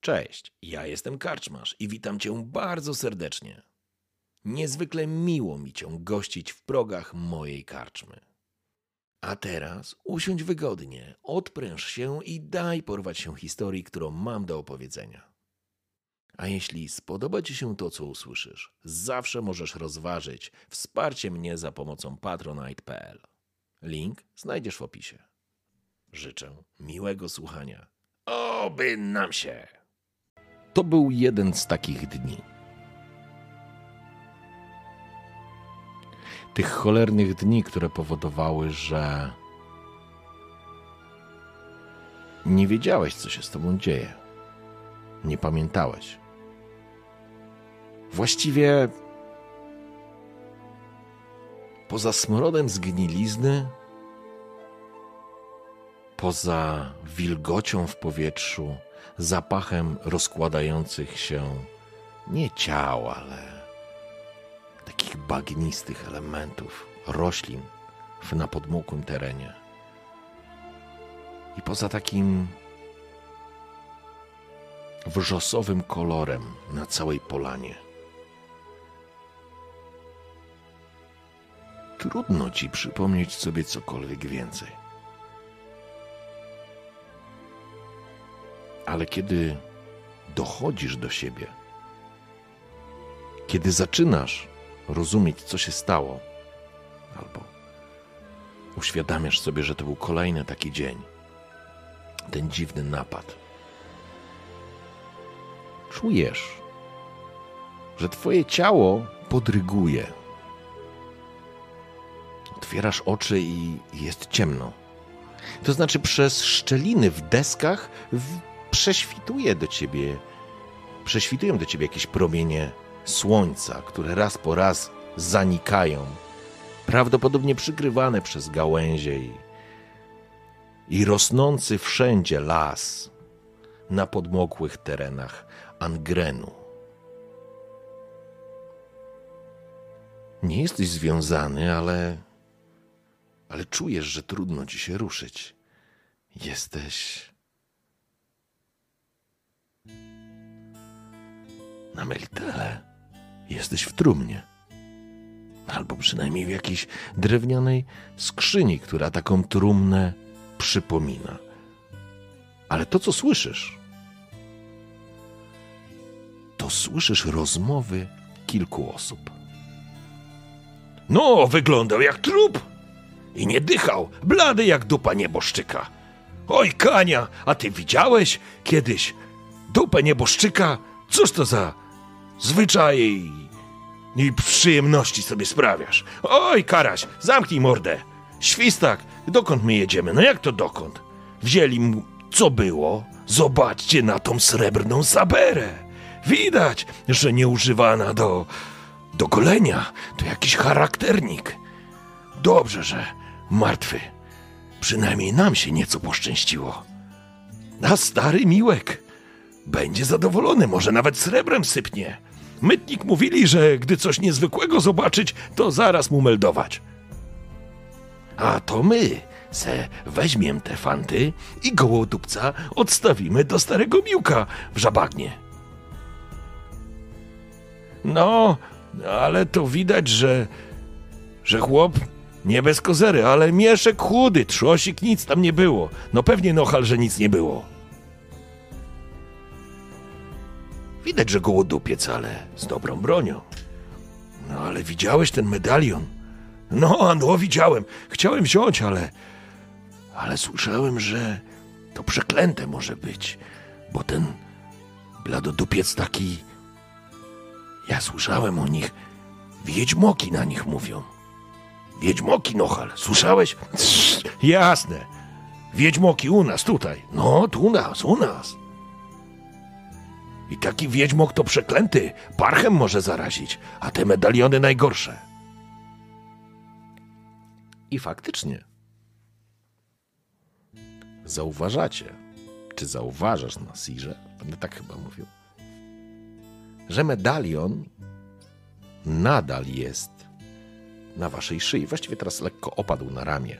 Cześć, ja jestem Karczmarz i witam Cię bardzo serdecznie. Niezwykle miło mi Cię gościć w progach mojej karczmy. A teraz usiądź wygodnie, odpręż się i daj porwać się historii, którą mam do opowiedzenia. A jeśli spodoba Ci się to, co usłyszysz, zawsze możesz rozważyć wsparcie mnie za pomocą patronite.pl. Link znajdziesz w opisie. Życzę miłego słuchania. Oby nam się! To był jeden z takich dni. Tych cholernych dni, które powodowały, że nie wiedziałeś, co się z tobą dzieje. Nie pamiętałeś. Właściwie poza smrodem zgnilizny, poza wilgocią w powietrzu, zapachem rozkładających się nie ciał, ale takich bagnistych elementów, roślin na podmokłym terenie. I poza takim wrzosowym kolorem na całej polanie. Trudno ci przypomnieć sobie cokolwiek więcej. Ale kiedy dochodzisz do siebie, kiedy zaczynasz rozumieć, co się stało, albo uświadamiasz sobie, że to był kolejny taki dzień, ten dziwny napad, czujesz, że twoje ciało podryguje. Otwierasz oczy i jest ciemno. To znaczy przez szczeliny w deskach prześwitują do ciebie jakieś promienie słońca, które raz po raz zanikają, prawdopodobnie przykrywane przez gałęzie i rosnący wszędzie las na podmokłych terenach Angrenu. Nie jesteś związany, ale czujesz, że trudno ci się ruszyć. Jesteś na Melitele. Jesteś w trumnie. Albo przynajmniej w jakiejś drewnianej skrzyni, która taką trumnę przypomina. Ale to, co słyszysz, to słyszysz rozmowy kilku osób. No, wyglądał jak trup i nie dychał, blady jak dupa nieboszczyka. Oj, Kania, a ty widziałeś kiedyś dupę nieboszczyka? Cóż to za zwyczaje i przyjemności sobie sprawiasz? Oj, Karaś, zamknij mordę. Świstak, dokąd my jedziemy? No jak to dokąd? Wzięli mu, co było? Zobaczcie na tą srebrną saberę. Widać, że nie używana do golenia. To jakiś charakternik. Dobrze, że martwy. Przynajmniej nam się nieco poszczęściło. A stary Miłek będzie zadowolony, może nawet srebrem sypnie. Mytnik mówili, że gdy coś niezwykłego zobaczyć, to zaraz mu meldować. A to my weźmiem te fanty i gołodupca odstawimy do starego Miłka w Żabagnie. No, ale to widać, że chłop nie bez kozery, ale mieszek chudy, trzosik, nic tam nie było. No pewnie nochal, że nic nie było. Widać, że gołodupiec, ale z dobrą bronią. No ale widziałeś ten medalion? No, widziałem. Chciałem wziąć, ale słyszałem, że to przeklęte może być, bo ten bladodupiec taki... Ja słyszałem o nich, wiedźmoki na nich mówią. Wiedźmoki, nochal, słyszałeś? Jasne. Wiedźmoki u nas, tutaj. No, tu u nas. I taki wiedźmok to przeklęty, parchem może zarazić, a te medaliony najgorsze. I faktycznie zauważacie, czy zauważasz na Sirze, będę tak chyba mówił, że medalion nadal jest na waszej szyi. Właściwie teraz lekko opadł na ramię.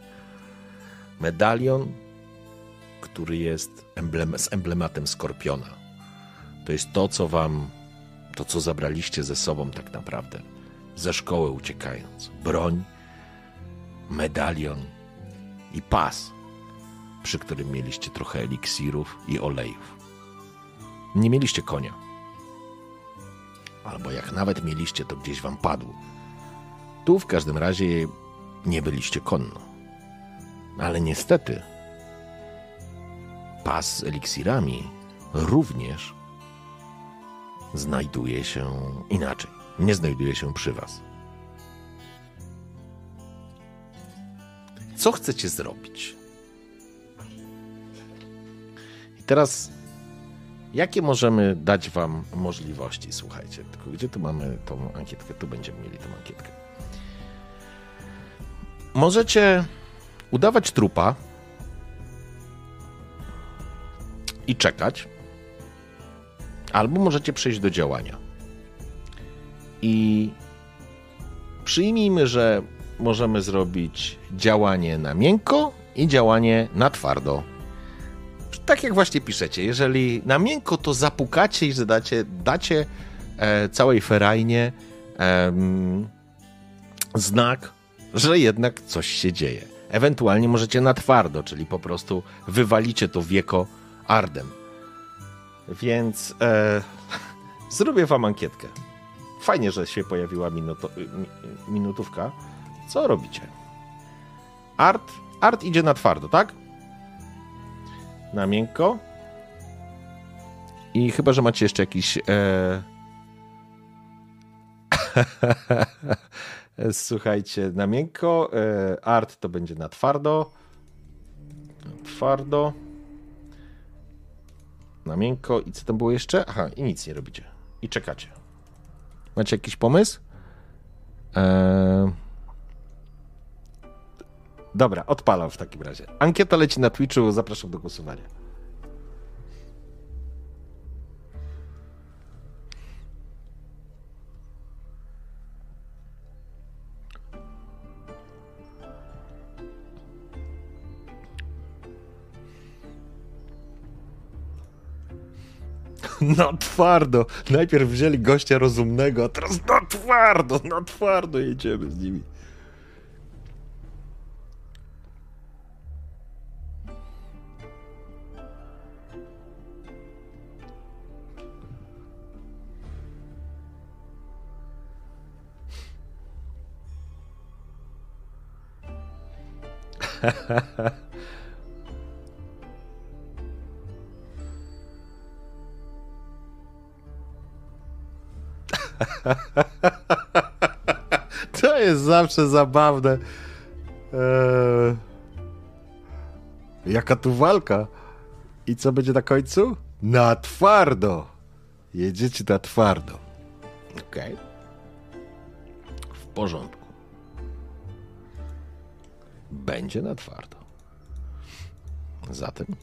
Medalion, który jest z emblematem skorpiona. To jest to, co zabraliście ze sobą tak naprawdę, ze szkoły uciekając. Broń, medalion i pas, przy którym mieliście trochę eliksirów i olejów. Nie mieliście konia. Albo jak nawet mieliście, to gdzieś wam padł. Tu w każdym razie nie byliście konno. Ale niestety pas z eliksirami również znajduje się inaczej. Nie znajduje się przy was. Co chcecie zrobić? I teraz, jakie możemy dać wam możliwości? Słuchajcie, tylko gdzie tu mamy tą ankietkę? Tu będziemy mieli tą ankietkę. Możecie udawać trupa i czekać, albo możecie przejść do działania. I przyjmijmy, że możemy zrobić działanie na miękko i działanie na twardo. Tak jak właśnie piszecie, jeżeli na miękko, to zapukacie i że dacie całej ferajnie znak, że jednak coś się dzieje. Ewentualnie możecie na twardo, czyli po prostu wywalicie to wieko ardem. Więc zrobię wam ankietkę. Fajnie, że się pojawiła minutówka. Co robicie? Art idzie na twardo, tak? Na miękko. I chyba, że macie jeszcze jakiś... Słuchajcie, na miękko. Art to będzie na twardo. Twardo. Na miękko. I co tam było jeszcze? Aha, i nic nie robicie. I czekacie. Macie jakiś pomysł? Dobra, odpalam w takim razie. Ankieta leci na Twitchu, zapraszam do głosowania. Na twardo. Najpierw wzięli gościa rozumnego, a teraz na twardo jedziemy z nimi. To jest zawsze zabawne. Jaka tu walka? I co będzie na końcu? Na twardo. Jedziecie na twardo. Okej. W porządku. Będzie na twardo. Zatem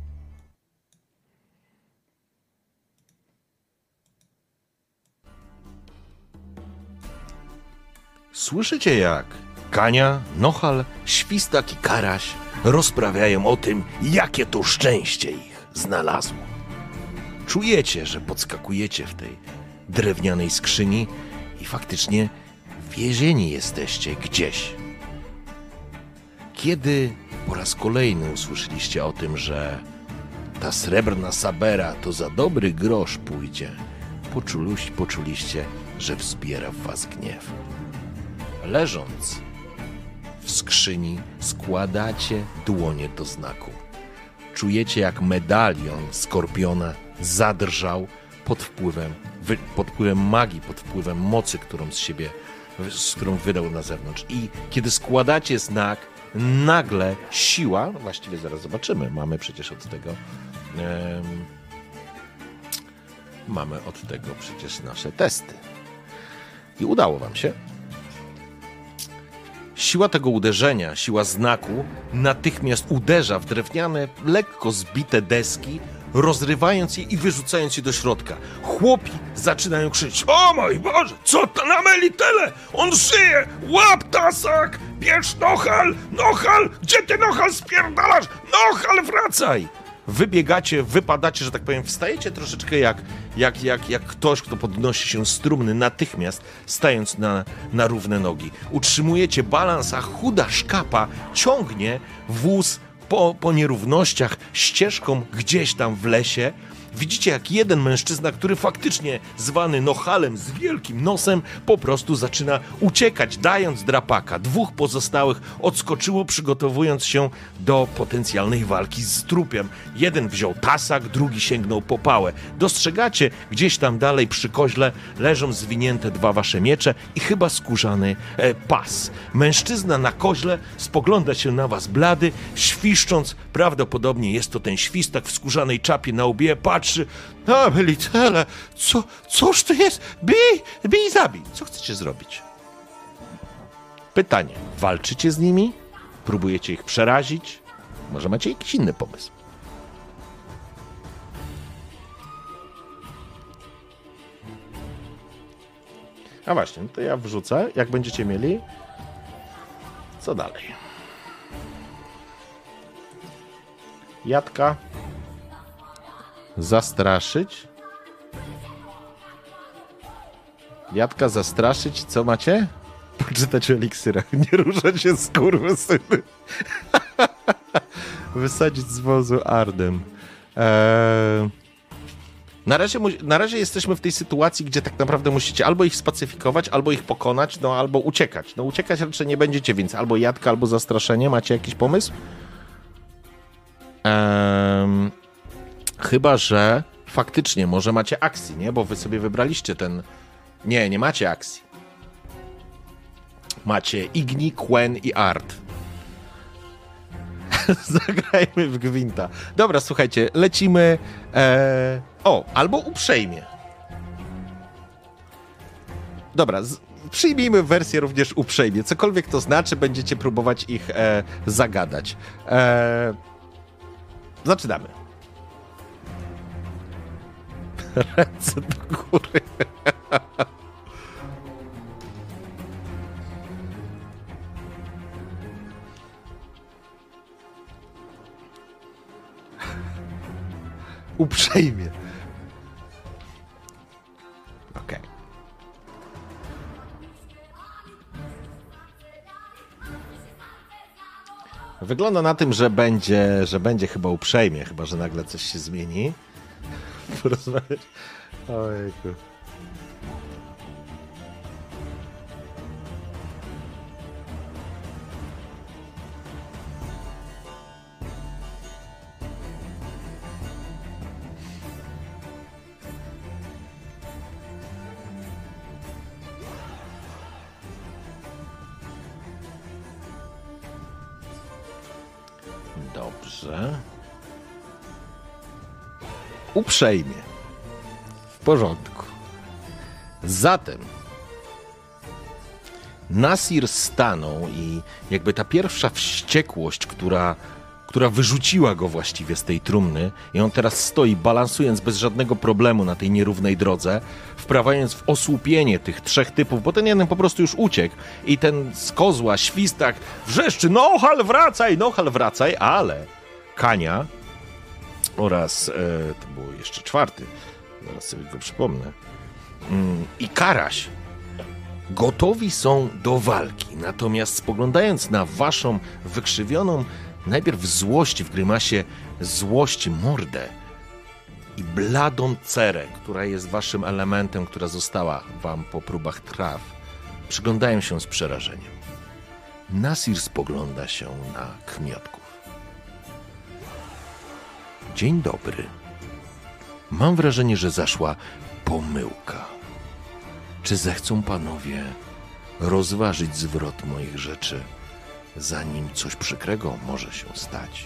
słyszycie, jak Kania, Nochal, Świstak i Karaś rozprawiają o tym, jakie to szczęście ich znalazło. Czujecie, że podskakujecie w tej drewnianej skrzyni i faktycznie więzieni jesteście gdzieś. Kiedy po raz kolejny usłyszeliście o tym, że ta srebrna sabera to za dobry grosz pójdzie, poczuliście, że wzbiera w was gniew. Leżąc w skrzyni, składacie dłonie do znaku. Czujecie, jak medalion Skorpiona zadrżał pod wpływem magii, pod wpływem mocy, którą wydał na zewnątrz. I kiedy składacie znak, nagle siła, właściwie zaraz zobaczymy, mamy przecież od tego przecież nasze testy. I udało wam się. Siła tego uderzenia, siła znaku natychmiast uderza w drewniane, lekko zbite deski, rozrywając je i wyrzucając je do środka. Chłopi zaczynają krzyczeć: o mój Boże, co to na melitele? On żyje! Łap tasak! Bierz Nochal! Nochal! Gdzie ty, Nochal, spierdalasz? Nochal, wracaj! wybiegacie, wypadacie, że tak powiem, wstajecie troszeczkę jak ktoś, kto podnosi się z trumny natychmiast, stając na równe nogi. Utrzymujecie balans, a chuda szkapa ciągnie wóz po nierównościach ścieżką gdzieś tam w lesie. Widzicie, jak jeden mężczyzna, który faktycznie zwany Nochalem z wielkim nosem, po prostu zaczyna uciekać, dając drapaka. Dwóch pozostałych odskoczyło, przygotowując się do potencjalnej walki z trupiem. Jeden wziął tasak, drugi sięgnął po pałę. Dostrzegacie, gdzieś tam dalej przy koźle leżą zwinięte dwa wasze miecze i chyba skórzany pas. Mężczyzna na koźle spogląda się na was blady, świszcząc. Prawdopodobnie jest to ten świstak w skórzanej czapie na łbie. Patrzy, no Melicele, cóż to jest? Bij, zabij. Co chcecie zrobić? Pytanie, walczycie z nimi? Próbujecie ich przerazić? Może macie jakiś inny pomysł? A właśnie, no to ja wrzucę, jak będziecie mieli. Co dalej? Jadka. Zastraszyć. Jadka zastraszyć. Co macie? Poczytać o eliksyrach. Nie ruszać się z skurwysyny. Wysadzić z wozu Ardem. Na razie jesteśmy w tej sytuacji, gdzie tak naprawdę musicie albo ich spacyfikować, albo ich pokonać, no albo uciekać. No uciekać raczej nie będziecie, więc albo jadka, albo zastraszenie. Macie jakiś pomysł? Chyba że faktycznie może macie akcji, nie? Bo wy sobie wybraliście ten... Nie macie akcji. Macie Igni, Quen i Art. Zagrajmy w gwinta. Dobra, słuchajcie, lecimy... albo uprzejmie. Dobra, przyjmijmy wersję również uprzejmie. Cokolwiek to znaczy, będziecie próbować ich zagadać. Zaczynamy. Ręce do góry. Uprzejmie. Okej. Wygląda na tym, że będzie chyba uprzejmie, chyba że nagle coś się zmieni. Porozmawiać. Ojejku. Dobrze. Uprzejmie. W porządku. Zatem Nasir stanął i jakby ta pierwsza wściekłość, która wyrzuciła go właściwie z tej trumny i on teraz stoi, balansując bez żadnego problemu na tej nierównej drodze, wprawiając w osłupienie tych trzech typów, bo ten jeden po prostu już uciekł i ten z kozła świstak wrzeszczy: Nohal wracaj, ale Kania oraz to było jeszcze czwarty, zaraz sobie go przypomnę, i Karaś gotowi są do walki, natomiast spoglądając na waszą wykrzywioną najpierw w złości, w grymasie złości mordę i bladą cerę, która jest waszym elementem, która została wam po próbach traw, przyglądają się z przerażeniem. Nasir spogląda się na kmiotków. Dzień dobry. Mam wrażenie, że zaszła pomyłka. Czy zechcą panowie rozważyć zwrot moich rzeczy, zanim coś przykrego może się stać?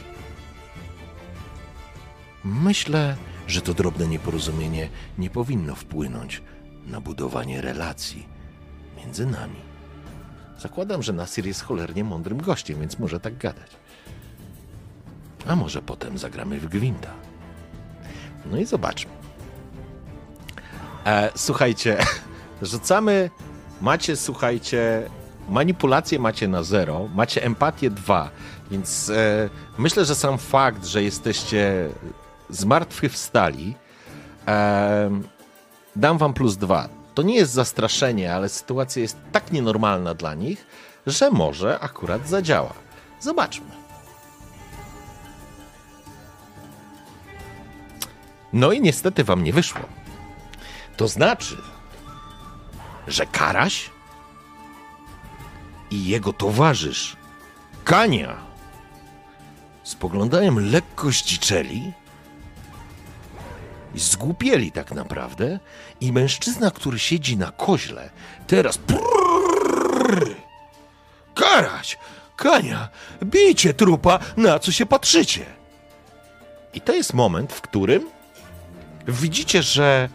Myślę, że to drobne nieporozumienie nie powinno wpłynąć na budowanie relacji między nami. Zakładam, że Nasir jest cholernie mądrym gościem, więc może tak gadać. A może potem zagramy w gwinta. No i zobaczmy. Słuchajcie, rzucamy... Macie, słuchajcie, manipulację macie na 0, macie empatię 2, więc myślę, że sam fakt, że jesteście zmartwychwstali, dam wam +2. To nie jest zastraszenie, ale sytuacja jest tak nienormalna dla nich, że może akurat zadziała. Zobaczmy. No i niestety wam nie wyszło. To znaczy, że Karaś i jego towarzysz Kania spoglądają lekko zdziczeli i zgłupieli tak naprawdę i mężczyzna, który siedzi na koźle, teraz Karaś, Kania, bijcie trupa, na co się patrzycie? I to jest moment, w którym widzicie, że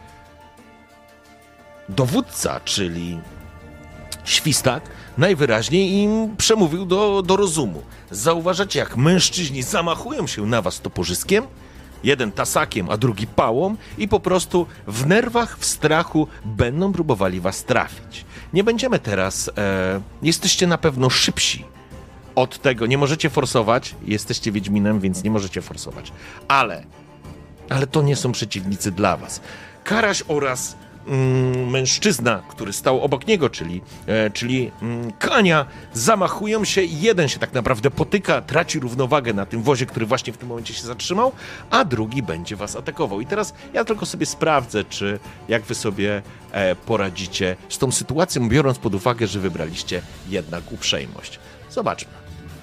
dowódca, czyli Świstak, najwyraźniej im przemówił do rozumu. Zauważacie, jak mężczyźni zamachują się na was toporzyskiem, jeden tasakiem, a drugi pałą i po prostu w nerwach, w strachu będą próbowali was trafić. Nie będziemy teraz... jesteście na pewno szybsi od tego. Nie możecie forsować. Jesteście Wiedźminem, więc nie możecie forsować. Ale to nie są przeciwnicy dla was. Karaś oraz mężczyzna, który stał obok niego, czyli Kania, zamachują się i jeden się tak naprawdę potyka, traci równowagę na tym wozie, który właśnie w tym momencie się zatrzymał, a drugi będzie was atakował. I teraz ja tylko sobie sprawdzę, jak wy sobie poradzicie z tą sytuacją, biorąc pod uwagę, że wybraliście jednak uprzejmość. Zobaczmy.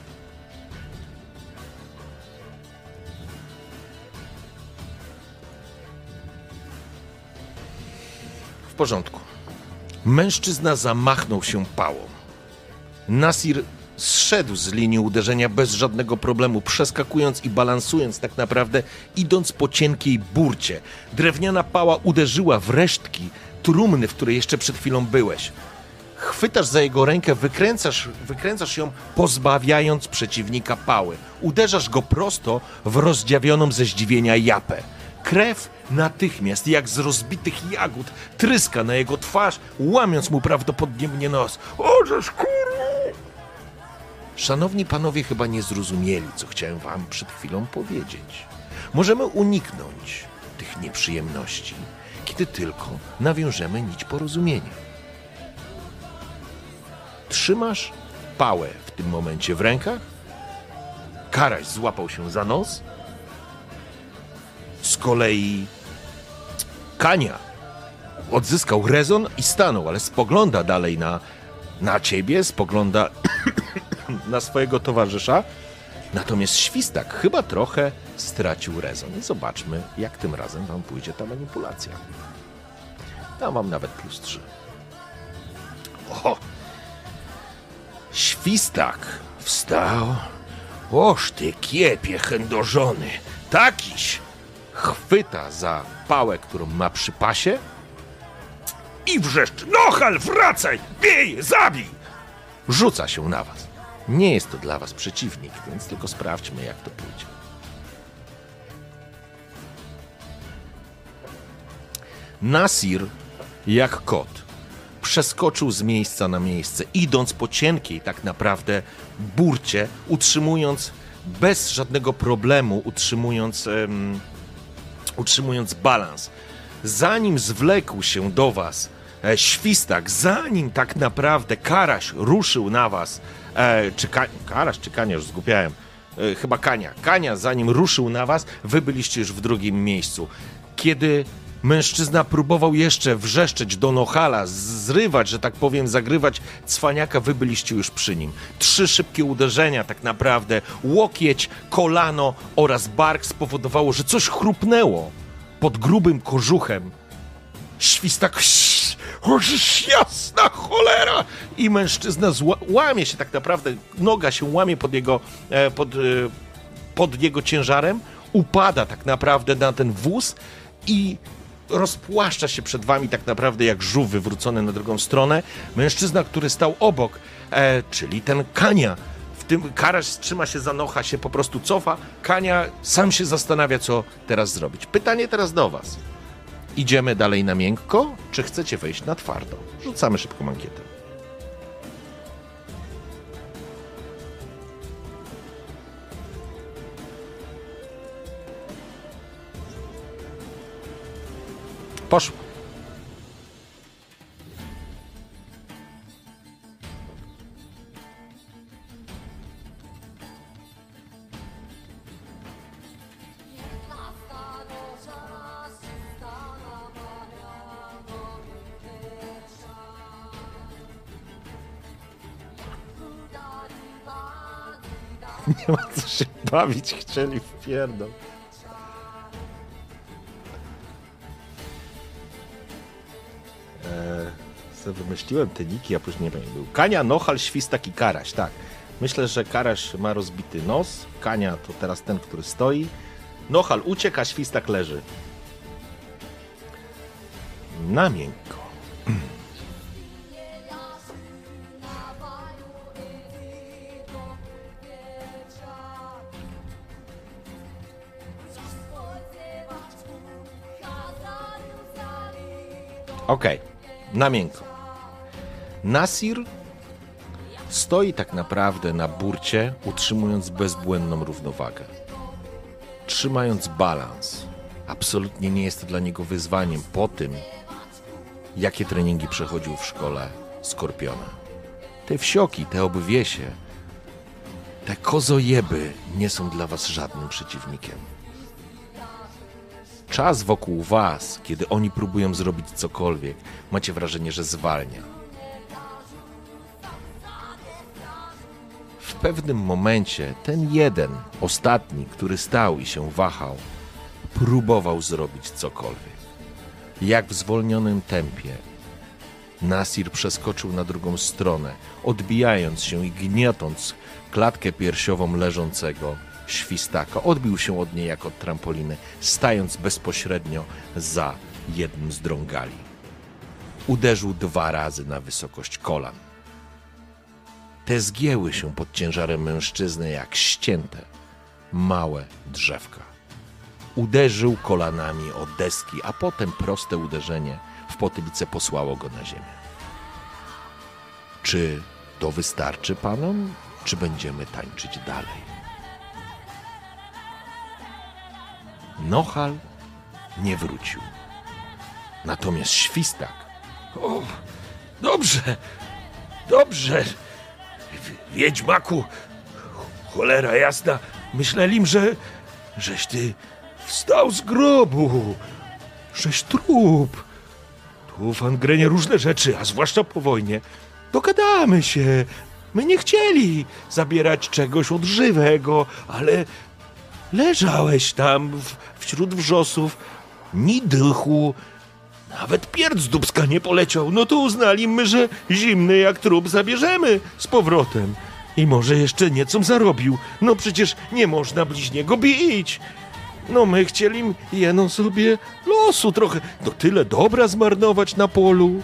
W porządku. Mężczyzna zamachnął się pałą. Nasir zszedł z linii uderzenia bez żadnego problemu, przeskakując i balansując tak naprawdę, idąc po cienkiej burcie. Drewniana pała uderzyła w resztki trumny, w której jeszcze przed chwilą byłeś. Chwytasz za jego rękę, wykręcasz ją, pozbawiając przeciwnika pały. Uderzasz go prosto w rozdziawioną ze zdziwienia japę. Krew natychmiast, jak z rozbitych jagód, tryska na jego twarz, łamiąc mu prawdopodobnie nos. Ożeż kurwa! Szanowni panowie chyba nie zrozumieli, co chciałem wam przed chwilą powiedzieć. Możemy uniknąć tych nieprzyjemności, kiedy tylko nawiążemy nić porozumienia. Trzymasz pałę w tym momencie w rękach. Karaś złapał się za nos. Z kolei Kania odzyskał rezon i stanął, ale spogląda dalej na ciebie, spogląda na swojego towarzysza. Natomiast Świstak chyba trochę stracił rezon. I zobaczmy, jak tym razem wam pójdzie ta manipulacja. Dam wam nawet +3. O! Świstak wstał. Oż ty kiepie chędożony, takiś! Chwyta za pałę, którą ma przy pasie i wrzeszczy: Nohal, wracaj! Bij, zabij! Rzuca się na was. Nie jest to dla was przeciwnik, więc tylko sprawdźmy, jak to pójdzie. Nasir, jak kot, przeskoczył z miejsca na miejsce, idąc po cienkiej tak naprawdę burcie, utrzymując bez żadnego problemu, utrzymując balans. Zanim zwlekł się do was Świstak, zanim tak naprawdę Karaś ruszył na was, Karaś czy Kania, już zgubiałem, chyba Kania, zanim ruszył na was, wy byliście już w drugim miejscu. Kiedy mężczyzna próbował jeszcze wrzeszczeć do Nohala, zrywać, że tak powiem, zagrywać cwaniaka, wy byliście już przy nim. 3 szybkie uderzenia tak naprawdę, łokieć, kolano oraz bark spowodowało, że coś chrupnęło pod grubym kożuchem. Świstak, jasna cholera! I mężczyzna łamie się tak naprawdę, noga się łamie pod jego ciężarem, upada tak naprawdę na ten wóz i rozpłaszcza się przed wami tak naprawdę jak żółw wywrócony na drugą stronę. Mężczyzna, który stał obok, czyli ten Kania, w tym Karaś trzyma się za nocha, się po prostu cofa. Kania sam się zastanawia, co teraz zrobić. Pytanie teraz do was. Idziemy dalej na miękko, czy chcecie wejść na twardo? Rzucamy szybką ankietę. Poszło. Nie ma co się bawić, chcieli w pierdol. Wymyśliłem te niki, a później nie pamiętam. Był Kania, Nochal, Świstak i Karaś, tak. Myślę, że Karaś ma rozbity nos, Kania to teraz ten, który stoi. Nochal ucieka, Świstak leży. Na miękko. Okej, na miękko. Nasir stoi tak naprawdę na burcie, utrzymując bezbłędną równowagę. Trzymając balans. Absolutnie nie jest to dla niego wyzwaniem po tym, jakie treningi przechodził w szkole Skorpiona. Te wsioki, te obwiesie, te kozojeby nie są dla was żadnym przeciwnikiem. Czas wokół was, kiedy oni próbują zrobić cokolwiek, macie wrażenie, że zwalnia. W pewnym momencie ten jeden, ostatni, który stał i się wahał, próbował zrobić cokolwiek. Jak w zwolnionym tempie, Nasir przeskoczył na drugą stronę, odbijając się i gniotąc klatkę piersiową leżącego Świstaka. Odbił się od niej jak od trampoliny, stając bezpośrednio za jednym z drągali. Uderzył 2 razy na wysokość kolan. Te zgięły się pod ciężarem mężczyzny jak ścięte, małe drzewka. Uderzył kolanami o deski, a potem proste uderzenie w potylicę posłało go na ziemię. Czy to wystarczy panom, czy będziemy tańczyć dalej? Nochal nie wrócił. Natomiast Świstak... O, dobrze, dobrze. Wiedźmaku, cholera jasna, myśleli, żeś ty wstał z grobu, żeś trup. Tu w Angrenie różne rzeczy, a zwłaszcza po wojnie. Dogadamy się. My nie chcieli zabierać czegoś od żywego, ale leżałeś tam wśród wrzosów, ni dychu, nawet pierd z dubska nie poleciał. No to uznali my, że zimny jak trup zabierzemy z powrotem. I może jeszcze nieco zarobił. No przecież nie można bliźniego bić. No my chcieli jeno sobie losu trochę. No tyle dobra zmarnować na polu.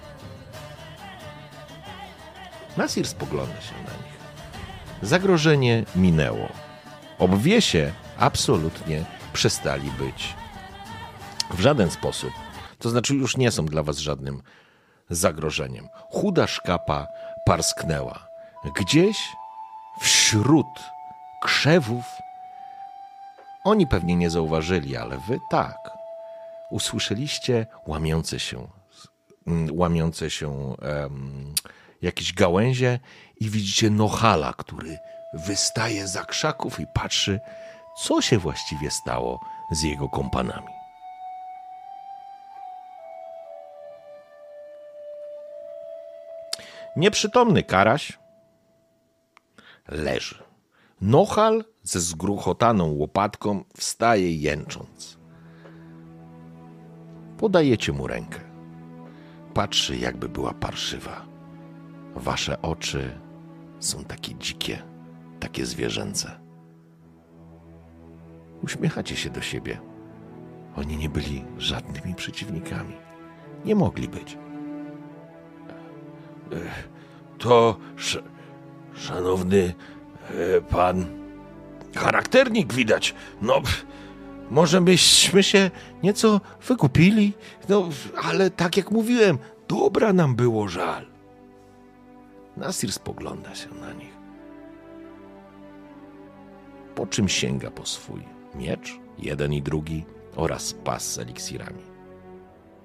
Nasir spogląda się na nich. Zagrożenie minęło. Obwiesie absolutnie przestali być w żaden sposób. To znaczy już nie są dla was żadnym zagrożeniem. Chuda szkapa parsknęła. Gdzieś wśród krzewów oni pewnie nie zauważyli, ale wy tak. Usłyszeliście łamiące się jakieś gałęzie i widzicie Nochala, który wystaje za krzaków i patrzy, co się właściwie stało z jego kompanami. Nieprzytomny Karaś leży. Nochal ze zgruchotaną łopatką wstaje jęcząc. Podajecie mu rękę. Patrzy, jakby była parszywa. Wasze oczy są takie dzikie, takie zwierzęce. Uśmiechacie się do siebie. Oni nie byli żadnymi przeciwnikami. Nie mogli być. To szanowny pan charakternik widać. No, może byśmy się nieco wykupili, no, ale tak jak mówiłem, dobra nam było żal. Nasir spogląda się na nich. Po czym sięga po swój miecz, jeden i drugi, oraz pas z eliksirami.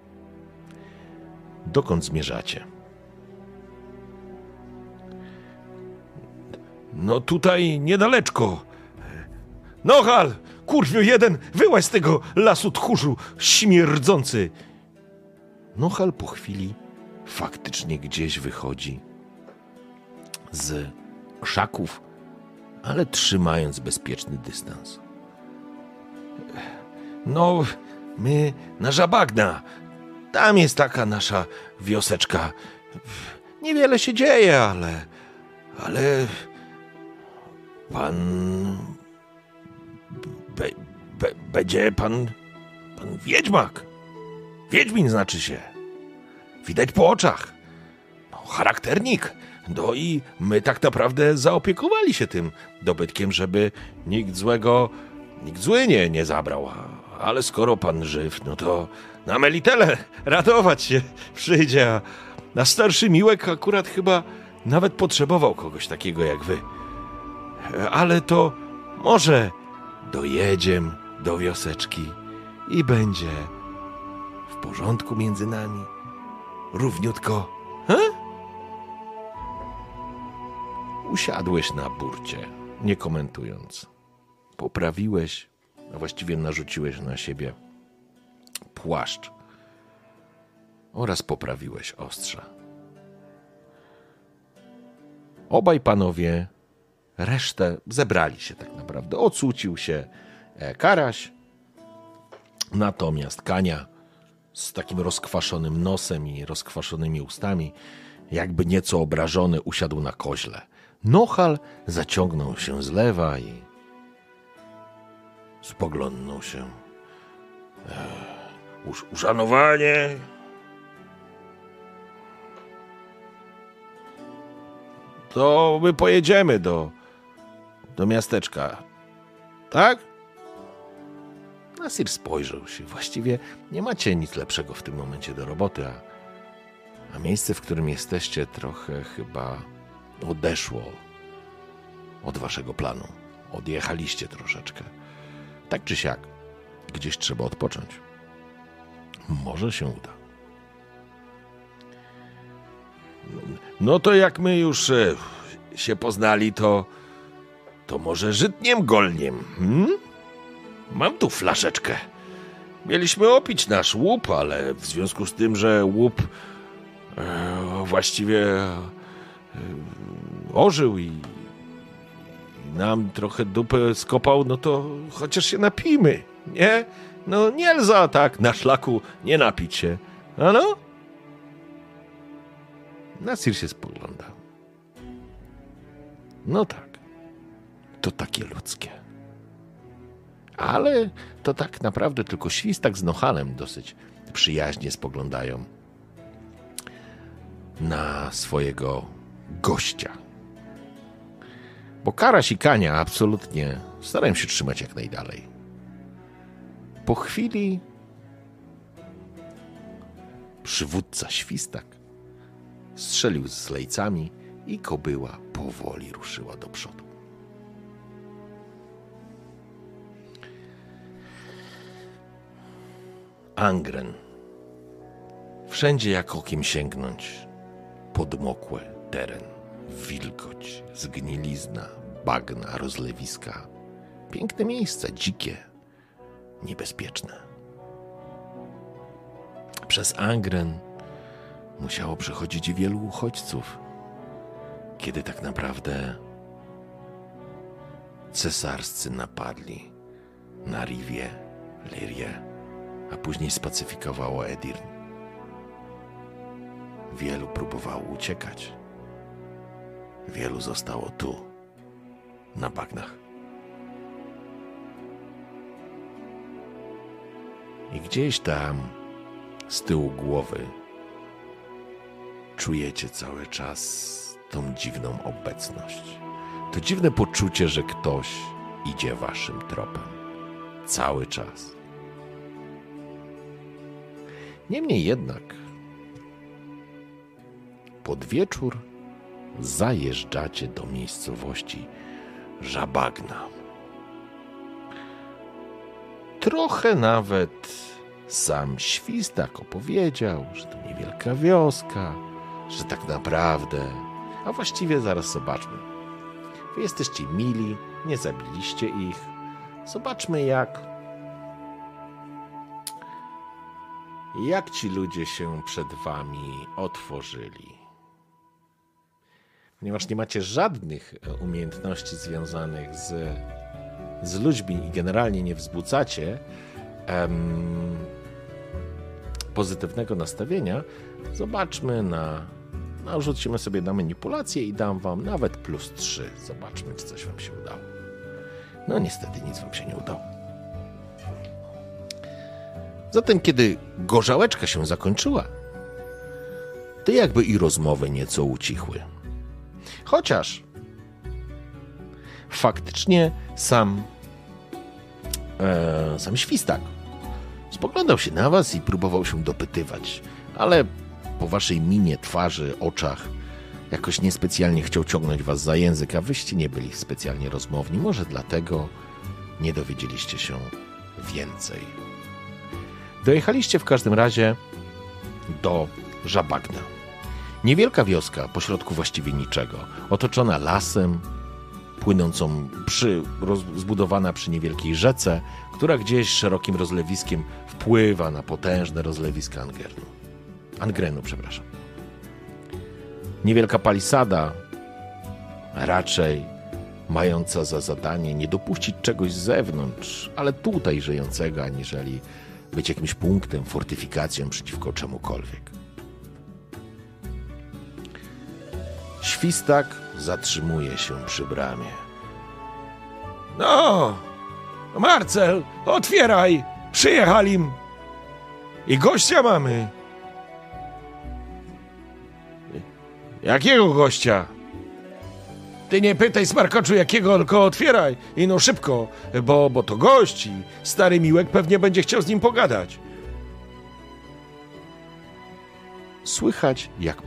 dokąd zmierzacie. No tutaj niedaleczko. Nohal! Kurwiu jeden! Wyłaź z tego lasu tchórzu śmierdzący! Nohal po chwili faktycznie gdzieś wychodzi z krzaków, ale trzymając bezpieczny dystans. No, my na Żabagna. Tam jest taka nasza wioseczka. Niewiele się dzieje, ale pan... będzie pan wiedźmak. Wiedźmin znaczy się. Widać po oczach. No, charakternik. No i my tak naprawdę zaopiekowali się tym dobytkiem, żeby nikt zły nie zabrał. Ale skoro pan żyw, no to na Melitele radować się przyjdzie. A starszy Miłek akurat chyba nawet potrzebował kogoś takiego jak wy. Ale to może dojedziemy do wioseczki i będzie w porządku między nami. Równiutko. Usiadłeś na burcie, nie komentując. Poprawiłeś, a właściwie narzuciłeś na siebie płaszcz oraz poprawiłeś ostrza. Obaj panowie resztę zebrali się tak naprawdę. Ocucił się Karaś, natomiast Kania z takim rozkwaszonym nosem i rozkwaszonymi ustami, jakby nieco obrażony, usiadł na koźle. Nohal zaciągnął się z lewa i spoglądnął się. Uszanowanie. To my pojedziemy do miasteczka, tak? Nasir spojrzał się. Właściwie nie macie nic lepszego w tym momencie do roboty, a miejsce, w którym jesteście, trochę chyba odeszło od waszego planu. Odjechaliście troszeczkę. Tak czy siak, gdzieś trzeba odpocząć. Może się uda. No to jak my już się poznali, to może żytniem golniem. Mam tu flaszeczkę. Mieliśmy opić nasz łup, ale w związku z tym, że łup właściwie ożył i nam trochę dupę skopał, no to chociaż się napijmy, nie? No nie za tak na szlaku nie napić się. Ano? Nasir się spogląda. No tak, to takie ludzkie. Ale to tak naprawdę tylko Świstak z Nohalem dosyć przyjaźnie spoglądają na swojego gościa. Bo Karaś i Kania absolutnie starają się trzymać jak najdalej. Po chwili przywódca Świstak strzelił z lejcami i kobyła powoli ruszyła do przodu. Angren. Wszędzie jak okiem sięgnąć. Podmokły teren, wilgoć, zgnilizna, bagna, rozlewiska. Piękne miejsca, dzikie, niebezpieczne. Przez Angren musiało przechodzić wielu uchodźców, kiedy tak naprawdę cesarscy napadli na Rivię, Lyrię, a później spacyfikowało Edirn. Wielu próbowało uciekać. Wielu zostało tu, na bagnach. I gdzieś tam, z tyłu głowy, czujecie cały czas tą dziwną obecność. To dziwne poczucie, że ktoś idzie waszym tropem. Cały czas. Niemniej jednak, pod wieczór zajeżdżacie do miejscowości Żabagna. Trochę nawet sam Świstak opowiedział, że to mniej niewielka wioska, że tak naprawdę... A właściwie zaraz zobaczmy. Wy jesteście mili, nie zabiliście ich. Zobaczmy, jak ci ludzie się przed wami otworzyli. Ponieważ nie macie żadnych umiejętności związanych z ludźmi i generalnie nie wzbudzacie pozytywnego nastawienia, zobaczmy rzucimy sobie na manipulację i dam wam nawet +3. Zobaczmy, czy coś wam się udało. No niestety nic wam się nie udało. Zatem, kiedy gorzałeczka się zakończyła, to jakby i rozmowy nieco ucichły. Chociaż faktycznie sam Świstak spoglądał się na was i próbował się dopytywać, ale po waszej minie, twarzy, oczach jakoś niespecjalnie chciał ciągnąć was za język, a wyście nie byli specjalnie rozmowni. Może dlatego nie dowiedzieliście się więcej. Dojechaliście w każdym razie do Żabagna. Niewielka wioska, pośrodku właściwie niczego, otoczona lasem, zbudowana przy niewielkiej rzece, która gdzieś szerokim rozlewiskiem wpływa na potężne rozlewiska Angrenu. Niewielka palisada, raczej mająca za zadanie nie dopuścić czegoś z zewnątrz, ale tutaj żyjącego, aniżeli być jakimś punktem, fortyfikacją przeciwko czemukolwiek. Świstak zatrzymuje się przy bramie. No, Marcel, otwieraj! Przyjechali i gościa mamy. Jakiego gościa? Ty nie pytaj, smarkaczu, jakiego, tylko otwieraj. I no szybko, bo to gość i stary Miłek pewnie będzie chciał z nim pogadać. Słychać, jak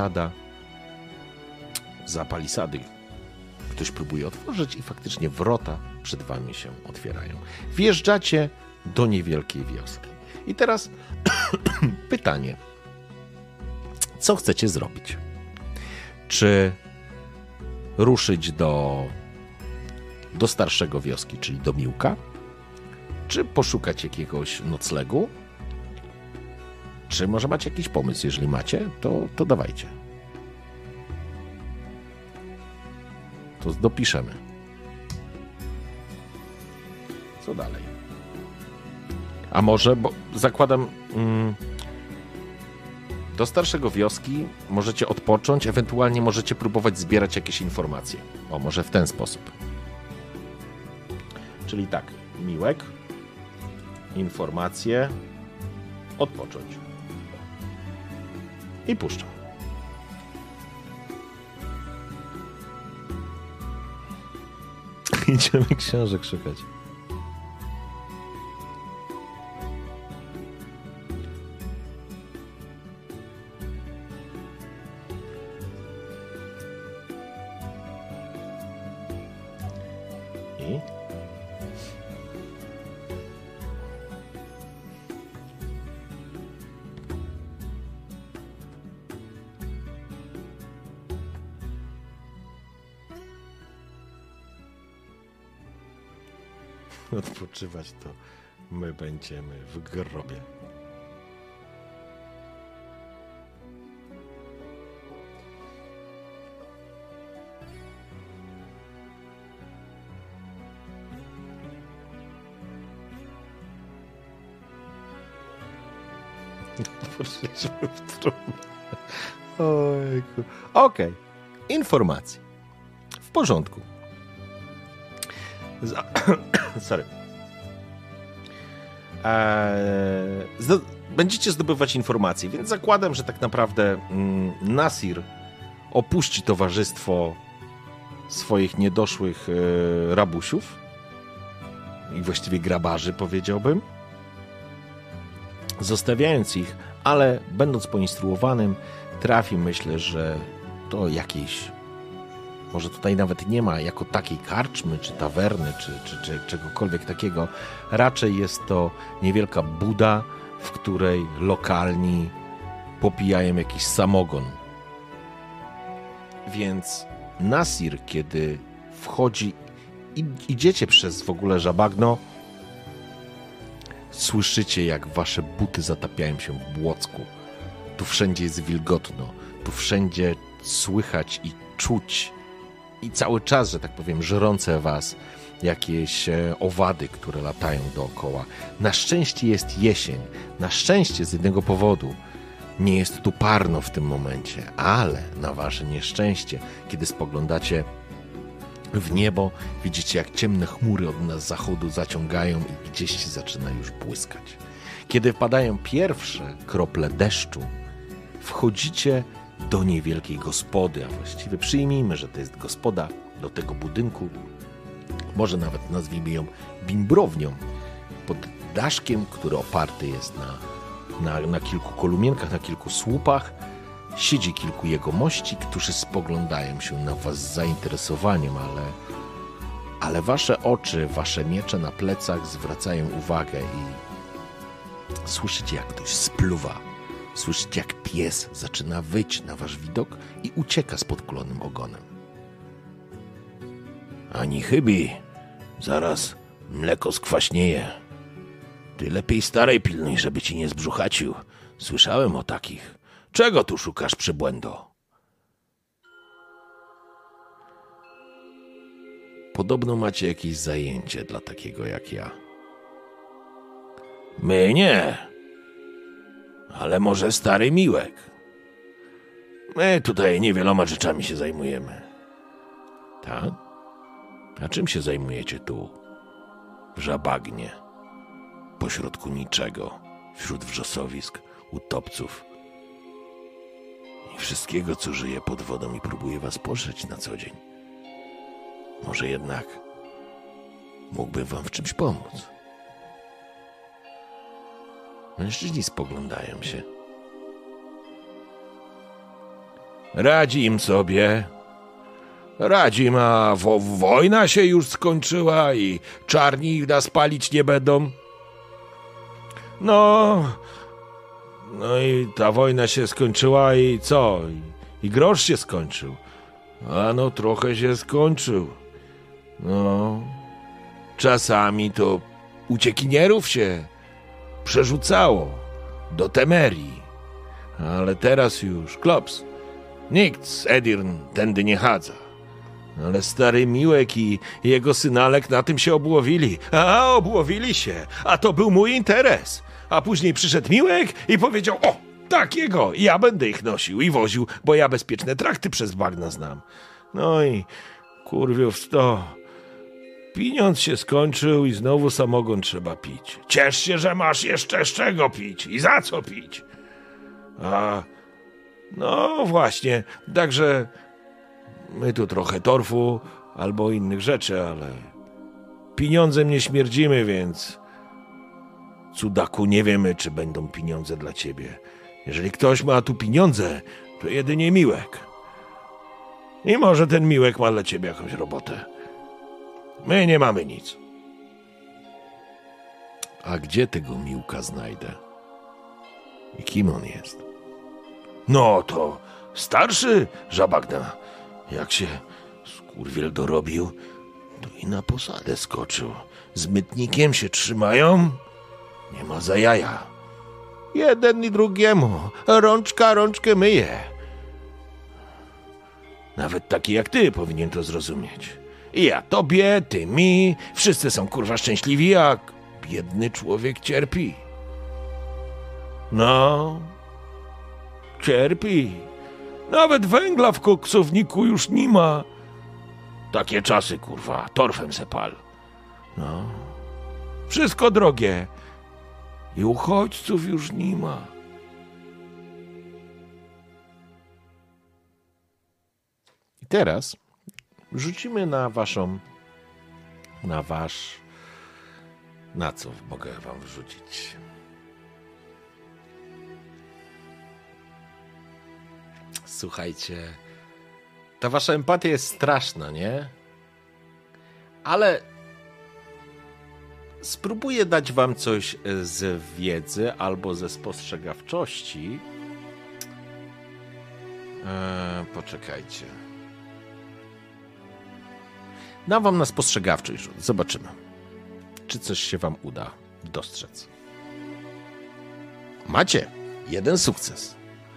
za palisady ktoś próbuje otworzyć i faktycznie wrota przed wami się otwierają. Wjeżdżacie do niewielkiej wioski. I teraz pytanie. Co chcecie zrobić? Czy ruszyć do starszego wioski, czyli do Miłka? Czy poszukać jakiegoś noclegu? Czy może macie jakiś pomysł? Jeżeli macie, to dawajcie. To dopiszemy. Co dalej? A może, bo zakładam... do starszego wioski możecie odpocząć, ewentualnie możecie próbować zbierać jakieś informacje. O, może w ten sposób. Czyli tak, Miłek, informacje, odpocząć. I puszczam. Idziemy książek szukać. Odpoczywać to my będziemy w grobie. Poszliśmy w trumnę. Ojku. Okej. Informacje. W porządku. Sorry. Będziecie zdobywać informacje, więc zakładam, że tak naprawdę Nasir opuści towarzystwo swoich niedoszłych rabusiów i właściwie grabarzy, powiedziałbym, zostawiając ich, ale będąc poinstruowanym, trafi, myślę, że do jakiejś, może tutaj nawet nie ma jako takiej karczmy, czy tawerny, czy czegokolwiek takiego. Raczej jest to niewielka buda, w której lokalni popijają jakiś samogon. Więc Nasir, kiedy wchodzi i idziecie przez w ogóle żabagno, słyszycie, jak wasze buty zatapiają się w błocku. Tu wszędzie jest wilgotno, tu wszędzie słychać i czuć i cały czas, że tak powiem, żrące was jakieś owady, które latają dookoła. Na szczęście jest jesień. Na szczęście z jednego powodu. Nie jest tu parno w tym momencie, ale na wasze nieszczęście, kiedy spoglądacie w niebo, widzicie, jak ciemne chmury od nas z zachodu zaciągają i gdzieś się zaczyna już błyskać. Kiedy wpadają pierwsze krople deszczu, wchodzicie do niewielkiej gospody, a właściwie przyjmijmy, że to jest gospoda do tego budynku. Może nawet nazwijmy ją bimbrownią, pod daszkiem, który oparty jest na kilku kolumienkach, na kilku słupach. Siedzi kilku jegomości, którzy spoglądają się na was z zainteresowaniem, ale wasze oczy, wasze miecze na plecach zwracają uwagę i słyszycie, jak ktoś spluwa. Słyszycie, jak pies zaczyna wyć na wasz widok i ucieka z podkulonym ogonem. Ani chybi, zaraz mleko skwaśnieje. Ty lepiej starej pilnuj, żeby ci nie zbrzuchacił. Słyszałem o takich. Czego tu szukasz, przybłędo? Podobno macie jakieś zajęcie dla takiego jak ja. My nie. Ale może stary Miłek. My tutaj niewieloma rzeczami się zajmujemy. Tak? A czym się zajmujecie tu? W żabagnie. Pośrodku niczego. Wśród wrzosowisk, utopców. I wszystkiego, co żyje pod wodą i próbuje was pożreć na co dzień. Może jednak mógłbym wam w czymś pomóc. Mężczyźni spoglądają się. Radzim sobie. Radzim, a wojna się już skończyła i czarni nas palić nie będą. No i ta wojna się skończyła i co? I grosz się skończył. A no trochę się skończył. No, czasami to uciekinierów się przerzucało do Temerii. Ale teraz już, klops, nikt z Edirn tędy nie chadza. Ale stary Miłek i jego synalek na tym się obłowili. A, obłowili się. A to był mój interes. A później przyszedł Miłek i powiedział, o, takiego, ja będę ich nosił i woził, bo ja bezpieczne trakty przez bagna znam. No i kurwiów 100. Pieniądz się skończył i znowu samogon trzeba pić. Ciesz się, że masz jeszcze z czego pić i za co pić. A, no właśnie, także my tu trochę torfu albo innych rzeczy, ale pieniądzem nie śmierdzimy, więc cudaku nie wiemy, czy będą pieniądze dla ciebie. Jeżeli ktoś ma tu pieniądze, to jedynie Miłek. I może ten Miłek ma dla ciebie jakąś robotę. My nie mamy nic. A gdzie tego Miłka znajdę? I kim on jest? No to starszy żabagna. Jak się skurwiel dorobił, to i na posadę skoczył. Z mytnikiem się trzymają. Nie ma za jaja. Jeden i drugiemu. Rączka rączkę myje. Nawet taki jak ty powinien to zrozumieć. I ja tobie, ty mi. Wszyscy są kurwa szczęśliwi, jak biedny człowiek cierpi. No, cierpi. Nawet węgla w koksowniku już nie ma. Takie czasy, kurwa, torfem se pal. No, wszystko drogie. I uchodźców już nie ma. I teraz rzucimy na na co mogę wam wrzucić? Słuchajcie, ta wasza empatia jest straszna, nie? Ale spróbuję dać wam coś z wiedzy albo ze spostrzegawczości, Poczekajcie. Dam wam na spostrzegawczość rzut. Zobaczymy, czy coś się wam uda dostrzec. Macie 1 sukces.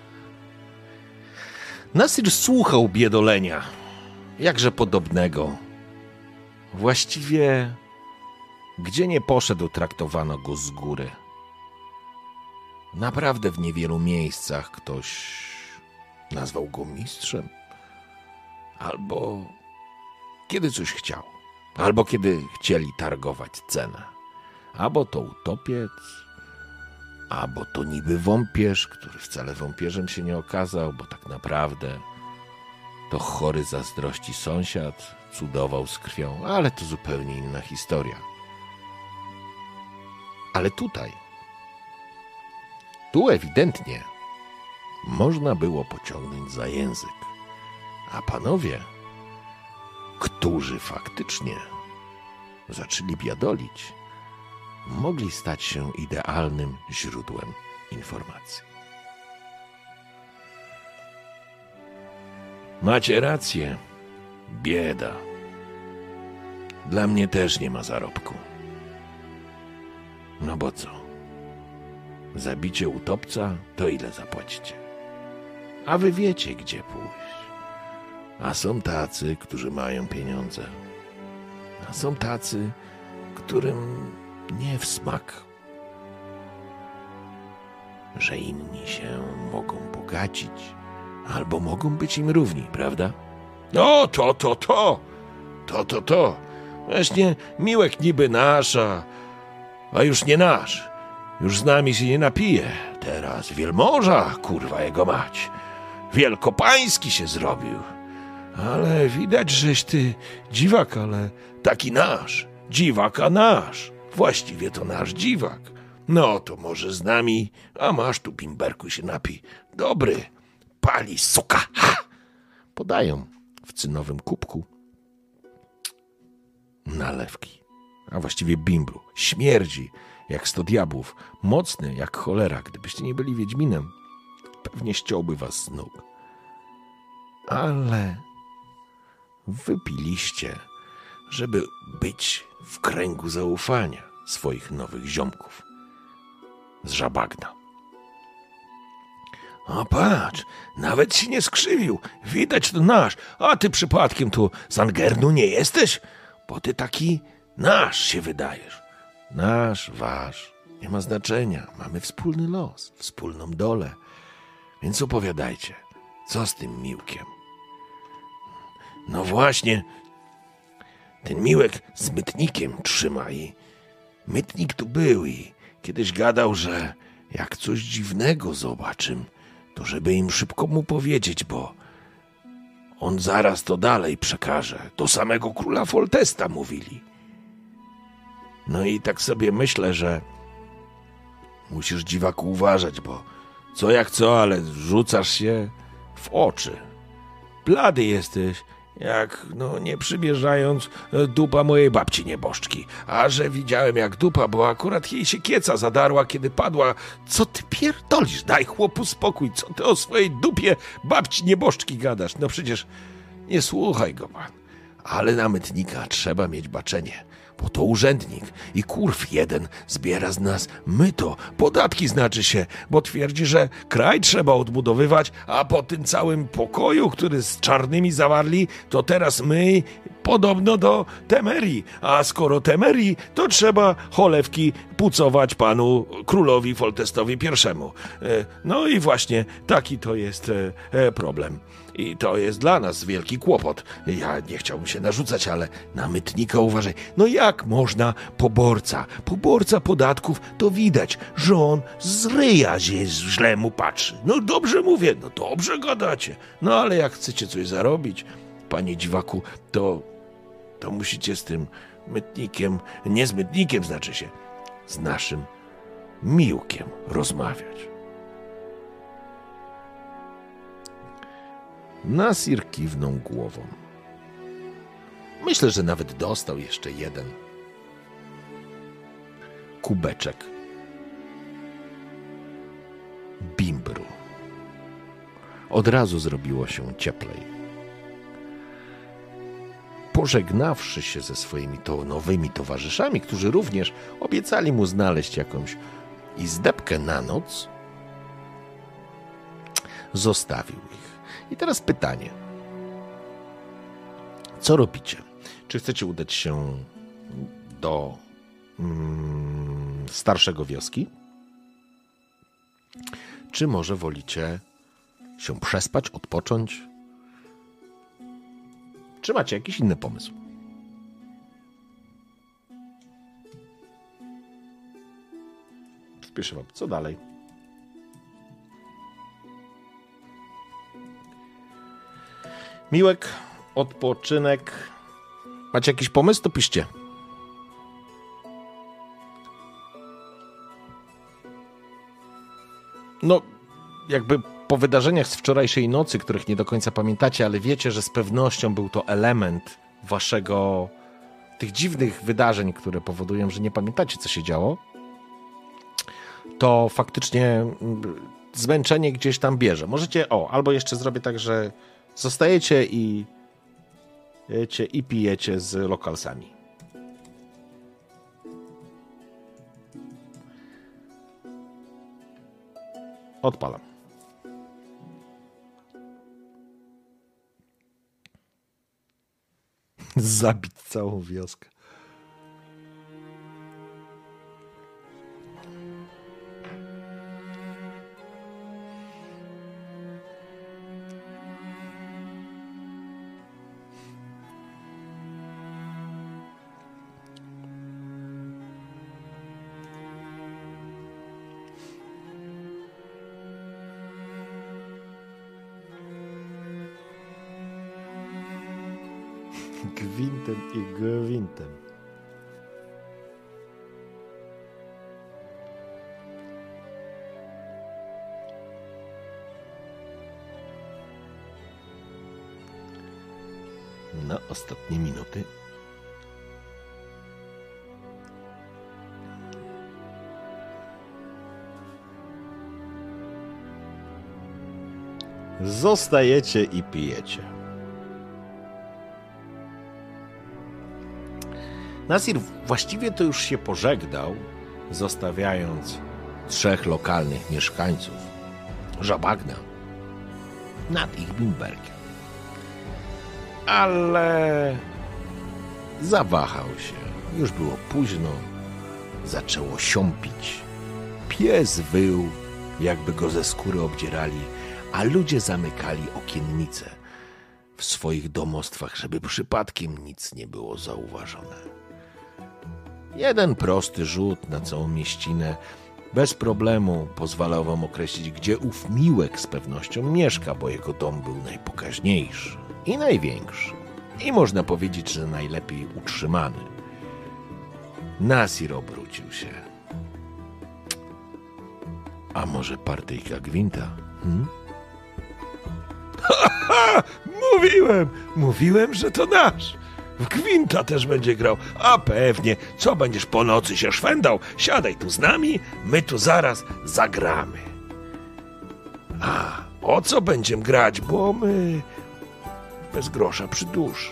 Nasir słuchał biedolenia, jakże podobnego. Właściwie, gdzie nie poszedł, traktowano go z góry. Naprawdę w niewielu miejscach ktoś nazwał go mistrzem. Albo kiedy coś chciał, albo kiedy chcieli targować cenę. Albo to utopiec, albo to niby wąpierz, który wcale wąpierzem się nie okazał, bo tak naprawdę to chory zazdrości sąsiad cudował z krwią, ale to zupełnie inna historia. Ale tu ewidentnie można było pociągnąć za język, a panowie, którzy faktycznie zaczęli biadolić, mogli stać się idealnym źródłem informacji. Macie rację, bieda. Dla mnie też nie ma zarobku. No bo co? Zabicie utopca, to ile zapłacicie? A wy wiecie, gdzie pójść. A są tacy, którzy mają pieniądze. A są tacy, którym nie w smak, że inni się mogą bogacić, albo mogą być im równi, prawda? No, to. Właśnie Miłek niby nasza, a już nie nasz. Już z nami się nie napije. Teraz wielmoża, kurwa jego mać. Wielkopański się zrobił. Ale widać, żeś ty dziwak, ale taki nasz. Dziwaka nasz. Właściwie to nasz dziwak. No to może z nami, a masz tu bimberku się napij. Dobry. Pali, suka. Ha! Podają w cynowym kubku nalewki, a właściwie bimbru. Śmierdzi jak 100 diabłów, mocny jak cholera. Gdybyście nie byli Wiedźminem, pewnie ściąłby was z nóg. Ale wypiliście, żeby być w kręgu zaufania swoich nowych ziomków z Żabagna. O patrz, nawet się nie skrzywił. Widać to nasz. A ty przypadkiem tu z Angernu nie jesteś? Bo ty taki nasz się wydajesz. Nasz, wasz, nie ma znaczenia. Mamy wspólny los, wspólną dolę. Więc opowiadajcie, co z tym Miłkiem? No właśnie, ten Miłek z Mytnikiem trzyma i Mytnik tu był i kiedyś gadał, że jak coś dziwnego zobaczym, to żeby im szybko mu powiedzieć, bo on zaraz to dalej przekaże. Do samego króla Foltesta mówili. No i tak sobie myślę, że musisz, dziwaku, uważać, bo co jak co, ale rzucasz się w oczy. Blady jesteś, jak, no nie przymierzając, dupa mojej babci nieboszczki. A że widziałem jak dupa, bo akurat jej się kieca zadarła, kiedy padła. Co ty pierdolisz? Daj chłopu spokój. Co ty o swojej dupie babci nieboszczki gadasz? No przecież nie słuchaj go pan. Ale na Mytnika trzeba mieć baczenie, bo to urzędnik i kurw jeden zbiera z nas myto, podatki znaczy się, bo twierdzi, że kraj trzeba odbudowywać, a po tym całym pokoju, który z czarnymi zawarli, to teraz my podobno do Temerii, a skoro Temerii, to trzeba cholewki pucować panu królowi Foltestowi I. No i właśnie taki to jest problem. I to jest dla nas wielki kłopot. Ja nie chciałbym się narzucać, ale na Mytnika uważaj. No jak można poborca podatków, to widać, że on z ryja źle mu patrzy. No dobrze mówię, no dobrze gadacie. No ale jak chcecie coś zarobić, panie dziwaku, to musicie z tym Mytnikiem, nie z Mytnikiem znaczy się, z naszym Miłkiem rozmawiać. Nasir kiwnął głową. Myślę, że nawet dostał jeszcze jeden kubeczek bimbru. od razu zrobiło się cieplej. Pożegnawszy się ze swoimi nowymi towarzyszami, którzy również obiecali mu znaleźć jakąś izdebkę na noc, zostawił ich. I teraz pytanie. Co robicie? Czy chcecie udać się do starszego wioski? Czy może wolicie się przespać, odpocząć? Czy macie jakiś inny pomysł? Wpiszę wam, co dalej? Miłek, odpoczynek. Macie jakiś pomysł? To piszcie. No, jakby po wydarzeniach z wczorajszej nocy, których nie do końca pamiętacie, ale wiecie, że z pewnością był to element tych dziwnych wydarzeń, które powodują, że nie pamiętacie, co się działo, to faktycznie zmęczenie gdzieś tam bierze. Możecie, albo jeszcze zrobię tak, że zostajecie i jecie i pijecie z lokalsami. Odpalam. Zabić całą wioskę. Gwintem i gwintem. Na ostatnie minuty. Zostajecie i pijecie. Nasir właściwie to już się pożegnał, zostawiając 3 lokalnych mieszkańców Żabagna nad ich bimberkiem. Ale zawahał się. Już było późno. Zaczęło siąpić. Pies wył, jakby go ze skóry obdzierali, a ludzie zamykali okiennice w swoich domostwach, żeby przypadkiem nic nie było zauważone. Jeden prosty rzut na całą mieścinę bez problemu pozwalał wam określić, gdzie ów Miłek z pewnością mieszka, bo jego dom był najpokaźniejszy i największy. I można powiedzieć, że najlepiej utrzymany. Nasir obrócił się. A może partyjka gwinta? Mówiłem, że to nasz. W gwinta też będzie grał. A pewnie, co będziesz po nocy się szwendał? Siadaj tu z nami, my tu zaraz zagramy. A o co będziemy grać, bo my bez grosza przy duszy.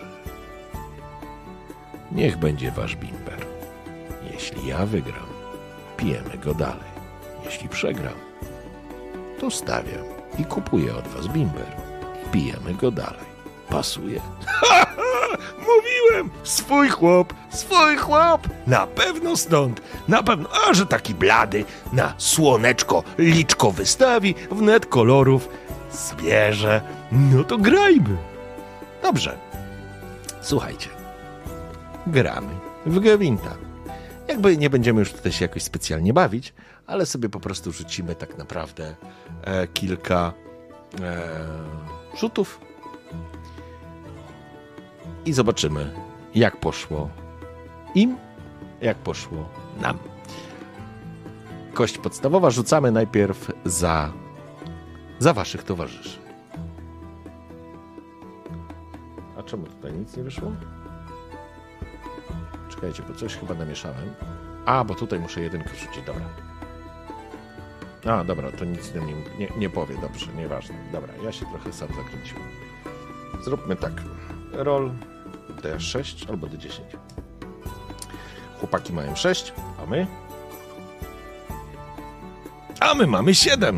Niech będzie wasz bimber. Jeśli ja wygram, pijemy go dalej. Jeśli przegram, to stawiam i kupuję od was bimber i pijemy go dalej. Pasuje? Mówiłem, swój chłop, na pewno stąd, na pewno, a że taki blady, na słoneczko liczko wystawi, wnet kolorów zbierze, no to grajmy. Dobrze, słuchajcie, gramy w gwinta. Jakby nie będziemy już tutaj się jakoś specjalnie bawić, ale sobie po prostu rzucimy tak naprawdę kilka rzutów i zobaczymy, jak poszło im, jak poszło nam. Kość podstawowa rzucamy najpierw za waszych towarzyszy. A czemu tutaj nic nie wyszło? Czekajcie, bo coś chyba namieszałem. A, bo tutaj muszę jedynkę wrzucić, dobra. A, dobra, to nic nie powie, dobrze, nieważne. Dobra, ja się trochę sam zakręciłem. Zróbmy tak. Roll D6 albo D10. Chłopaki mają 6, a my? A my mamy 7.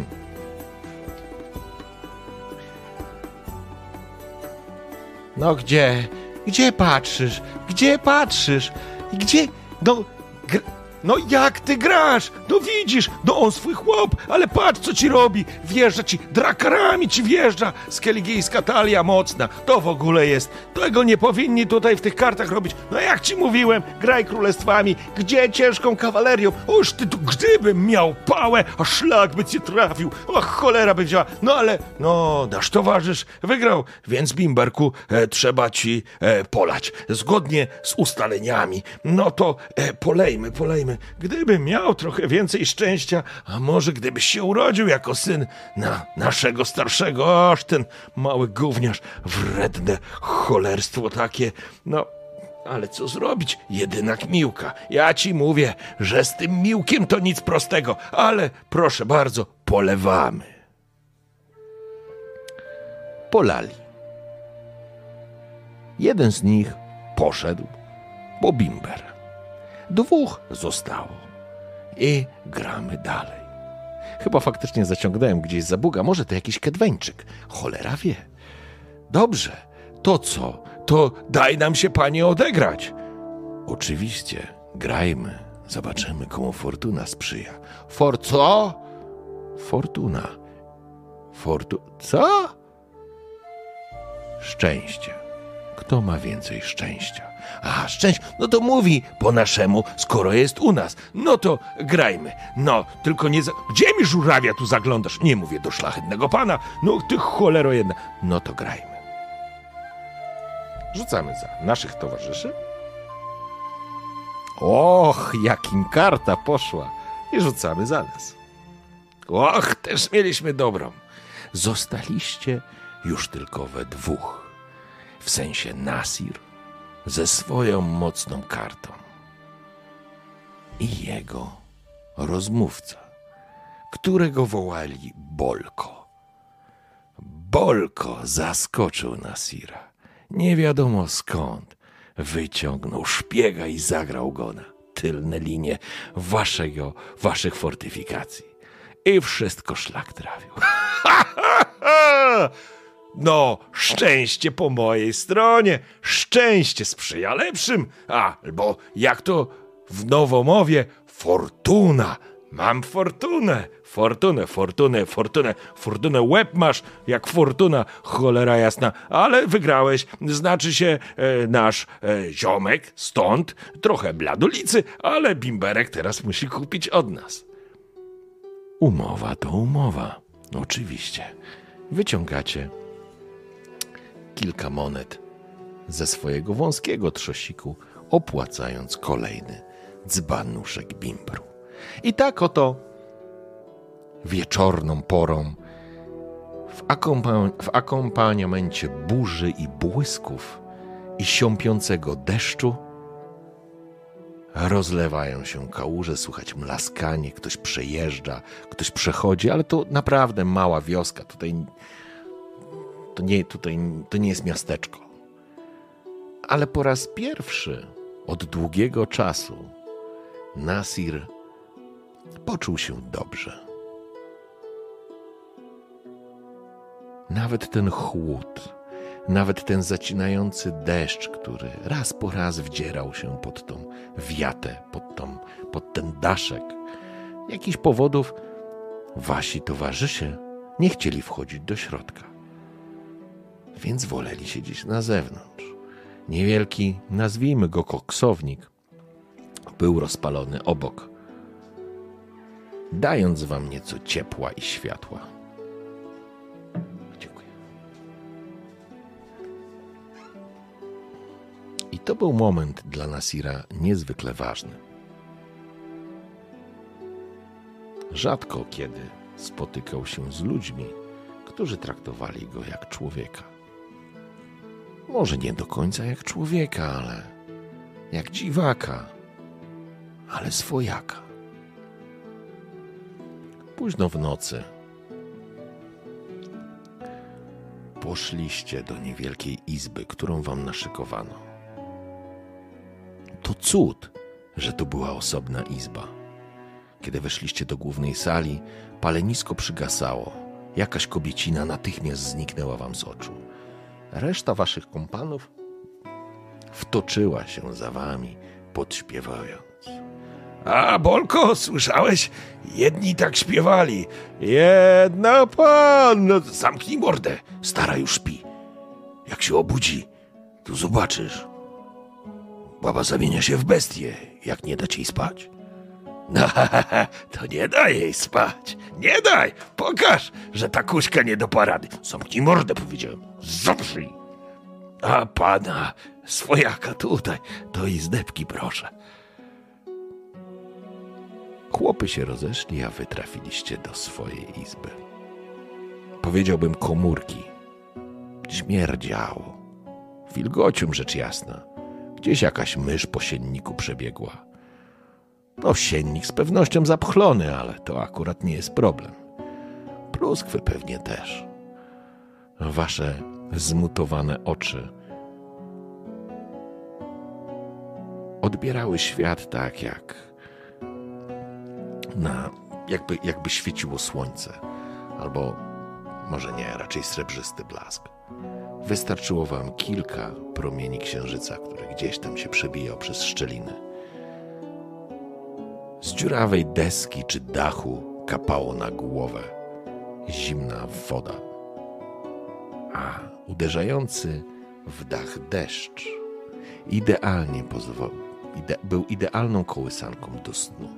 No gdzie? Gdzie patrzysz? Gdzie patrzysz? I gdzie? No jak ty grasz? No widzisz, no on swój chłop, ale patrz co ci robi. Wjeżdża ci, drakarami ci wjeżdża. Skeligijska talia mocna. To w ogóle jest. Tego nie powinni tutaj w tych kartach robić. No jak ci mówiłem, graj królestwami. Gdzie ciężką kawalerią? Oż ty tu, gdybym miał pałę, a szlak by ci trafił. O cholera by wzięła. No ale, no nasz towarzysz wygrał. Więc Bimberku, trzeba ci polać. Zgodnie z ustaleniami. No to polejmy. Gdybym miał trochę więcej szczęścia, a może gdybyś się urodził jako syn naszego starszego, aż ten mały gówniarz, wredne cholerstwo takie, no, ale co zrobić, jedynak Miłka. Ja ci mówię, że z tym Miłkiem to nic prostego, ale proszę bardzo, polewamy. Polali. Jeden z nich poszedł po bimber. 2 zostało. I gramy dalej. Chyba faktycznie zaciągnąłem gdzieś za buga. Może to jakiś kedweńczyk. Cholera wie. Dobrze. To co? To daj nam się, panie, odegrać. Oczywiście. Grajmy. Zobaczymy, komu fortuna sprzyja. Co? Fortuna. Co? Szczęście. Kto ma więcej szczęścia? A, szczęście, no to mówi po naszemu, skoro jest u nas. No to grajmy. No, tylko nie... Gdzie mi żurawia tu zaglądasz? Nie mówię do szlachetnego pana. No, ty cholero jedna. No to grajmy. Rzucamy za naszych towarzyszy. Och, jakim karta poszła. I rzucamy za nas. Och, też mieliśmy dobrą. Zostaliście już tylko we 2. W sensie Nasir ze swoją mocną kartą i jego rozmówca, którego wołali Bolko. Bolko zaskoczył Nasira. Nie wiadomo skąd wyciągnął szpiega i zagrał go na tylne linie waszych fortyfikacji. I wszystko szlak trafił. No, szczęście po mojej stronie, szczęście sprzyja lepszym, albo jak to w Nowomowie, fortuna. Mam fortunę, fortunę, łeb masz jak fortuna, cholera jasna, ale wygrałeś, znaczy się nasz ziomek stąd, trochę bladolicy, ale bimberek teraz musi kupić od nas. Umowa to umowa, oczywiście. Wyciągacie kilka monet ze swojego wąskiego trzosiku, opłacając kolejny dzbanuszek bimbru. I tak oto wieczorną porą w akompaniamencie burzy i błysków i siąpiącego deszczu rozlewają się kałuże, słychać mlaskanie, ktoś przejeżdża, ktoś przechodzi, ale to naprawdę mała wioska. To nie jest miasteczko. Ale po raz pierwszy od długiego czasu Nasir poczuł się dobrze. Nawet ten chłód, nawet ten zacinający deszcz, który raz po raz wdzierał się pod tą wiatę, pod ten daszek. Jakichś powodów wasi towarzysze nie chcieli wchodzić do środka, więc woleli siedzieć na zewnątrz. Niewielki, nazwijmy go koksownik, był rozpalony obok, dając wam nieco ciepła i światła. Dziękuję. I to był moment dla Nasira niezwykle ważny. Rzadko kiedy spotykał się z ludźmi, którzy traktowali go jak człowieka. Może nie do końca jak człowieka, ale jak dziwaka, ale swojaka. Późno w nocy poszliście do niewielkiej izby, którą wam naszykowano. To cud, że to była osobna izba. Kiedy weszliście do głównej sali, palenisko przygasało. Jakaś kobiecina natychmiast zniknęła wam z oczu. Reszta waszych kompanów wtoczyła się za wami, podśpiewując. A, Bolko, słyszałeś? Jedni tak śpiewali. Jedna panna... Zamknij mordę, stara już śpi. Jak się obudzi, to zobaczysz. Baba zamienia się w bestię, jak nie dać jej spać. No, to nie daj jej spać. Nie daj! Pokaż, że ta kuśka nie do parady. Zamknij mordę, powiedziałem. Zaprzyj. A pana, swojaka tutaj, to i zdepki proszę. Chłopy się rozeszli, a wy trafiliście do swojej izby. Powiedziałbym komórki. Śmierdziało. Wilgocium rzecz jasna. Gdzieś jakaś mysz po sienniku przebiegła. No, siennik z pewnością zapchlony, ale to akurat nie jest problem. Pluskwy pewnie też. Wasze zmutowane oczy odbierały świat tak, jakby świeciło słońce. Albo może nie, raczej srebrzysty blask. Wystarczyło wam kilka promieni księżyca, który gdzieś tam się przebijał przez szczeliny. Z dziurawej deski czy dachu kapało na głowę zimna woda, a uderzający w dach deszcz był idealną kołysanką do snu.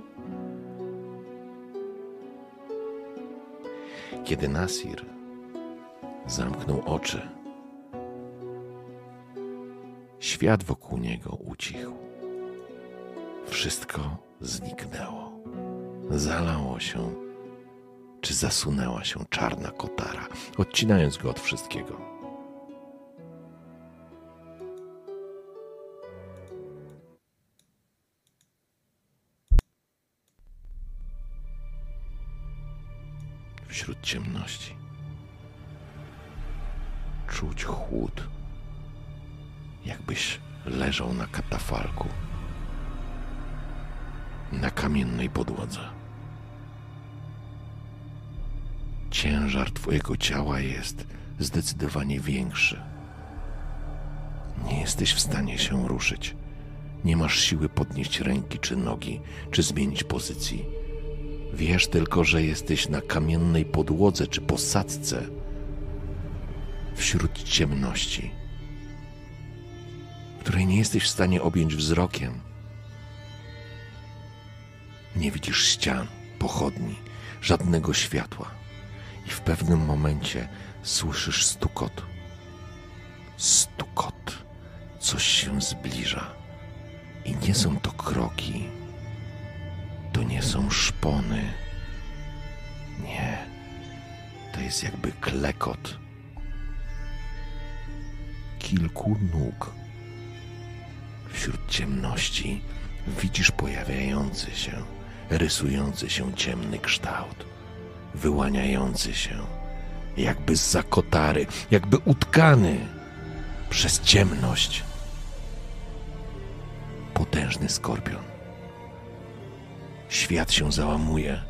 Kiedy Nasir zamknął oczy, świat wokół niego ucichł. Wszystko zniknęło. Zalało się, czy zasunęła się czarna kotara, odcinając go od wszystkiego. Wśród ciemności czuć chłód, jakbyś leżał na katafalku, na kamiennej podłodze. Ciężar twojego ciała jest zdecydowanie większy. Nie jesteś w stanie się ruszyć. Nie masz siły podnieść ręki czy nogi, czy zmienić pozycji. Wiesz tylko, że jesteś na kamiennej podłodze czy posadzce wśród ciemności, której nie jesteś w stanie objąć wzrokiem. Nie widzisz ścian, pochodni, żadnego światła i w pewnym momencie słyszysz stukot. Stukot. Coś się zbliża i nie są to kroki. To nie są szpony. Nie. To jest jakby klekot kilku nóg. Wśród ciemności widzisz pojawiający się, rysujący się ciemny kształt, wyłaniający się, jakby zza kotary, jakby utkany przez ciemność. Potężny skorpion. Świat się załamuje.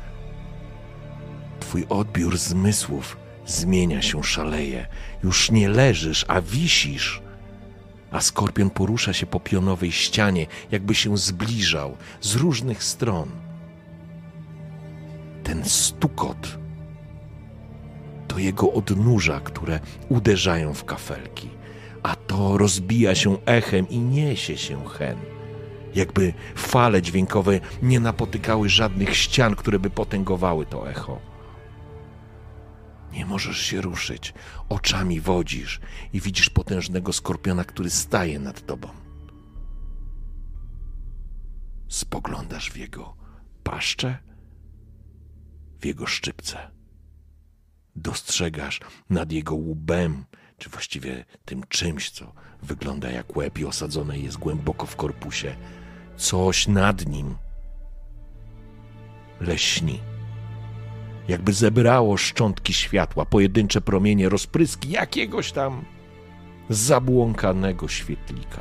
Twój odbiór zmysłów zmienia się, szaleje. Już nie leżysz, a wisisz. A skorpion porusza się po pionowej ścianie, jakby się zbliżał z różnych stron. Ten stukot to jego odnóża, które uderzają w kafelki, a to rozbija się echem i niesie się hen. Jakby fale dźwiękowe nie napotykały żadnych ścian, które by potęgowały to echo. Nie możesz się ruszyć, oczami wodzisz i widzisz potężnego skorpiona, który staje nad tobą. Spoglądasz w jego paszczę, w jego szczypce. Dostrzegasz nad jego łbem, czy właściwie tym czymś, co wygląda jak łeb i osadzone jest głęboko w korpusie, coś nad nim leśni. jakby zebrało szczątki światła, pojedyncze promienie, rozpryski jakiegoś tam zabłąkanego świetlika.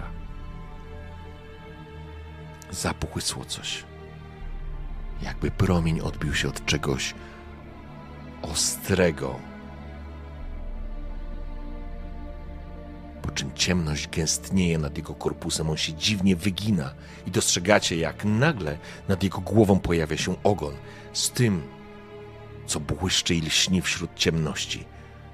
Zabłysło coś. Jakby promień odbił się od czegoś ostrego. Po czym ciemność gęstnieje nad jego korpusem, on się dziwnie wygina i dostrzegacie, jak nagle nad jego głową pojawia się ogon z tym, co błyszczy i lśni wśród ciemności.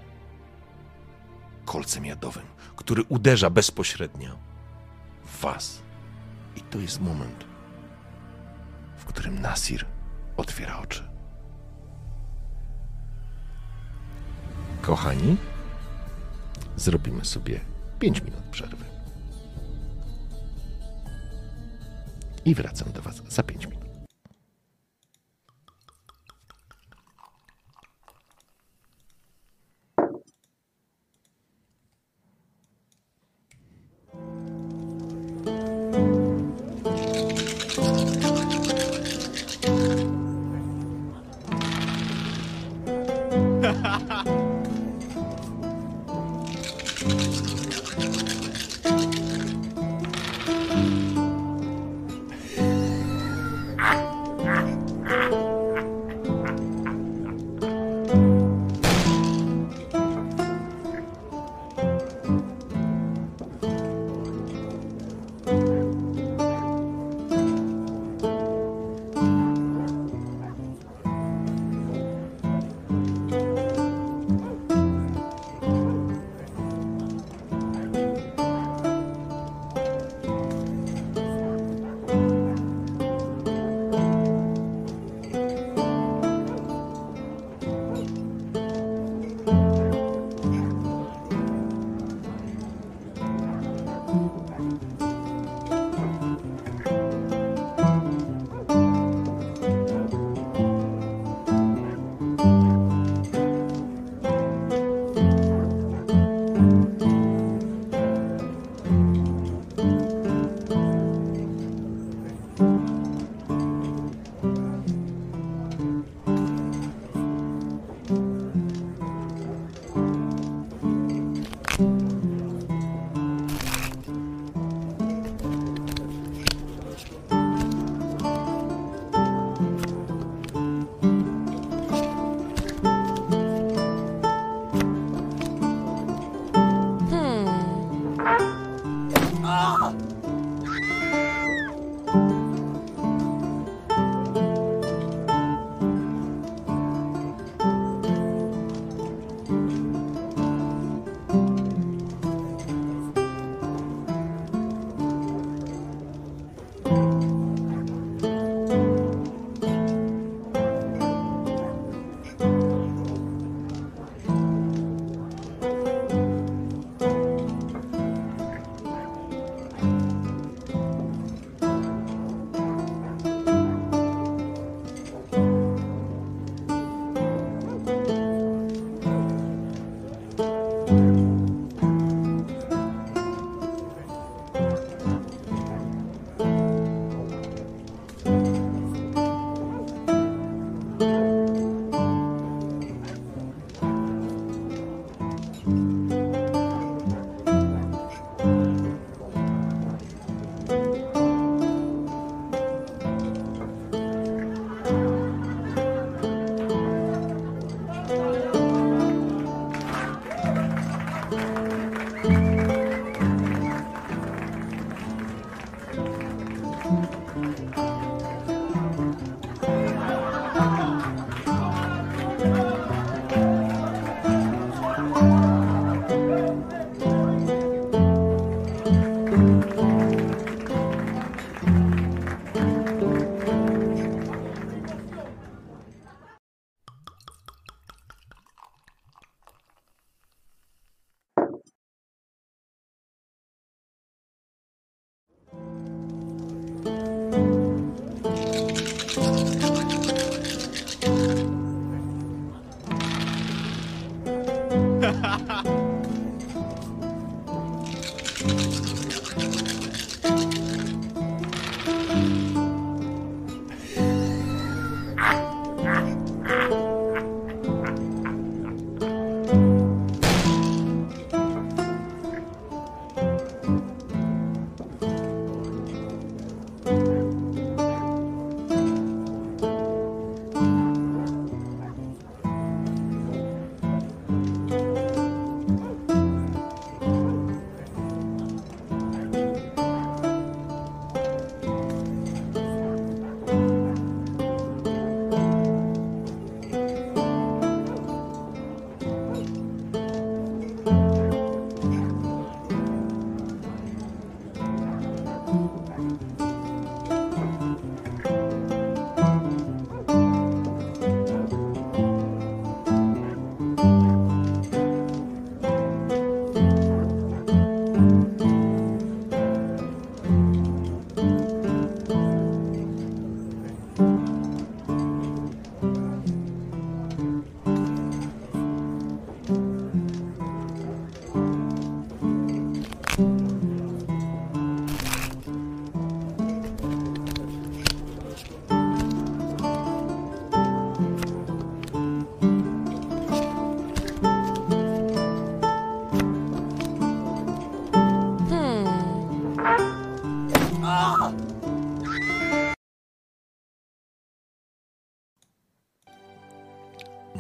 Kolcem jadowym, który uderza bezpośrednio w was. I to jest moment, w którym Nasir otwiera oczy. Kochani, zrobimy sobie 5 minut przerwy. I wracam do was za 5 minut.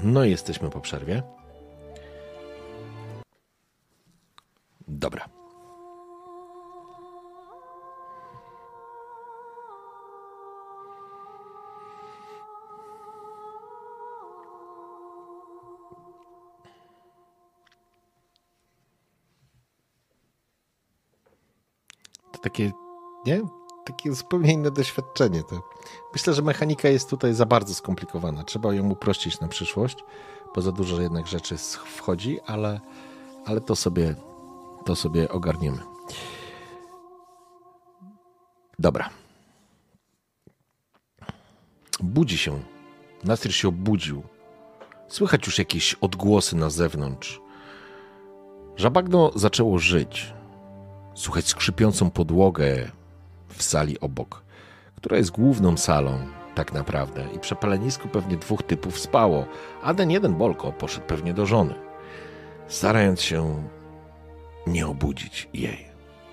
No i jesteśmy po przerwie. Dobra. To takie, nie? Takie zupełnie inne doświadczenie. To myślę, że mechanika jest tutaj za bardzo skomplikowana. Trzeba ją uprościć na przyszłość, bo za dużo jednak rzeczy wchodzi, ale to sobie ogarniemy. Dobra. Budzi się. Nasir się obudził. Słychać już jakieś odgłosy na zewnątrz. Żabagno zaczęło żyć. Słuchać skrzypiącą podłogę w sali obok, która jest główną salą tak naprawdę i przy palenisku pewnie 2 typów spało, a ten jeden Bolko poszedł pewnie do żony, starając się nie obudzić jej.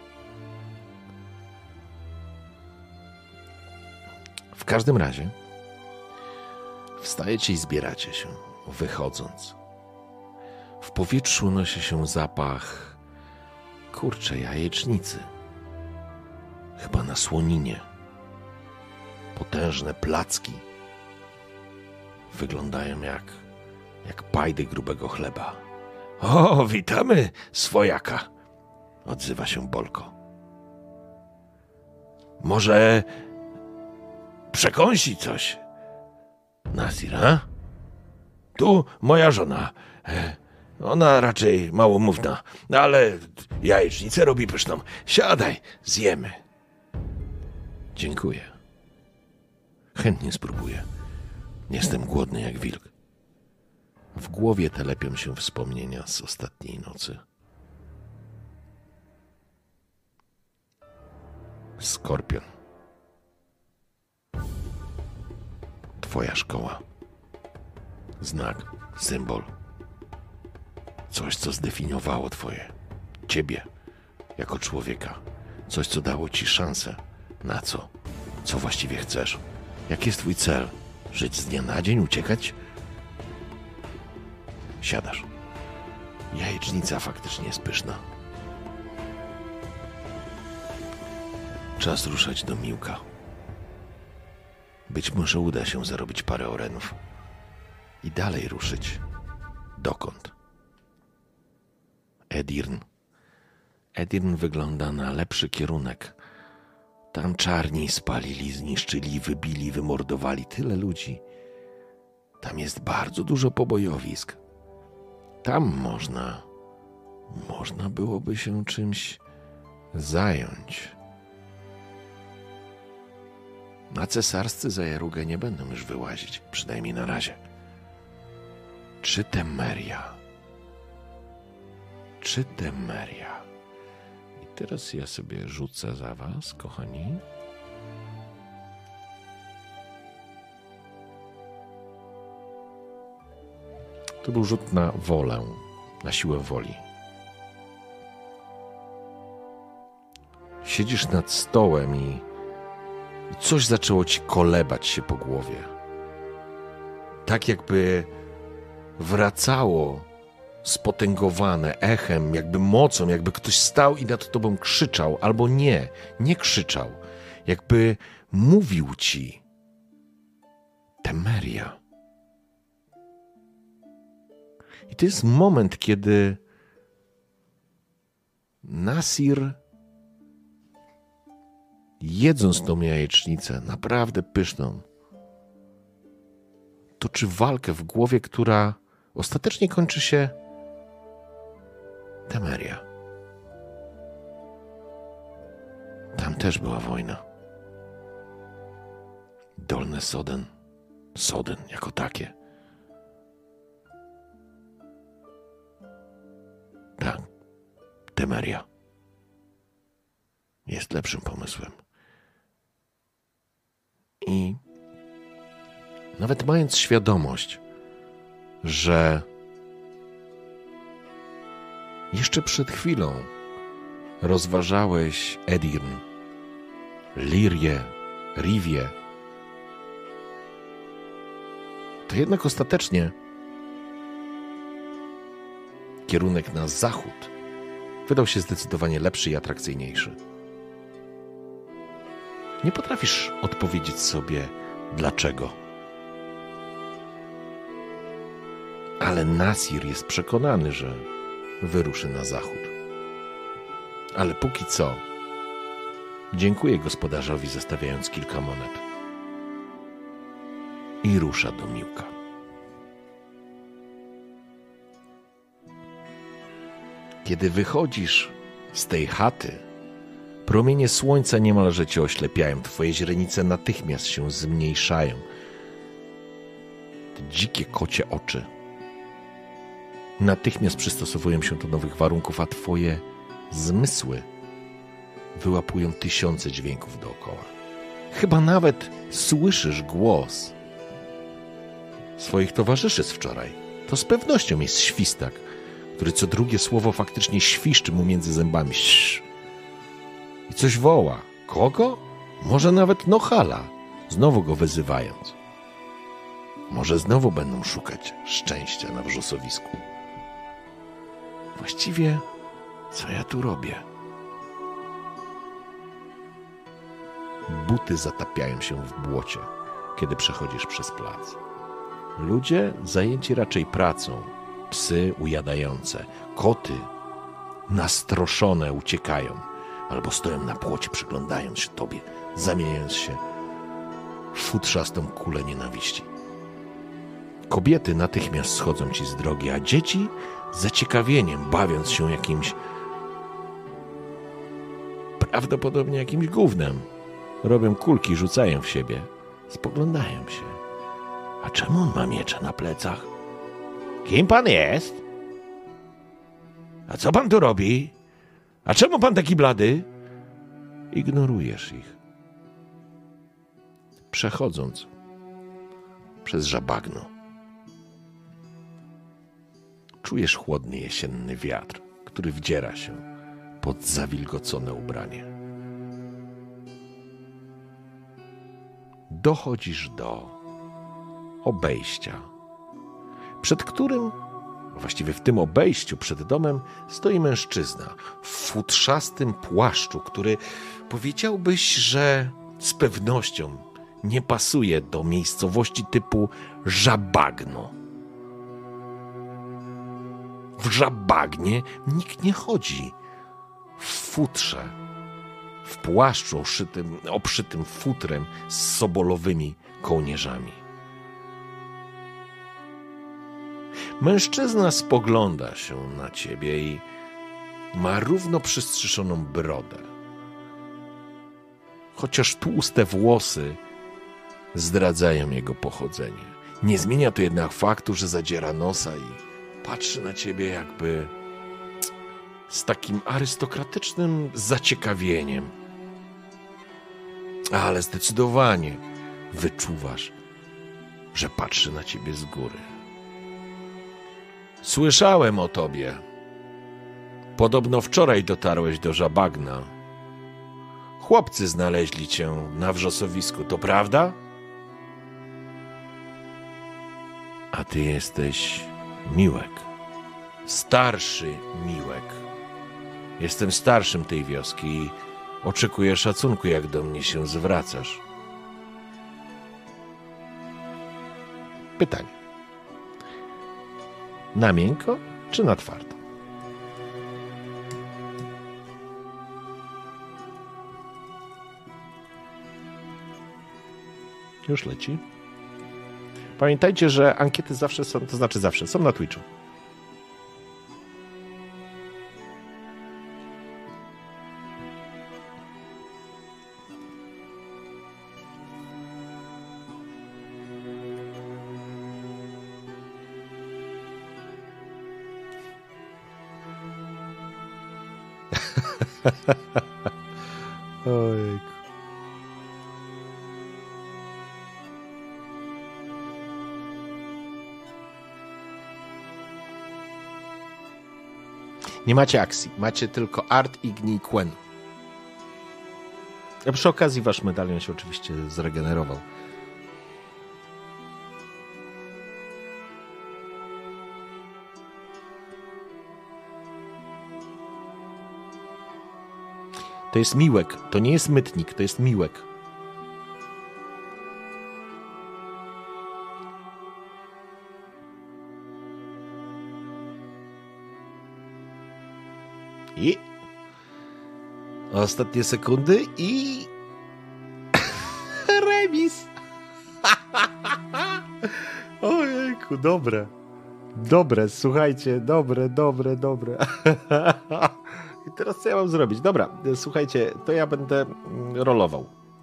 W każdym razie wstajecie i zbieracie się, wychodząc. W powietrzu unosi się zapach kurczej jajecznicy. Chyba na słoninie. Potężne placki wyglądają jak pajdy grubego chleba. O, witamy, swojaka. Odzywa się Bolko. Może przekąsi coś? Nasir, a? Tu moja żona. Ona raczej małomówna, ale jajecznicę robi pyszną. Siadaj, zjemy. Dziękuję. Chętnie spróbuję. Jestem głodny jak wilk. W głowie telepią się wspomnienia z ostatniej nocy. Skorpion. Twoja szkoła. Znak, symbol. Coś, co zdefiniowało ciebie jako człowieka. Coś, co dało ci szansę. Na co? Co właściwie chcesz? Jaki jest twój cel? Żyć z dnia na dzień? Uciekać? Siadasz. Jajecznica faktycznie jest pyszna. Czas ruszać do Miłka. Być może uda się zarobić parę orenów. I dalej ruszyć. Dokąd? Edirn. Edirn wygląda na lepszy kierunek. Tam czarni spalili, zniszczyli, wybili, wymordowali tyle ludzi. Tam jest bardzo dużo pobojowisk. Tam można byłoby się czymś zająć. Na cesarscy za Jarugę nie będą już wyłazić, przynajmniej na razie. Czy Temeria? Czy Temeria? I teraz ja sobie rzucę za was, kochani. To był rzut na wolę, na siłę woli. Siedzisz nad stołem i coś zaczęło ci kolebać się po głowie. Tak jakby wracało spotęgowane echem, jakby mocą, jakby ktoś stał i nad tobą krzyczał, albo nie krzyczał. Jakby mówił ci Temeria. I to jest moment, kiedy Nasir, jedząc tą jajecznicę, naprawdę pyszną, toczy walkę w głowie, która ostatecznie kończy się Temeria. Tam też była wojna. Dolne Soden jako takie. Tak, Temeria jest lepszym pomysłem. I nawet mając świadomość, że jeszcze przed chwilą rozważałeś Edirn, Lirię, Rivię, to jednak ostatecznie kierunek na zachód wydał się zdecydowanie lepszy i atrakcyjniejszy. Nie potrafisz odpowiedzieć sobie dlaczego. Ale Nasir jest przekonany, że wyruszy na zachód. Ale póki co dziękuję gospodarzowi, zostawiając kilka monet. I rusza do Miłka. Kiedy wychodzisz z tej chaty, promienie słońca niemalże cię oślepiają. Twoje źrenice natychmiast się zmniejszają. Te dzikie kocie oczy natychmiast przystosowują się do nowych warunków, a twoje zmysły wyłapują tysiące dźwięków dookoła. Chyba nawet słyszysz głos swoich towarzyszy z wczoraj. To z pewnością jest Świstak, który co drugie słowo faktycznie świszczy mu między zębami. I coś woła. Kogo? Może nawet Nohala, znowu go wyzywając. Może znowu będą szukać szczęścia na wrzosowisku. Właściwie, co ja tu robię? Buty zatapiają się w błocie, kiedy przechodzisz przez plac. Ludzie zajęci raczej pracą, psy ujadające, koty nastroszone uciekają albo stoją na płocie, przyglądając się tobie, zamieniając się w futrzastą kulę nienawiści. Kobiety natychmiast schodzą ci z drogi, a dzieci z zaciekawieniem, bawiąc się jakimś, prawdopodobnie jakimś gównem, robią kulki, rzucają w siebie, spoglądają się. A czemu on ma miecze na plecach? Kim pan jest? A co pan tu robi? A czemu pan taki blady? Ignorujesz ich. Przechodząc przez żabagno, czujesz chłodny jesienny wiatr, który wdziera się pod zawilgocone ubranie. Dochodzisz do obejścia, przed którym, właściwie w tym obejściu przed domem, stoi mężczyzna w futrzastym płaszczu, który powiedziałbyś, że z pewnością nie pasuje do miejscowości typu Żabagno. W Żabagnie nikt nie chodzi w futrze, w płaszczu obszytym futrem z sobolowymi kołnierzami. Mężczyzna spogląda się na ciebie i ma równo przystrzyszoną brodę. Chociaż tłuste włosy zdradzają jego pochodzenie. Nie zmienia to jednak faktu, że zadziera nosa i patrzy na ciebie jakby z takim arystokratycznym zaciekawieniem. Ale zdecydowanie wyczuwasz, że patrzy na ciebie z góry. Słyszałem o tobie. Podobno wczoraj dotarłeś do Żabagna. Chłopcy znaleźli cię na wrzosowisku, to prawda? A ty jesteś Miłek. Starszy Miłek. Jestem starszym tej wioski i oczekuję szacunku, jak do mnie się zwracasz. Pytanie. Na miękko czy na twardo? Już leci. Pamiętajcie, że ankiety zawsze są, to znaczy zawsze, są na Twitchu. Ojejku. Nie macie akcji, macie tylko Art, Igni i Quen. A przy okazji wasz medalion się oczywiście zregenerował. To jest Miłek, to nie jest Mytnik, to jest Miłek. I ostatnie sekundy i remis. Ojejku, dobre. Dobre, słuchajcie, dobre. I teraz co ja mam zrobić? Dobra, słuchajcie, to ja będę rolował.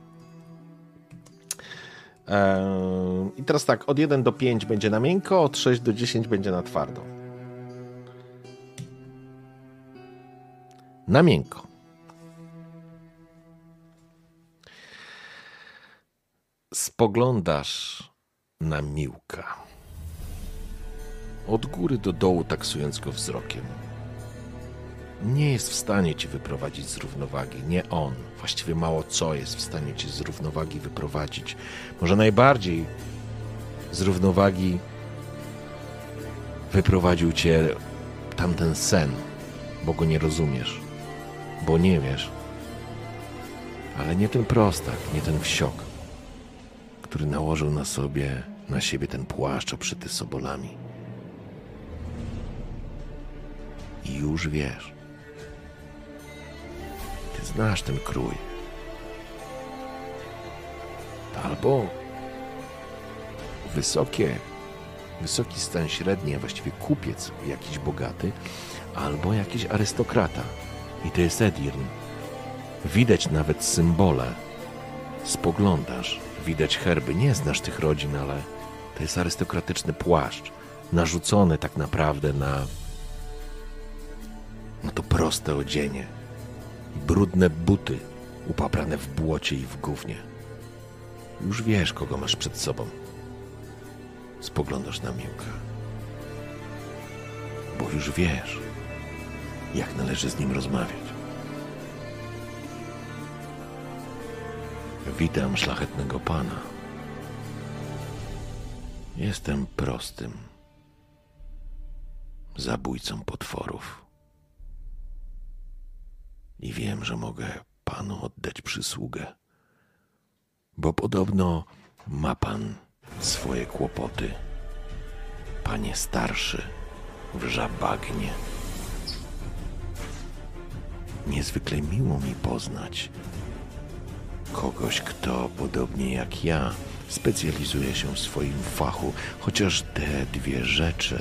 I teraz tak, od 1 do 5 będzie na miękko, od 6 do 10 będzie na twardo. Na miękko. Spoglądasz na Miłka. Od góry do dołu taksując go wzrokiem. Nie jest w stanie ci wyprowadzić z równowagi. Nie on. Właściwie mało co jest w stanie ci z równowagi wyprowadzić. Może najbardziej z równowagi wyprowadził cię tamten sen, bo go nie rozumiesz, bo nie wiesz. Ale nie ten prostak, nie ten wsiok, który nałożył na siebie ten płaszcz obszyty sobolami. I już wiesz. Ty znasz ten krój. Albo wysoki stan średni, a właściwie kupiec jakiś bogaty, albo jakiś arystokrata. I to jest Edirn. Widać nawet symbole. Spoglądasz, widać herby. Nie znasz tych rodzin, ale to jest arystokratyczny płaszcz, narzucony tak naprawdę na to proste odzienie. Brudne buty upaprane w błocie i w gównie. Już wiesz, kogo masz przed sobą. Spoglądasz na Miłka. Bo już wiesz, jak należy z nim rozmawiać. Witam szlachetnego pana. Jestem prostym zabójcą potworów. I wiem, że mogę panu oddać przysługę, bo podobno ma pan swoje kłopoty, panie starszy w Żabagnie. Niezwykle miło mi poznać kogoś, kto podobnie jak ja specjalizuje się w swoim fachu, chociaż te dwie rzeczy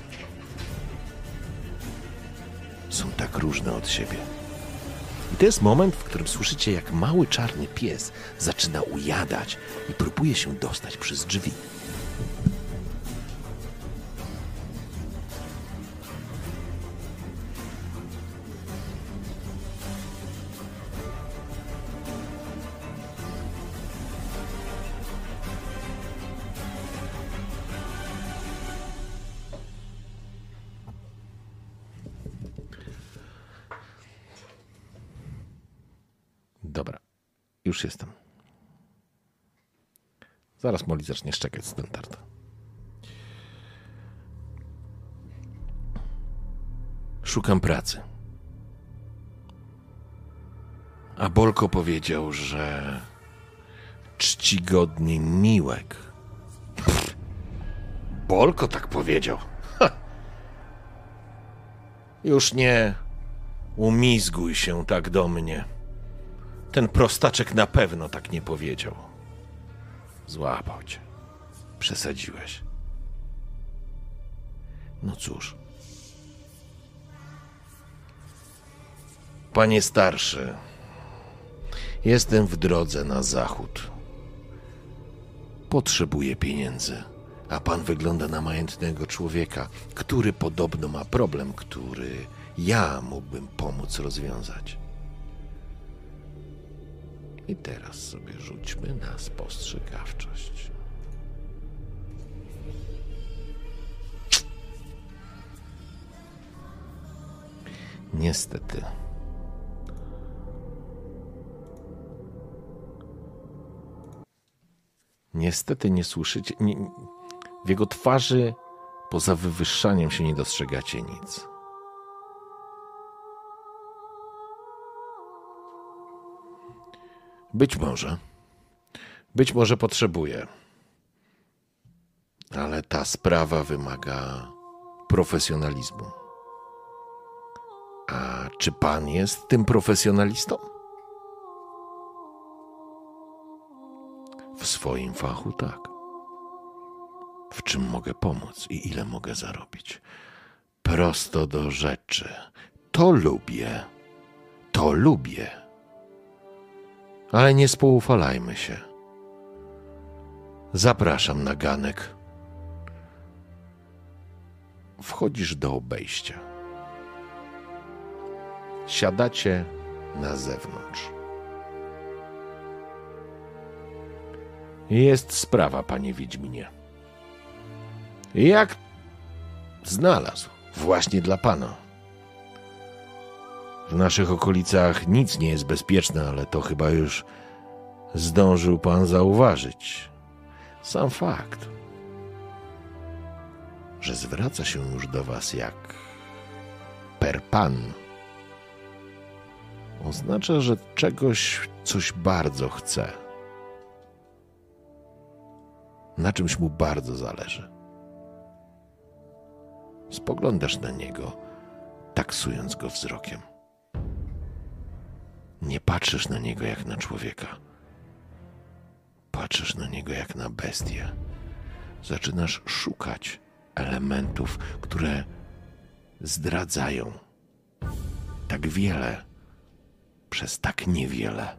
są tak różne od siebie. I to jest moment, w którym słyszycie, jak mały czarny pies zaczyna ujadać i próbuje się dostać przez drzwi. Dobra, już jestem. Zaraz Molly zacznie szczekać standard. Szukam pracy. A Bolko powiedział, że czcigodny Miłek. Bolko tak powiedział. Ha. Już nie umizguj się tak do mnie. Ten prostaczek na pewno tak nie powiedział. Złapał cię. Przesadziłeś. No cóż. Panie starszy, jestem w drodze na zachód. Potrzebuję pieniędzy, a pan wygląda na majętnego człowieka, który podobno ma problem, który ja mógłbym pomóc rozwiązać. I teraz sobie rzućmy na spostrzegawczość. Niestety. Niestety nie słyszycie, w jego twarzy poza wywyższaniem się nie dostrzegacie nic. Być może potrzebuję. Ale ta sprawa wymaga profesjonalizmu. A czy pan jest tym profesjonalistą? W swoim fachu tak. W czym mogę pomóc i ile mogę zarobić? Prosto do rzeczy. To lubię. Ale nie spoufalajmy się. Zapraszam na ganek. Wchodzisz do obejścia. Siadacie na zewnątrz. Jest sprawa, panie Wiedźminie. Jak znalazł właśnie dla pana. W naszych okolicach nic nie jest bezpieczne, ale to chyba już zdążył pan zauważyć. Sam fakt, że zwraca się już do was jak per pan, oznacza, że coś bardzo chce. Na czymś mu bardzo zależy. Spoglądasz na niego, taksując go wzrokiem. Nie patrzysz na niego jak na człowieka. Patrzysz na niego jak na bestię. Zaczynasz szukać elementów, które zdradzają tak wiele przez tak niewiele.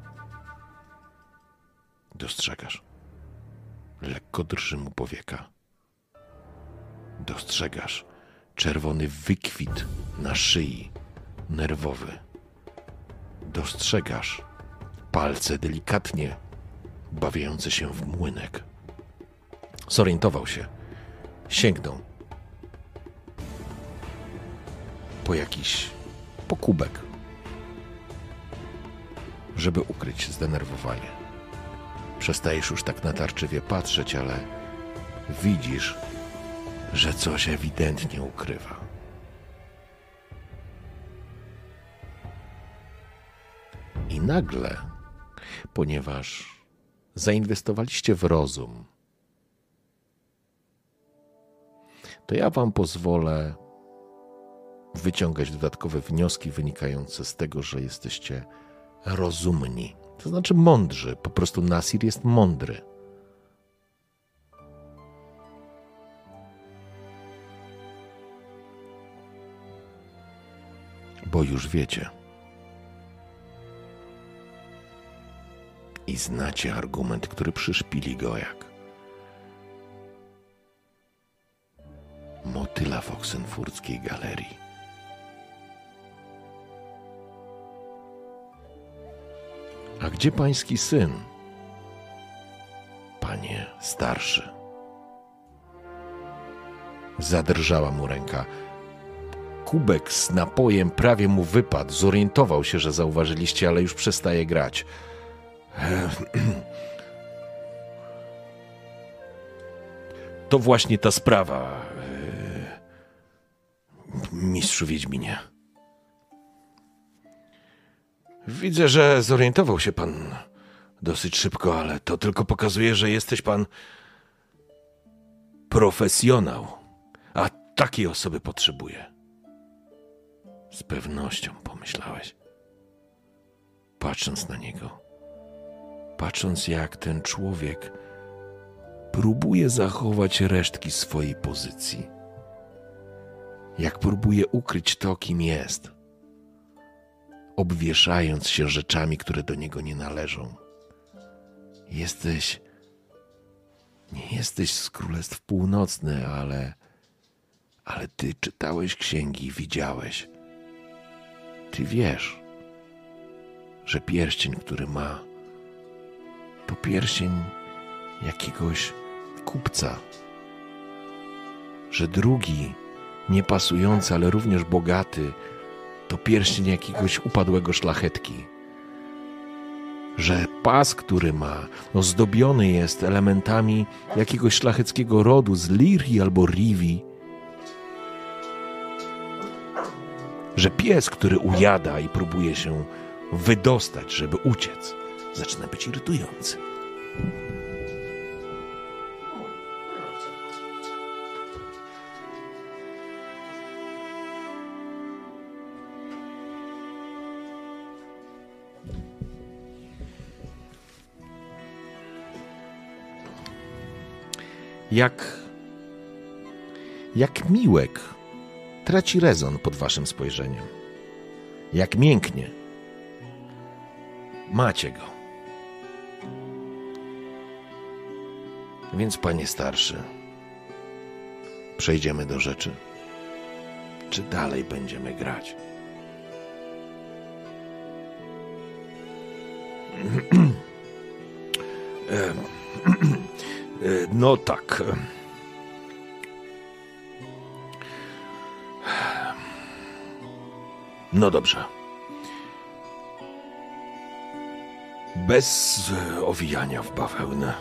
Dostrzegasz. Lekko drży mu powieka. Dostrzegasz czerwony wykwit na szyi, nerwowy. Dostrzegasz palce delikatnie bawiące się w młynek. Zorientował się. Sięgnął po kubek, żeby ukryć zdenerwowanie. Przestajesz już tak natarczywie patrzeć, ale widzisz, że coś ewidentnie ukrywa. I nagle, ponieważ zainwestowaliście w rozum, to ja wam pozwolę wyciągać dodatkowe wnioski wynikające z tego, że jesteście rozumni. To znaczy mądrzy. Po prostu Nasir jest mądry. Bo już wiecie. I znacie argument, który przyszpili go jak motyla w oksenfurckiej galerii. A gdzie pański syn, panie starszy? Zadrżała mu ręka. Kubek z napojem prawie mu wypadł. Zorientował się, że zauważyliście, ale już przestaje grać. To właśnie ta sprawa, mistrzu Wiedźminie. Widzę, że zorientował się pan dosyć szybko, ale to tylko pokazuje, że jesteś pan profesjonał, a takiej osoby potrzebuję. Z pewnością pomyślałeś, patrząc na niego, patrząc jak ten człowiek próbuje zachować resztki swojej pozycji, jak próbuje ukryć to, kim jest, obwieszając się rzeczami, które do niego nie należą. Nie jesteś z Królestw Północnych, ale ty czytałeś księgi i widziałeś. Ty wiesz, że pierścień, który ma, to pierścień jakiegoś kupca, że drugi, niepasujący, ale również bogaty, to pierścień jakiegoś upadłego szlachetki, że pas, który ma, ozdobiony jest elementami jakiegoś szlacheckiego rodu z Lirii albo Rivi, że pies, który ujada i próbuje się wydostać, żeby uciec, zaczyna być irytujący. Jak Miłek traci rezon pod waszym spojrzeniem. Jak mięknie. Macie go. Więc, panie starszy, przejdziemy do rzeczy. Czy dalej będziemy grać? No tak. No dobrze. Bez owijania w bawełnę.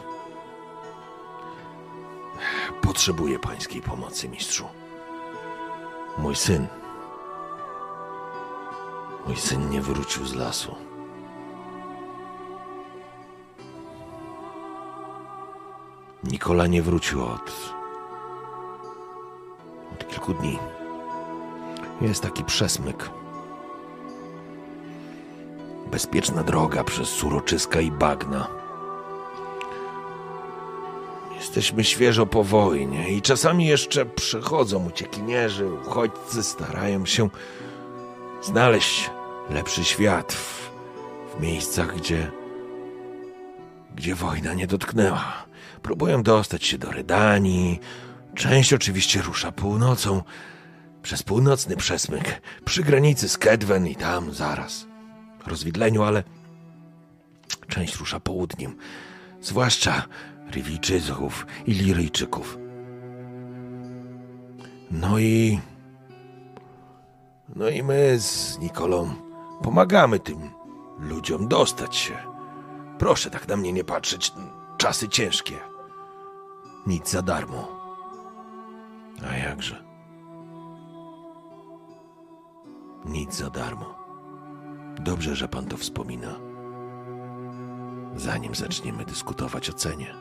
Potrzebuję pańskiej pomocy, mistrzu. Mój syn nie wrócił z lasu. Nikola nie wrócił od kilku dni. Jest taki przesmyk. Bezpieczna droga przez suroczyska i bagna. Jesteśmy świeżo po wojnie i czasami jeszcze przychodzą uciekinierzy, uchodźcy, starają się znaleźć lepszy świat w miejscach, gdzie wojna nie dotknęła. Próbują dostać się do Rydanii. Część oczywiście rusza północą, przez północny przesmyk, przy granicy z Kedwen i tam zaraz rozwidleniu, ale część rusza południem, zwłaszcza Rywijczyków i Liryjczyków. No i my z Nikolą pomagamy tym ludziom dostać się. Proszę tak na mnie nie patrzeć, czasy ciężkie. Nic za darmo. A jakże? Nic za darmo. Dobrze, że pan to wspomina. Zanim zaczniemy dyskutować o cenie.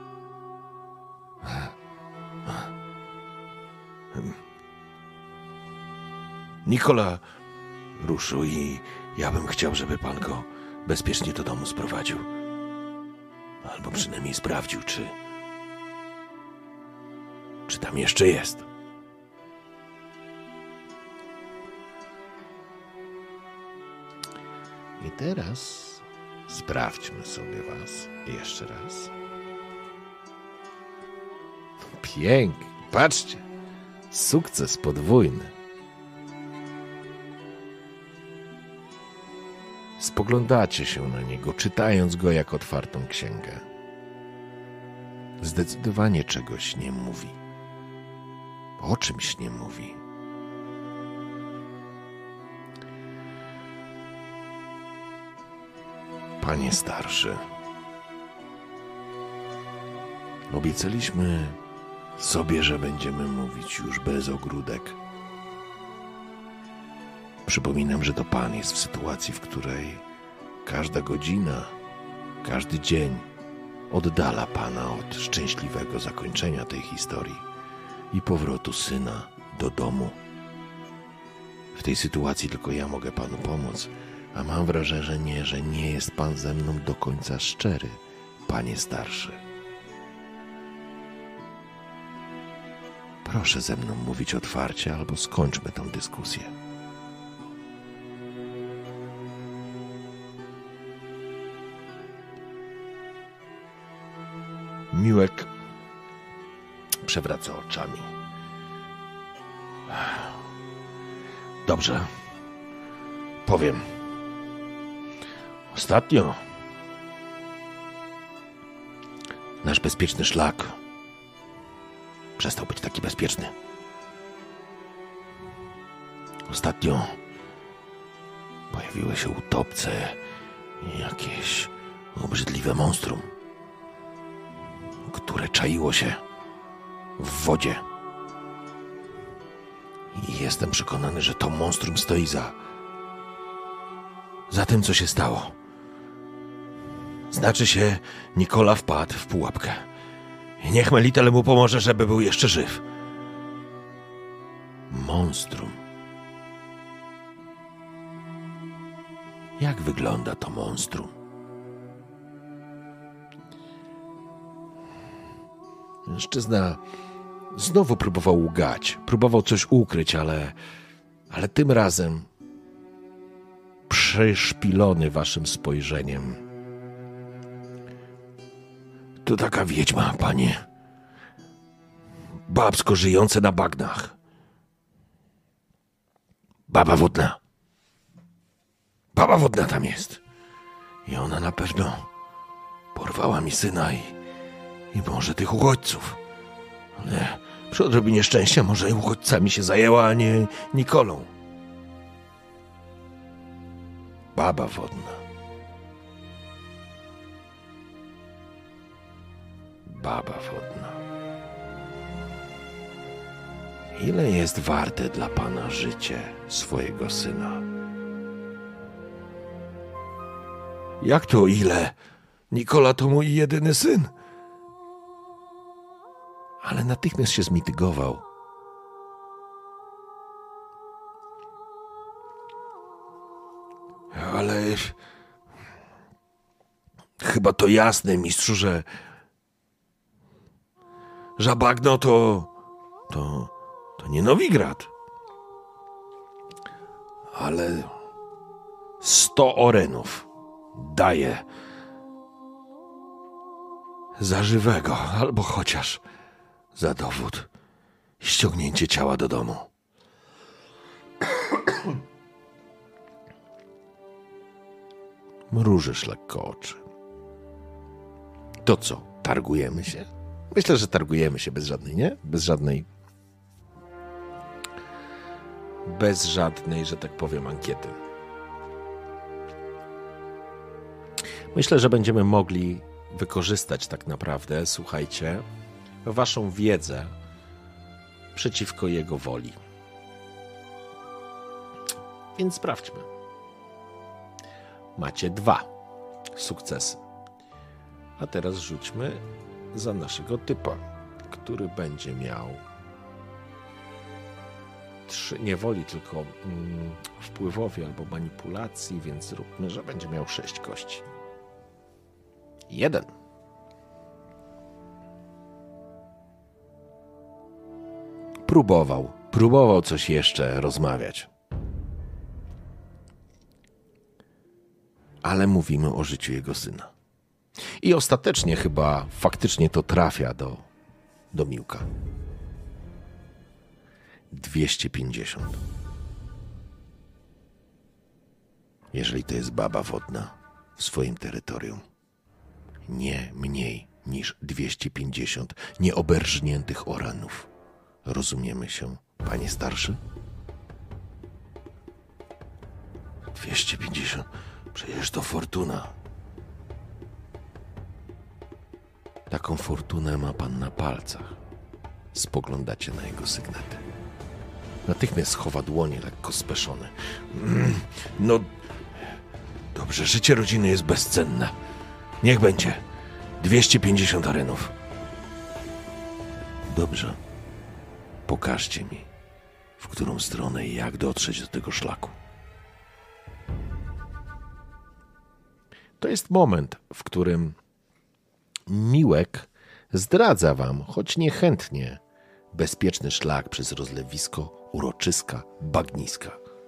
Nikola ruszył i ja bym chciał, żeby pan go bezpiecznie do domu sprowadził. Albo przynajmniej sprawdził, czy tam jeszcze jest. I teraz sprawdźmy sobie was jeszcze raz. Pięknie. Patrzcie. Sukces podwójny. Spoglądacie się na niego, czytając go jak otwartą księgę. Zdecydowanie czegoś nie mówi. O czymś nie mówi. Panie starszy, obiecaliśmy sobie, że będziemy mówić już bez ogródek. Przypominam, że to pan jest w sytuacji, w której każda godzina, każdy dzień oddala pana od szczęśliwego zakończenia tej historii i powrotu syna do domu. W tej sytuacji tylko ja mogę panu pomóc, a mam wrażenie, że nie jest pan ze mną do końca szczery, panie starszy. Proszę ze mną mówić otwarcie, albo skończmy tę dyskusję. Miłek przewraca oczami. Dobrze. Powiem. Ostatnio nasz bezpieczny szlak przestał być taki bezpieczny. Ostatnio pojawiły się utopce i jakieś obrzydliwe monstrum, które czaiło się w wodzie. I jestem przekonany, że to monstrum stoi za tym, co się stało. Znaczy się, Nikola wpadł w pułapkę. I niech Melitel mu pomoże, żeby był jeszcze żyw. Monstrum. Jak wygląda to monstrum? Mężczyzna znowu próbował łgać, próbował coś ukryć, ale tym razem przeszpilony waszym spojrzeniem. To taka wiedźma, panie. Babsko żyjące na bagnach. Baba wodna. Baba wodna tam jest. I ona na pewno porwała mi syna i może tych uchodźców. Ale przy odrobinie szczęścia może i uchodźcami się zajęła, a nie Nikolą. Baba wodna. Baba wodna. Ile jest warte dla pana życie swojego syna? Jak to ile? Nikola to mój jedyny syn. Ale natychmiast się zmitygował. Ale chyba to jasne, mistrzu, że bagno to nie Nowigrad. Ale 100 orenów daje za żywego, albo chociaż za dowód i ściągnięcie ciała do domu. Mrużysz lekko oczy. To co, targujemy się? Myślę, że targujemy się bez żadnej, nie? Bez żadnej, że tak powiem, ankiety. Myślę, że będziemy mogli wykorzystać tak naprawdę, słuchajcie, waszą wiedzę przeciwko jego woli. Więc sprawdźmy. Macie 2 sukcesy. A teraz rzućmy za naszego typa, który będzie miał 3 nie woli, tylko wpływowi albo manipulacji, więc zróbmy, że będzie miał 6 kości. 1. Próbował coś jeszcze rozmawiać. Ale mówimy o życiu jego syna. I ostatecznie chyba faktycznie to trafia do Miłka. 250. Jeżeli to jest baba wodna w swoim terytorium. Nie mniej niż 250 nieoberżniętych oranów. Rozumiemy się, panie starszy? 250. Przecież to fortuna. Taką fortunę ma pan na palcach. Spoglądacie na jego sygnety. Natychmiast chowa dłonie lekko speszone. No, dobrze, życie rodziny jest bezcenne. Niech będzie. 250 arenów. Dobrze. Pokażcie mi, w którą stronę i jak dotrzeć do tego szlaku. To jest moment, w którym Miłek zdradza wam, choć niechętnie, bezpieczny szlak przez rozlewisko, uroczyska, bagniska.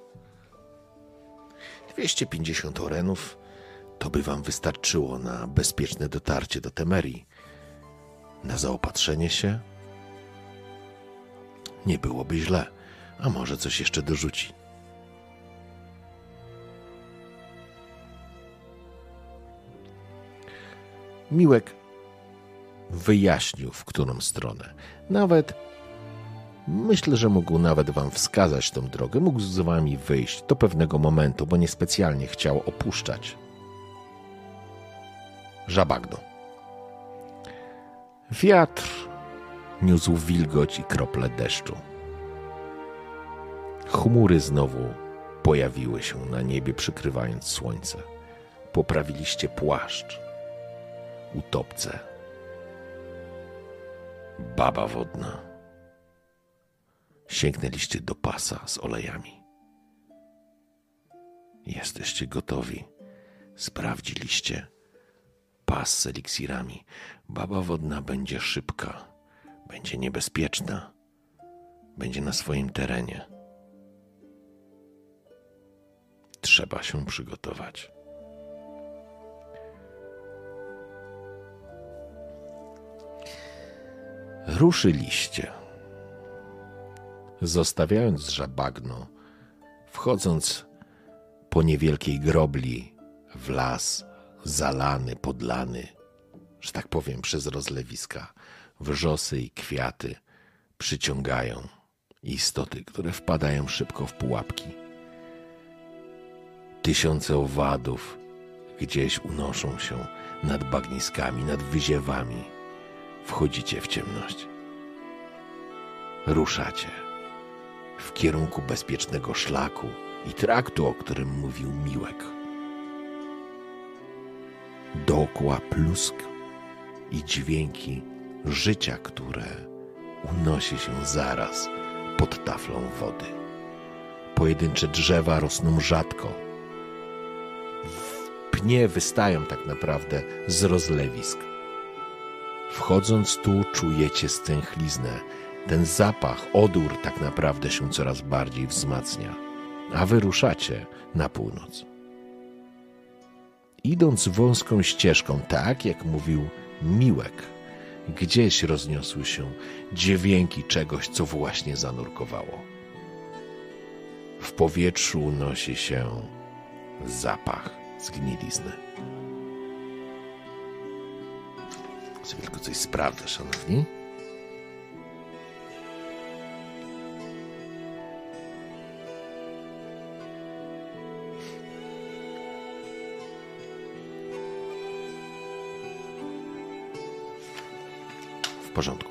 250 orenów to by wam wystarczyło na bezpieczne dotarcie do Temerii. Na zaopatrzenie się nie byłoby źle, a może coś jeszcze dorzuci. Miłek wyjaśnił, w którą stronę. Nawet myślę, że mógł nawet wam wskazać tą drogę. Mógł z wami wyjść do pewnego momentu, bo niespecjalnie chciał opuszczać Żabagno. Wiatr niósł wilgoć i krople deszczu. Chmury znowu pojawiły się na niebie, przykrywając słońce. Poprawiliście płaszcz utopce. Baba wodna. Sięgnęliście do pasa z olejami. Jesteście gotowi. Sprawdziliście pas z eliksirami. Baba wodna będzie szybka, będzie niebezpieczna, będzie na swoim terenie. Trzeba się przygotować. Ruszyliście, zostawiając żabagno, wchodząc po niewielkiej grobli w las, zalany, podlany, że tak powiem, przez rozlewiska. Wrzosy i kwiaty przyciągają istoty, które wpadają szybko w pułapki. Tysiące owadów gdzieś unoszą się nad bagniskami, nad wyziewami. Wchodzicie w ciemność. Ruszacie w kierunku bezpiecznego szlaku i traktu, o którym mówił Miłek. Dookoła plusk i dźwięki życia, które unosi się zaraz pod taflą wody. Pojedyncze drzewa rosną rzadko. Pnie wystają tak naprawdę z rozlewisk. Wchodząc tu czujecie stęchliznę. Ten zapach, odór tak naprawdę się coraz bardziej wzmacnia. A wy ruszacie na północ. Idąc wąską ścieżką, tak jak mówił Miłek, gdzieś rozniosły się dźwięki czegoś, co właśnie zanurkowało. W powietrzu unosi się zapach zgnilizny. Sobie tylko coś sprawdzę, szanowni. W porządku.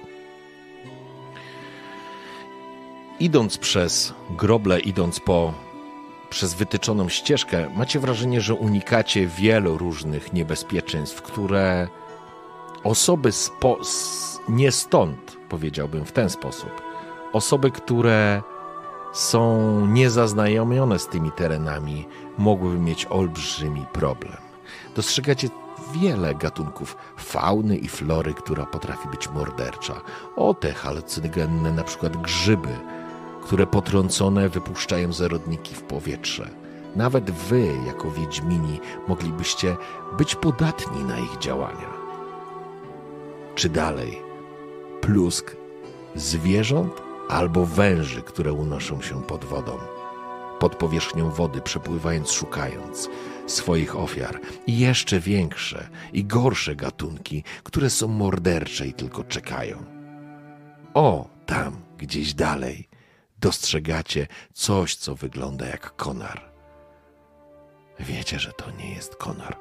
Idąc przez groble, przez wytyczoną ścieżkę, macie wrażenie, że unikacie wielu różnych niebezpieczeństw, które osoby nie stąd, powiedziałbym w ten sposób, osoby, które są niezaznajomione z tymi terenami, mogłyby mieć olbrzymi problem. Dostrzegacie wiele gatunków fauny i flory, która potrafi być mordercza. O te halucynogenne, na przykład grzyby, które potrącone wypuszczają zarodniki w powietrze. Nawet wy, jako wiedźmini, moglibyście być podatni na ich działania. Czy dalej plusk zwierząt albo węży, które unoszą się pod wodą, pod powierzchnią wody, przepływając, szukając swoich ofiar. I jeszcze większe i gorsze gatunki, które są mordercze i tylko czekają. O, tam, gdzieś dalej, dostrzegacie coś, co wygląda jak konar. Wiecie, że to nie jest konar.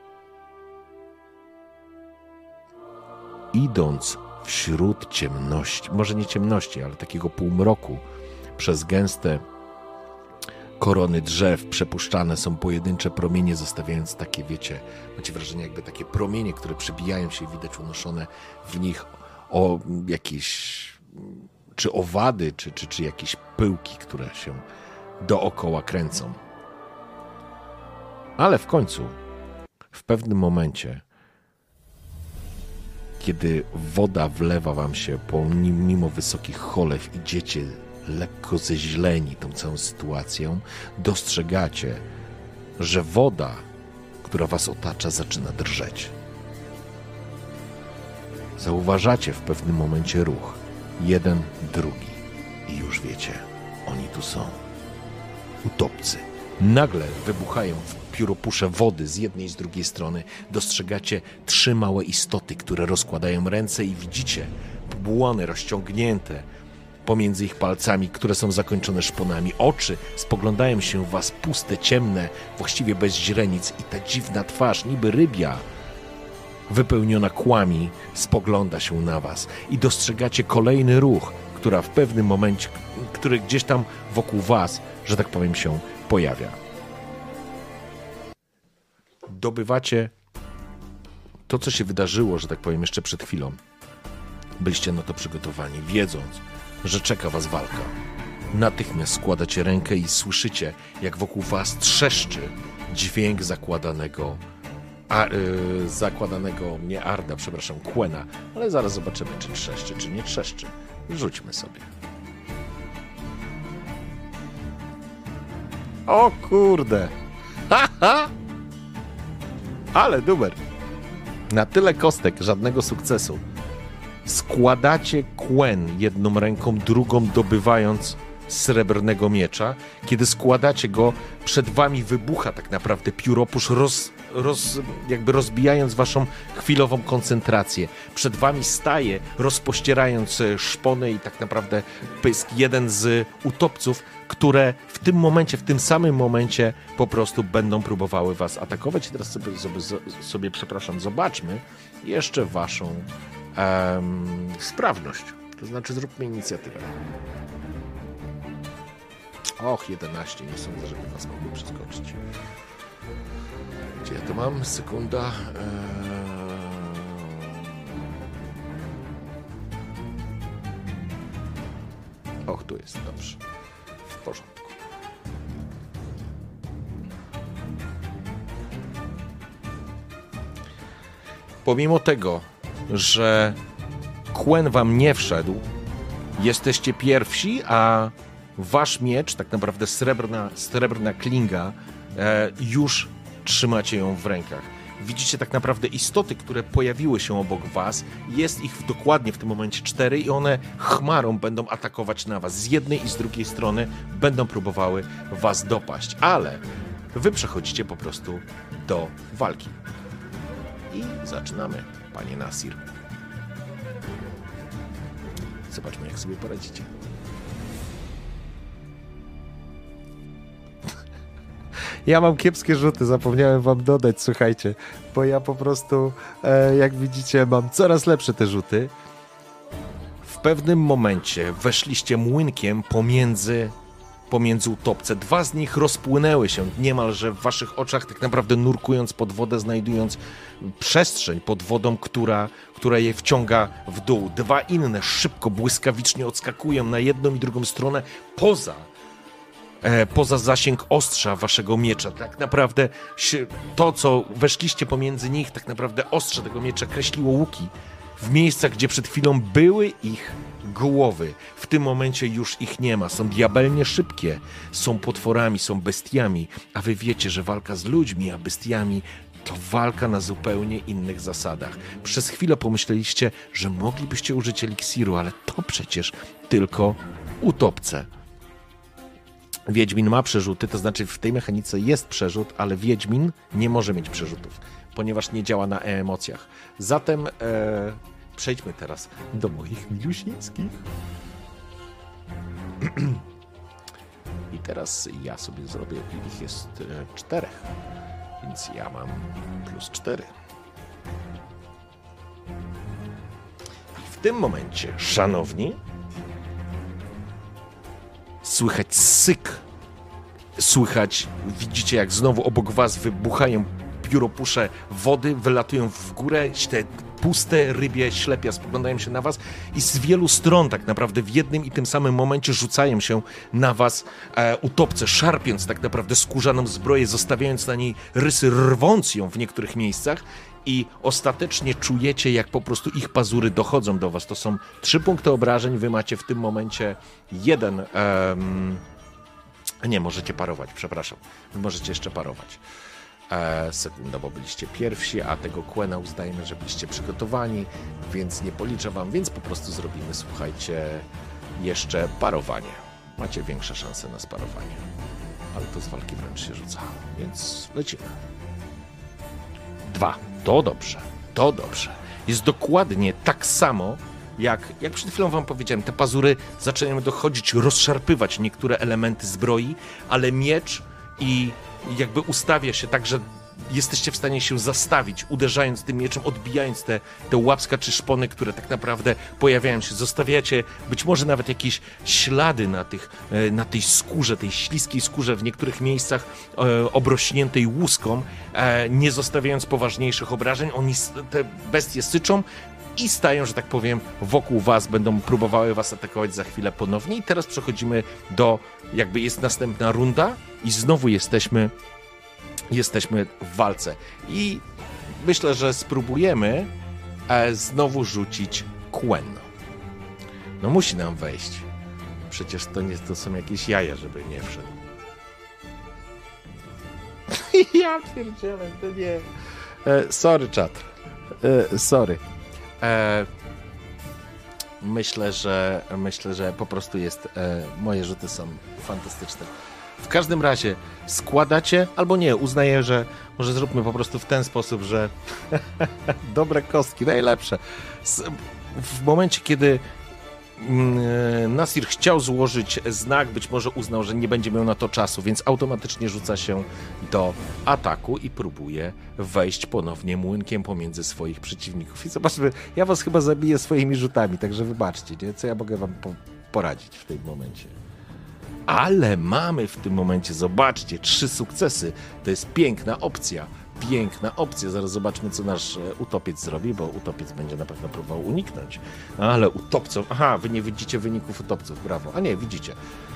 Idąc wśród ciemności, może nie ciemności, ale takiego półmroku, przez gęste korony drzew przepuszczane są pojedyncze promienie, zostawiając takie, wiecie, macie wrażenie, jakby takie promienie, które przebijają się, widać unoszone w nich o jakieś, czy owady, czy jakieś pyłki, które się dookoła kręcą. Ale w końcu, w pewnym momencie, kiedy woda wlewa wam się mimo wysokich cholew, idziecie lekko zeźleni tą całą sytuacją, dostrzegacie, że woda, która was otacza, zaczyna drżeć. Zauważacie w pewnym momencie ruch. Jeden, drugi. I już wiecie, oni tu są. Utopcy. Nagle wybuchają w pióropusze wody z jednej i z drugiej strony. Dostrzegacie 3 małe istoty, które rozkładają ręce i widzicie błony rozciągnięte pomiędzy ich palcami, które są zakończone szponami. Oczy spoglądają się w was puste, ciemne, właściwie bez źrenic i ta dziwna twarz, niby rybia, wypełniona kłami, spogląda się na was i dostrzegacie kolejny ruch, która w pewnym momencie, który gdzieś tam wokół was, że tak powiem, się pojawia. Dobywacie to, co się wydarzyło, że tak powiem, jeszcze przed chwilą, byliście na to przygotowani, wiedząc, że czeka was walka. Natychmiast składacie rękę i słyszycie, jak wokół was trzeszczy dźwięk zakładanego, nie Arda, przepraszam, Quena, ale zaraz zobaczymy, czy trzeszczy, czy nie trzeszczy. Rzućmy sobie. O kurde! Ha! Ale numer! Na tyle kostek, żadnego sukcesu. Składacie Quen jedną ręką, drugą dobywając srebrnego miecza. Kiedy składacie go, przed wami wybucha tak naprawdę pióropusz, jakby rozbijając waszą chwilową koncentrację. Przed wami staje, rozpościerając szpony i tak naprawdę pysk, jeden z utopców, które w tym momencie, w tym samym momencie po prostu będą próbowały was atakować. I teraz sobie zobaczmy jeszcze waszą sprawność. To znaczy zróbmy inicjatywę. Och, 11, nie sądzę, żeby was mogło przeskoczyć. Gdzie ja to mam? Sekunda. Och, tu jest, dobrze. W porządku. Pomimo tego, że Quen wam nie wszedł, jesteście pierwsi, a wasz miecz, tak naprawdę srebrna klinga, już trzymacie ją w rękach. Widzicie tak naprawdę istoty, które pojawiły się obok was. Jest ich dokładnie w tym momencie 4 i one chmarą będą atakować na was. Z jednej i z drugiej strony będą próbowały was dopaść, ale wy przechodzicie po prostu do walki. I zaczynamy, panie Nasir. Zobaczmy, jak sobie poradzicie. Ja mam kiepskie rzuty, zapomniałem wam dodać, słuchajcie, bo ja po prostu, jak widzicie, mam coraz lepsze te rzuty. W pewnym momencie weszliście młynkiem pomiędzy utopce. 2 z nich rozpłynęły się niemalże w waszych oczach, tak naprawdę nurkując pod wodę, znajdując przestrzeń pod wodą, która je wciąga w dół. 2 inne szybko, błyskawicznie odskakują na jedną i drugą stronę poza zasięg ostrza waszego miecza. Tak naprawdę to, co weszliście pomiędzy nich, tak naprawdę ostrze tego miecza kreśliło łuki w miejscach, gdzie przed chwilą były ich głowy. W tym momencie już ich nie ma. Są diabelnie szybkie, są potworami, są bestiami, a wy wiecie, że walka z ludźmi, a bestiami to walka na zupełnie innych zasadach. Przez chwilę pomyśleliście, że moglibyście użyć eliksiru, ale to przecież tylko utopce. Wiedźmin ma przerzuty, to znaczy w tej mechanice jest przerzut, ale Wiedźmin nie może mieć przerzutów, ponieważ nie działa na emocjach. Zatem przejdźmy teraz do moich milusińskich. I teraz ja sobie zrobię, ich jest 4, więc ja mam +4. I w tym momencie, szanowni, słychać syk. Słychać, widzicie, jak znowu obok was wybuchają pióropusze wody, wylatują w górę, te puste rybie ślepia spoglądają się na was i z wielu stron tak naprawdę w jednym i tym samym momencie rzucają się na was utopce, szarpiąc tak naprawdę skórzaną zbroję, zostawiając na niej rysy, rwąc ją w niektórych miejscach i ostatecznie czujecie, jak po prostu ich pazury dochodzą do was. To są 3 punkty obrażeń, wy macie w tym momencie 1... Nie, możecie parować, przepraszam. Wy możecie jeszcze parować. Sekunda, bo byliście pierwsi, a tego Quena uznajmy, że byliście przygotowani, więc nie policzę wam, więc po prostu zrobimy, słuchajcie, jeszcze parowanie. Macie większe szanse na sparowanie. Ale to z walki wręcz się rzuca, więc lecimy. 2. To dobrze, to dobrze. Jest dokładnie tak samo, jak przed chwilą wam powiedziałem, te pazury zaczynają dochodzić, rozszarpywać niektóre elementy zbroi, ale miecz i jakby ustawia się tak, że jesteście w stanie się zastawić, uderzając tym mieczem, odbijając te łapska czy szpony, które tak naprawdę pojawiają się. Zostawiacie być może nawet jakieś ślady na tej skórze, tej śliskiej skórze, w niektórych miejscach obrośniętej łuską, nie zostawiając poważniejszych obrażeń. Te bestie syczą i stają, że tak powiem, wokół was, będą próbowały was atakować za chwilę ponownie. I teraz przechodzimy jakby jest następna runda i znowu jesteśmy w walce. I myślę, że spróbujemy znowu rzucić Quen. No musi nam wejść. Przecież to są jakieś jaja, żeby nie wszedł. Ja pierdzielę, to nie. Sorry, czat. Sorry. Myślę, że po prostu moje rzuty są fantastyczne. W każdym razie składacie, albo nie, uznaję, że może zróbmy po prostu w ten sposób, że dobre kostki, najlepsze. W momencie, kiedy Nasir chciał złożyć znak, być może uznał, że nie będzie miał na to czasu, więc automatycznie rzuca się do ataku i próbuje wejść ponownie młynkiem pomiędzy swoich przeciwników. I zobaczmy, ja was chyba zabiję swoimi rzutami, także wybaczcie, nie? Co ja mogę wam poradzić w tym momencie. Ale mamy w tym momencie, zobaczcie, 3 sukcesy. To jest piękna opcja. Piękna opcja. Zaraz zobaczmy, co nasz utopiec zrobi, bo utopiec będzie na pewno próbował uniknąć. Ale utopców... Aha, wy nie widzicie wyników utopców, brawo. A nie, widzicie.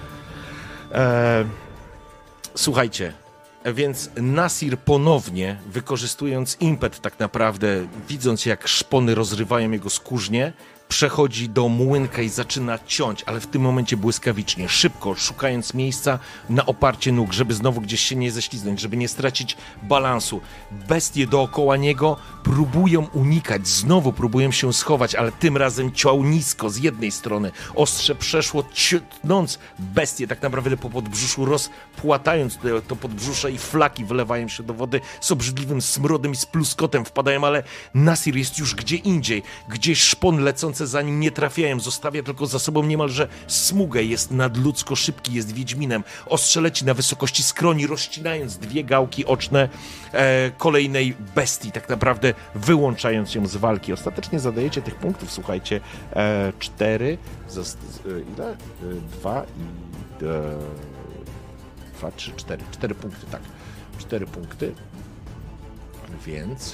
Słuchajcie, więc Nasir ponownie, wykorzystując impet tak naprawdę, widząc jak szpony rozrywają jego skórznię, przechodzi do młynka i zaczyna ciąć, ale w tym momencie błyskawicznie, szybko, szukając miejsca na oparcie nóg, żeby znowu gdzieś się nie ześliznąć, żeby nie stracić balansu. Bestie dookoła niego próbują unikać, znowu próbują się schować, ale tym razem ciął nisko z jednej strony. Ostrze przeszło, tnąc bestię tak naprawdę po podbrzuszu, rozpłatając to podbrzusze i flaki wylewają się do wody z obrzydliwym smrodem i z pluskotem wpadają, ale Nasir jest już gdzie indziej. Gdzieś szpon lecące za nim nie trafiają, zostawia tylko za sobą niemalże smugę, jest nadludzko szybki, jest wiedźminem. Ostrze leci na wysokości skroni, rozcinając 2 gałki oczne kolejnej bestii, tak naprawdę wyłączając ją z walki. Ostatecznie zadajecie tych punktów, słuchajcie, 4, ile? 2 i 2, 3, 4. 4 punkty, tak. 4 punkty. Więc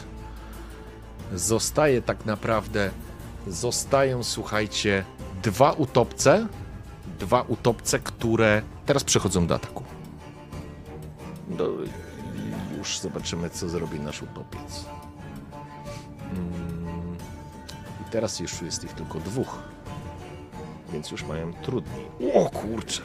zostają, słuchajcie, 2 utopce, które teraz przechodzą do ataku. Już zobaczymy, co zrobi nasz utopiec. I teraz już jest ich tylko 2. Więc już mają trudniej. O kurczę!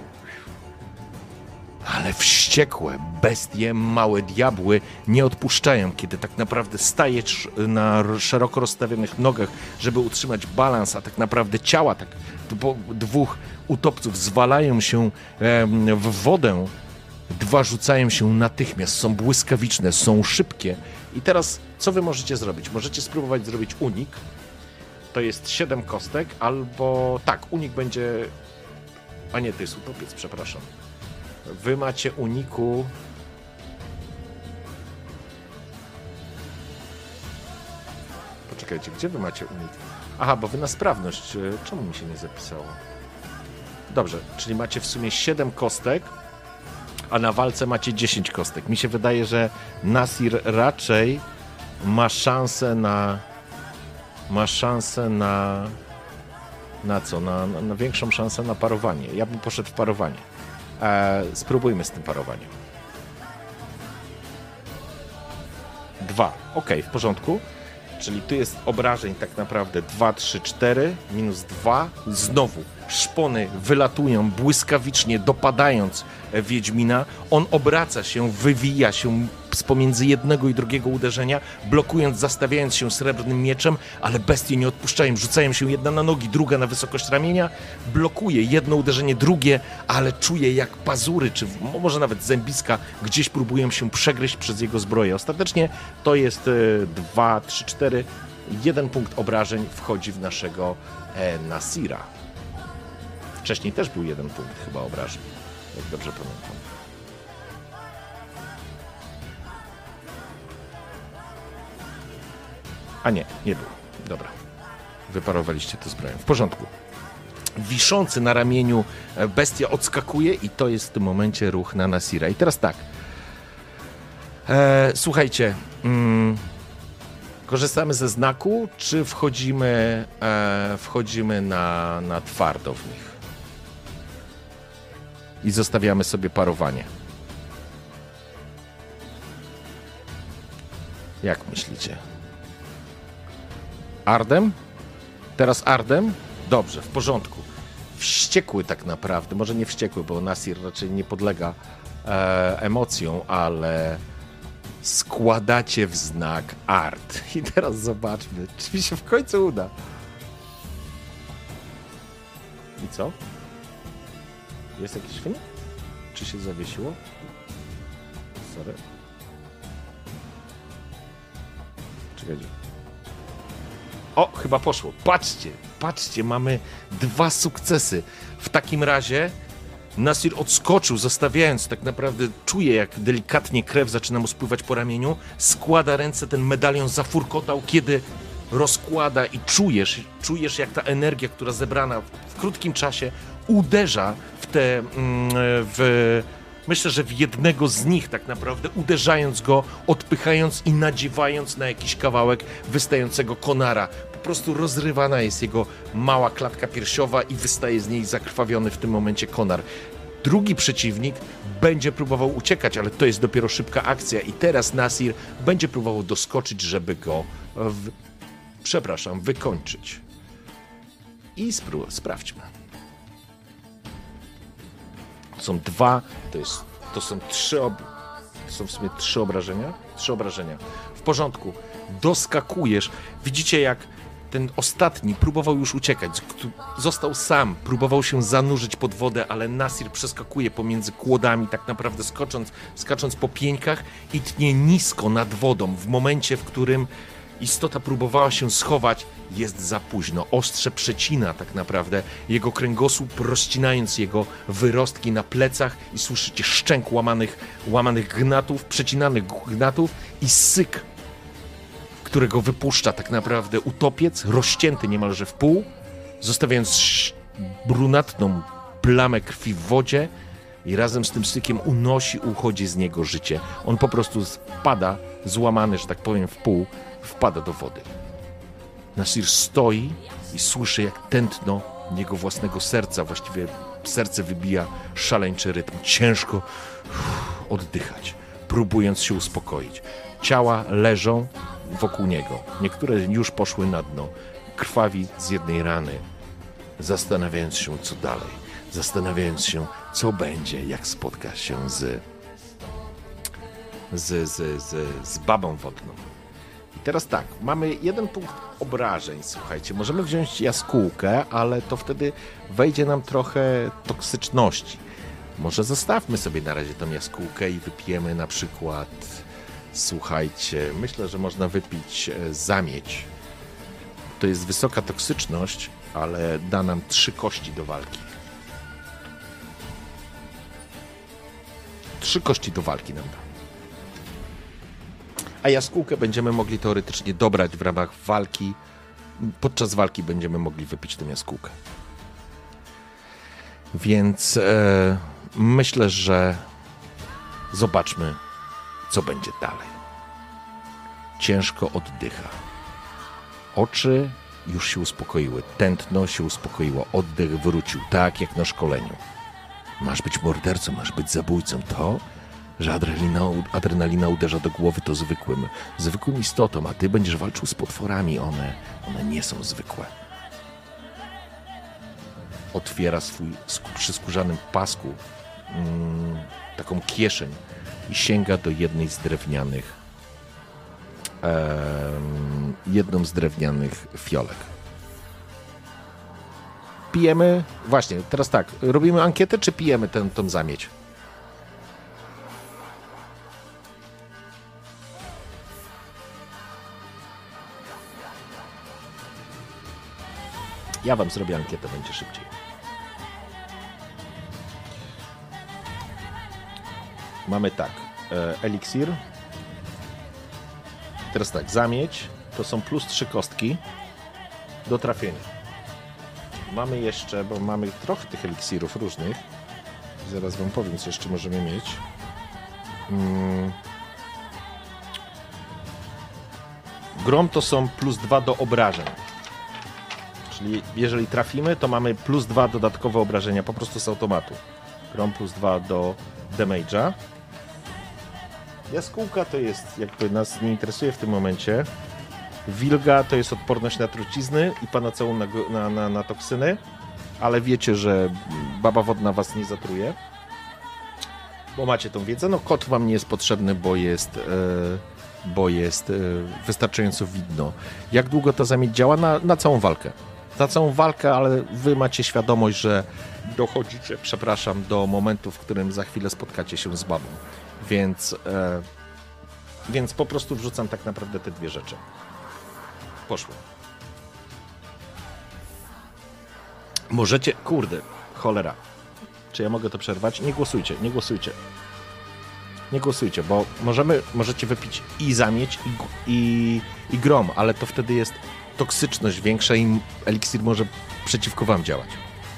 Ale wściekłe bestie, małe diabły nie odpuszczają, kiedy tak naprawdę stajesz na szeroko rozstawionych nogach, żeby utrzymać balans, a tak naprawdę ciała 2 utopców zwalają się w wodę. 2 rzucają się natychmiast, są błyskawiczne, są szybkie. I teraz co wy możecie zrobić? Możecie spróbować zrobić unik. To jest 7 kostek, albo... Tak, unik będzie... A nie, to jest utopiec, przepraszam. Wy macie uniku... Poczekajcie, gdzie wy macie unik? Aha, bo wy na sprawność. Czemu mi się nie zapisało? Dobrze, czyli macie w sumie 7 kostek, a na walce macie 10 kostek. Mi się wydaje, że Nasir raczej ma szansę na... Na co? Na większą szansę na parowanie. Ja bym poszedł w parowanie. Spróbujmy z tym parowaniem. 2. Okej, w porządku. Czyli tu jest obrażeń tak naprawdę 2, 3, 4, minus 2. Znowu szpony wylatują błyskawicznie, dopadając Wiedźmina. On obraca się, wywija się z pomiędzy jednego i drugiego uderzenia, blokując, zastawiając się srebrnym mieczem, ale bestie nie odpuszczają, rzucają się jedna na nogi, druga na wysokość ramienia, blokuje jedno uderzenie, drugie, ale czuje jak pazury, czy może nawet zębiska gdzieś próbują się przegryźć przez jego zbroję. Ostatecznie to jest 2, 3, 4, 1 punkt obrażeń wchodzi w naszego Nasira. Wcześniej też był 1 punkt chyba obrażeń, jak dobrze pamiętam. A nie był. Dobra. Wyparowaliście to zbroją. W porządku. Wiszący na ramieniu bestia odskakuje i to jest w tym momencie ruch na Nasira. I teraz tak. Słuchajcie. Korzystamy ze znaku, czy wchodzimy na twardo w nich? I zostawiamy sobie parowanie. Jak myślicie? Ardem? Teraz Ardem? Dobrze, w porządku. Wściekły tak naprawdę, może nie wściekły, bo Nasir raczej nie podlega emocjom, ale składacie w znak Ard. I teraz zobaczmy, czy mi się w końcu uda. I co? Jest jakiś film? Czy się zawiesiło? Sorry. Czekajcie. O, chyba poszło. Patrzcie, mamy 2 sukcesy. W takim razie Nasir odskoczył, zostawiając, tak naprawdę czuje, jak delikatnie krew zaczyna mu spływać po ramieniu, składa ręce, ten medalion zafurkotał, kiedy rozkłada i czujesz jak ta energia, która zebrana w krótkim czasie uderza myślę, że w jednego z nich tak naprawdę, uderzając go, odpychając i nadziewając na jakiś kawałek wystającego konara. Po prostu rozrywana jest jego mała klatka piersiowa i wystaje z niej zakrwawiony w tym momencie konar. Drugi przeciwnik będzie próbował uciekać, ale to jest dopiero szybka akcja i teraz Nasir będzie próbował doskoczyć, żeby go wykończyć. I sprawdźmy. Są 2, to są 3, to są w sumie 3 obrażenia. 3 obrażenia. W porządku. Doskakujesz. Widzicie, jak ten ostatni próbował już uciekać. Został sam. Próbował się zanurzyć pod wodę, ale Nasir przeskakuje pomiędzy kłodami, tak naprawdę skacząc po pieńkach i tnie nisko nad wodą. W momencie, w którym istota próbowała się schować, jest za późno. Ostrze przecina tak naprawdę jego kręgosłup, rozcinając jego wyrostki na plecach i słyszycie szczęk łamanych gnatów, przecinanych gnatów i syk, którego wypuszcza tak naprawdę utopiec, rozcięty niemalże w pół, zostawiając brunatną plamę krwi w wodzie i razem z tym sykiem uchodzi z niego życie. On po prostu spada, złamany, że tak powiem, w pół, wpada do wody. Nasir stoi i słyszy, jak tętno jego własnego serca, właściwie serce wybija szaleńczy rytm. Ciężko oddychać, próbując się uspokoić. Ciała leżą wokół niego. Niektóre już poszły na dno. Krwawi z jednej rany, zastanawiając się, co dalej. Zastanawiając się, co będzie, jak spotka się z babą wodną. I teraz tak, mamy 1 punkt obrażeń, słuchajcie. Możemy wziąć jaskółkę, ale to wtedy wejdzie nam trochę toksyczności. Może zostawmy sobie na razie tą jaskółkę i wypijemy na przykład, słuchajcie, myślę, że można wypić zamieć. To jest wysoka toksyczność, ale da nam 3 kości do walki. 3 kości do walki nam da. A jaskółkę będziemy mogli teoretycznie dobrać w ramach walki. Podczas walki będziemy mogli wypić tę jaskółkę. Więc myślę, że zobaczmy, co będzie dalej. Ciężko oddycha. Oczy już się uspokoiły. Tętno się uspokoiło. Oddech wrócił, tak jak na szkoleniu. Masz być mordercą, masz być zabójcą. To, że adrenalina uderza do głowy, to zwykłym istotom, a ty będziesz walczył z potworami. One nie są zwykłe. Otwiera przy skórzanym pasku taką kieszeń i sięga do jednej z drewnianych fiolek. Pijemy, właśnie, teraz tak, robimy ankietę, czy pijemy tą zamieć? Ja wam zrobię ankietę, będzie szybciej. Mamy tak, eliksir. Teraz tak, zamieć, to są plus 3 kostki do trafienia. Mamy jeszcze, bo mamy trochę tych eliksirów różnych. Zaraz wam powiem, co jeszcze możemy mieć. Grom to są plus 2 do obrażeń. Czyli jeżeli trafimy, to mamy plus 2 dodatkowe obrażenia po prostu z automatu. Grom plus 2 do damage'a. Jaskółka to jest, jakby nas nie interesuje w tym momencie. Wilga to jest odporność na trucizny i panaceum na toksyny. Ale wiecie, że baba wodna was nie zatruje. Bo macie tą wiedzę. No kot wam nie jest potrzebny, bo jest wystarczająco widno. Jak długo ta zamieć działa? Na całą walkę. Na całą walkę, ale wy macie świadomość, że dochodzicie, do momentu, w którym za chwilę spotkacie się z babą. Więc po prostu wrzucam tak naprawdę te dwie rzeczy. Poszło. Możecie... Kurde, cholera. Czy ja mogę to przerwać? Nie głosujcie, nie głosujcie. Nie głosujcie, bo możecie wypić i zamieć, i grom, ale to wtedy jest toksyczność większa i eliksir może przeciwko wam działać.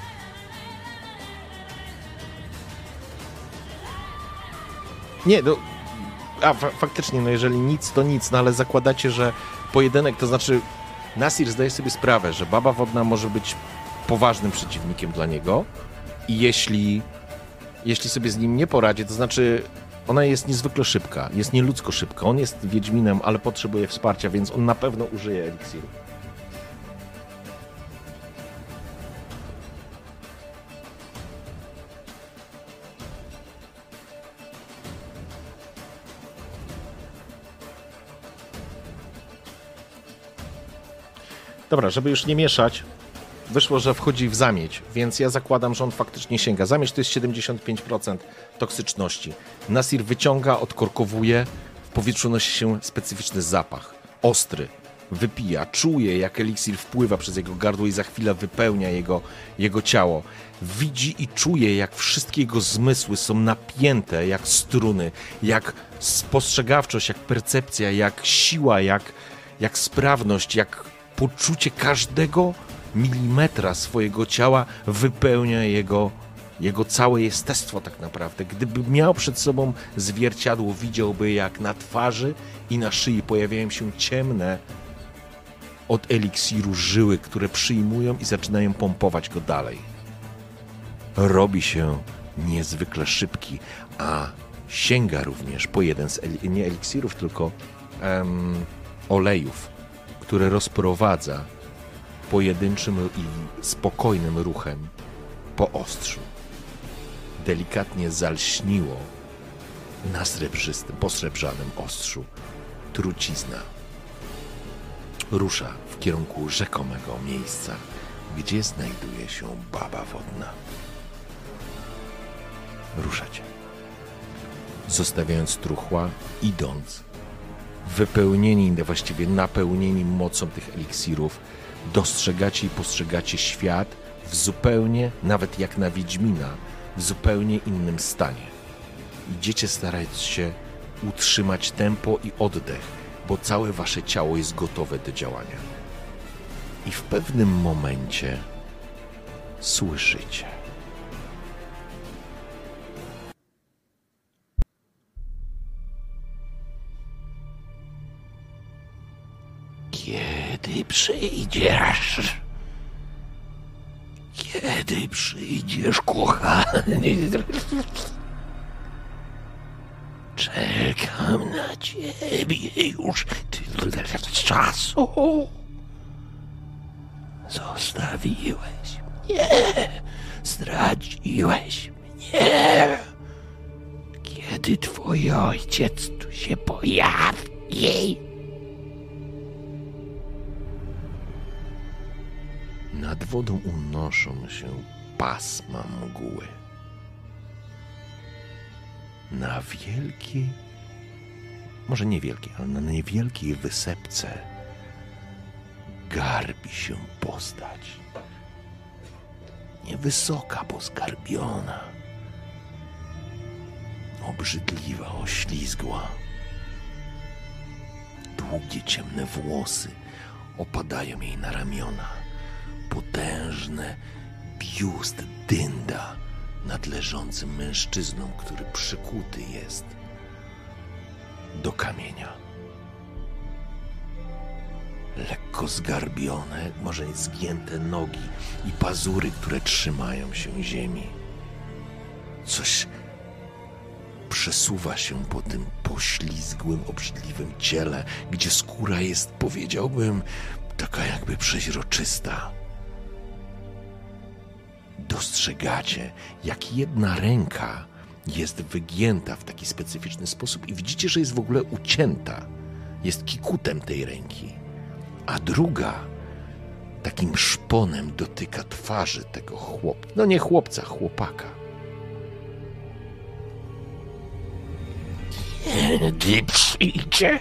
Nie, no... faktycznie, no jeżeli nic, to nic, no ale zakładacie, że pojedynek, to znaczy Nasir zdaje sobie sprawę, że baba wodna może być poważnym przeciwnikiem dla niego i jeśli sobie z nim nie poradzi, to znaczy ona jest niezwykle szybka, jest nieludzko szybka, on jest wiedźminem, ale potrzebuje wsparcia, więc on na pewno użyje eliksiru. Dobra, żeby już nie mieszać, wyszło, że wchodzi w zamieć, więc ja zakładam, że on faktycznie sięga. Zamieć to jest 75% toksyczności. Nasir wyciąga, odkorkowuje, w powietrzu nosi się specyficzny zapach, ostry, wypija, czuje, jak eliksir wpływa przez jego gardło i za chwilę wypełnia jego ciało. Widzi i czuje, jak wszystkie jego zmysły są napięte, jak struny, jak spostrzegawczość, jak percepcja, jak siła, jak sprawność, jak poczucie każdego milimetra swojego ciała wypełnia jego całe jestestwo tak naprawdę. Gdyby miał przed sobą zwierciadło, widziałby, jak na twarzy i na szyi pojawiają się ciemne od eliksiru żyły, które przyjmują i zaczynają pompować go dalej. Robi się niezwykle szybki, a sięga również po jeden z nie eliksirów, tylko olejów, które rozprowadza pojedynczym i spokojnym ruchem po ostrzu. Delikatnie zalśniło na posrebrzanym ostrzu trucizna. Rusza w kierunku rzekomego miejsca, gdzie znajduje się baba wodna. Ruszacie, zostawiając truchła, idąc, wypełnieni, właściwie napełnieni mocą tych eliksirów, dostrzegacie i postrzegacie świat w zupełnie, nawet jak na Wiedźmina, w zupełnie innym stanie. Idziecie starając się utrzymać tempo i oddech, bo całe wasze ciało jest gotowe do działania. I w pewnym momencie słyszycie. Kiedy przyjdziesz? Kiedy przyjdziesz, kochany? Czekam na ciebie już tyle czasu. Zostawiłeś mnie. Zdradziłeś mnie. Kiedy twój ojciec tu się pojawi? Nad wodą unoszą się pasma mgły. Na wielkiej, może niewielkiej, ale na niewielkiej wysepce garbi się postać. Niewysoka, bo zgarbiona. Obrzydliwa, oślizgła. Długie, ciemne włosy opadają jej na ramiona. Potężny biust dynda nad leżącym mężczyzną, który przykuty jest do kamienia. Lekko zgarbione, może zgięte nogi i pazury, które trzymają się ziemi. Coś przesuwa się po tym poślizgłym, obrzydliwym ciele, gdzie skóra jest, powiedziałbym, taka jakby przeźroczysta. Dostrzegacie, jak jedna ręka jest wygięta w taki specyficzny sposób i widzicie, że jest w ogóle ucięta. Jest kikutem tej ręki. A druga takim szponem dotyka twarzy tego chłopca. No nie chłopca, chłopaka. Kiedy przyjdzie?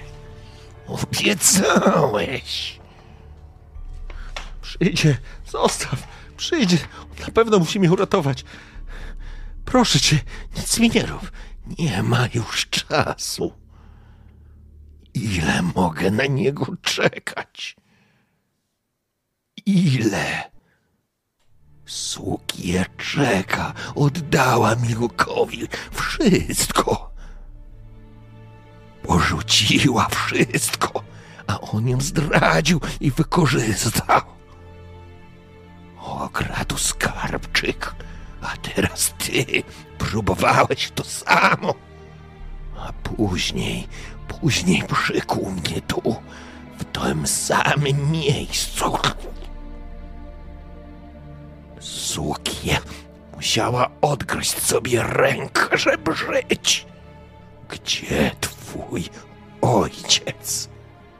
Obiecałeś. Przyjdzie, zostaw, przyjdzie. On na pewno musi mnie uratować. Proszę cię, Nic mi nie rób. Nie ma już czasu. Ile mogę na niego czekać? Ile? Sukie czeka. Oddała Miłkowi wszystko. Porzuciła wszystko, a on ją zdradził i wykorzystał. Okradł skarbczyk, a teraz ty próbowałeś to samo. A później przykuł mnie tu, w tym samym miejscu. Sukie musiała odgryźć sobie rękę, żeby żyć. Gdzie twój ojciec?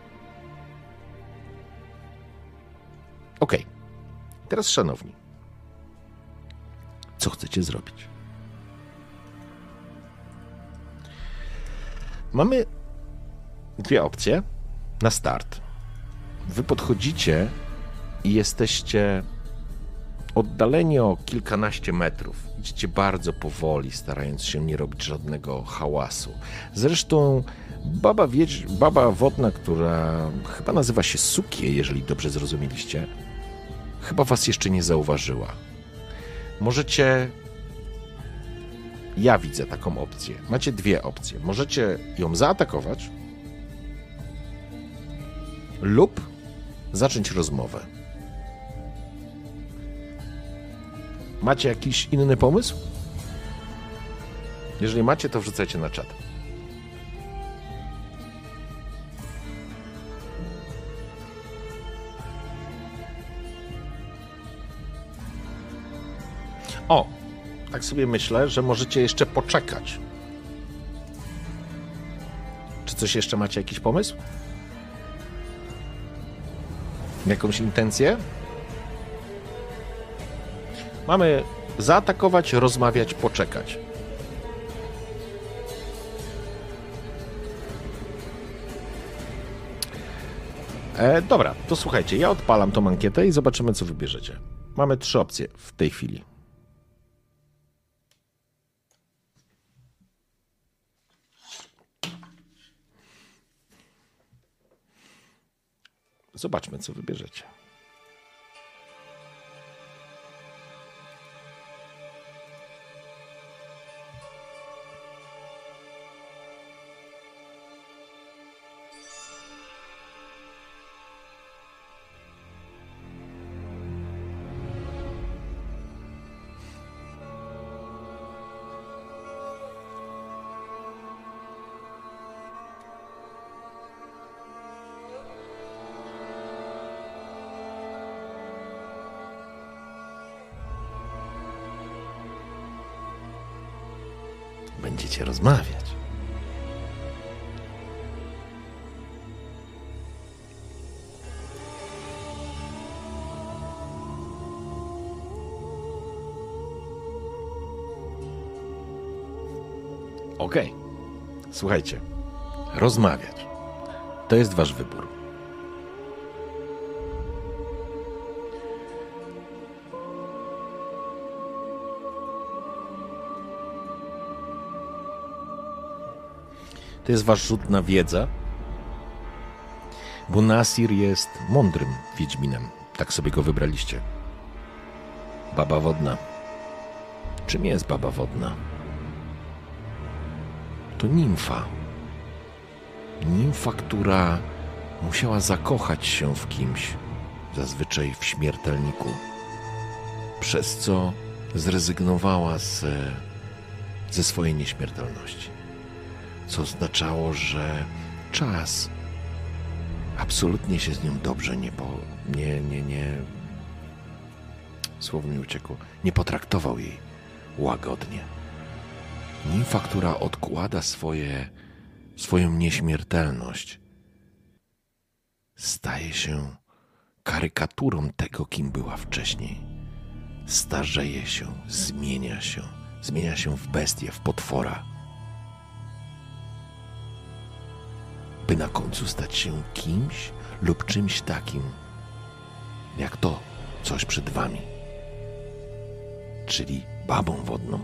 Okej. Teraz, szanowni, co chcecie zrobić? Mamy dwie opcje na start. Wy podchodzicie i jesteście oddaleni o kilkanaście metrów. Idziecie bardzo powoli, starając się nie robić żadnego hałasu. Zresztą baba wodna, która chyba nazywa się Sukie, jeżeli dobrze zrozumieliście, chyba was jeszcze nie zauważyła. Możecie... Ja widzę taką opcję. Macie dwie opcje. Możecie ją zaatakować lub zacząć rozmowę. Macie jakiś inny pomysł? Jeżeli macie, to wrzucajcie na czat. O, tak sobie myślę, że możecie jeszcze poczekać. Czy coś jeszcze macie, jakiś pomysł? Jakąś intencję? Mamy zaatakować, rozmawiać, poczekać. Dobra, to słuchajcie, ja odpalam tą ankietę i zobaczymy, co wybierzecie. Mamy 3 opcje w tej chwili. Zobaczmy, co wybierzecie. Będziecie rozmawiać. Okej. Słuchajcie. Rozmawiać. To jest wasz wybór. To jest wasz rzut na wiedzę. Bo Nasir jest mądrym wiedźminem. Tak sobie go wybraliście. Baba wodna. Czym jest baba wodna? To nimfa. Nimfa, która musiała zakochać się w kimś, zazwyczaj w śmiertelniku, przez co zrezygnowała ze swojej nieśmiertelności. Co oznaczało, że czas absolutnie się z nią dobrze słowo mi uciekło, nie potraktował jej łagodnie. Nimfa, która odkłada swoją nieśmiertelność, staje się karykaturą tego, kim była wcześniej. Starzeje się, zmienia się w bestię, w potwora, by na końcu stać się kimś lub czymś takim, jak to coś przed wami, czyli babą wodną.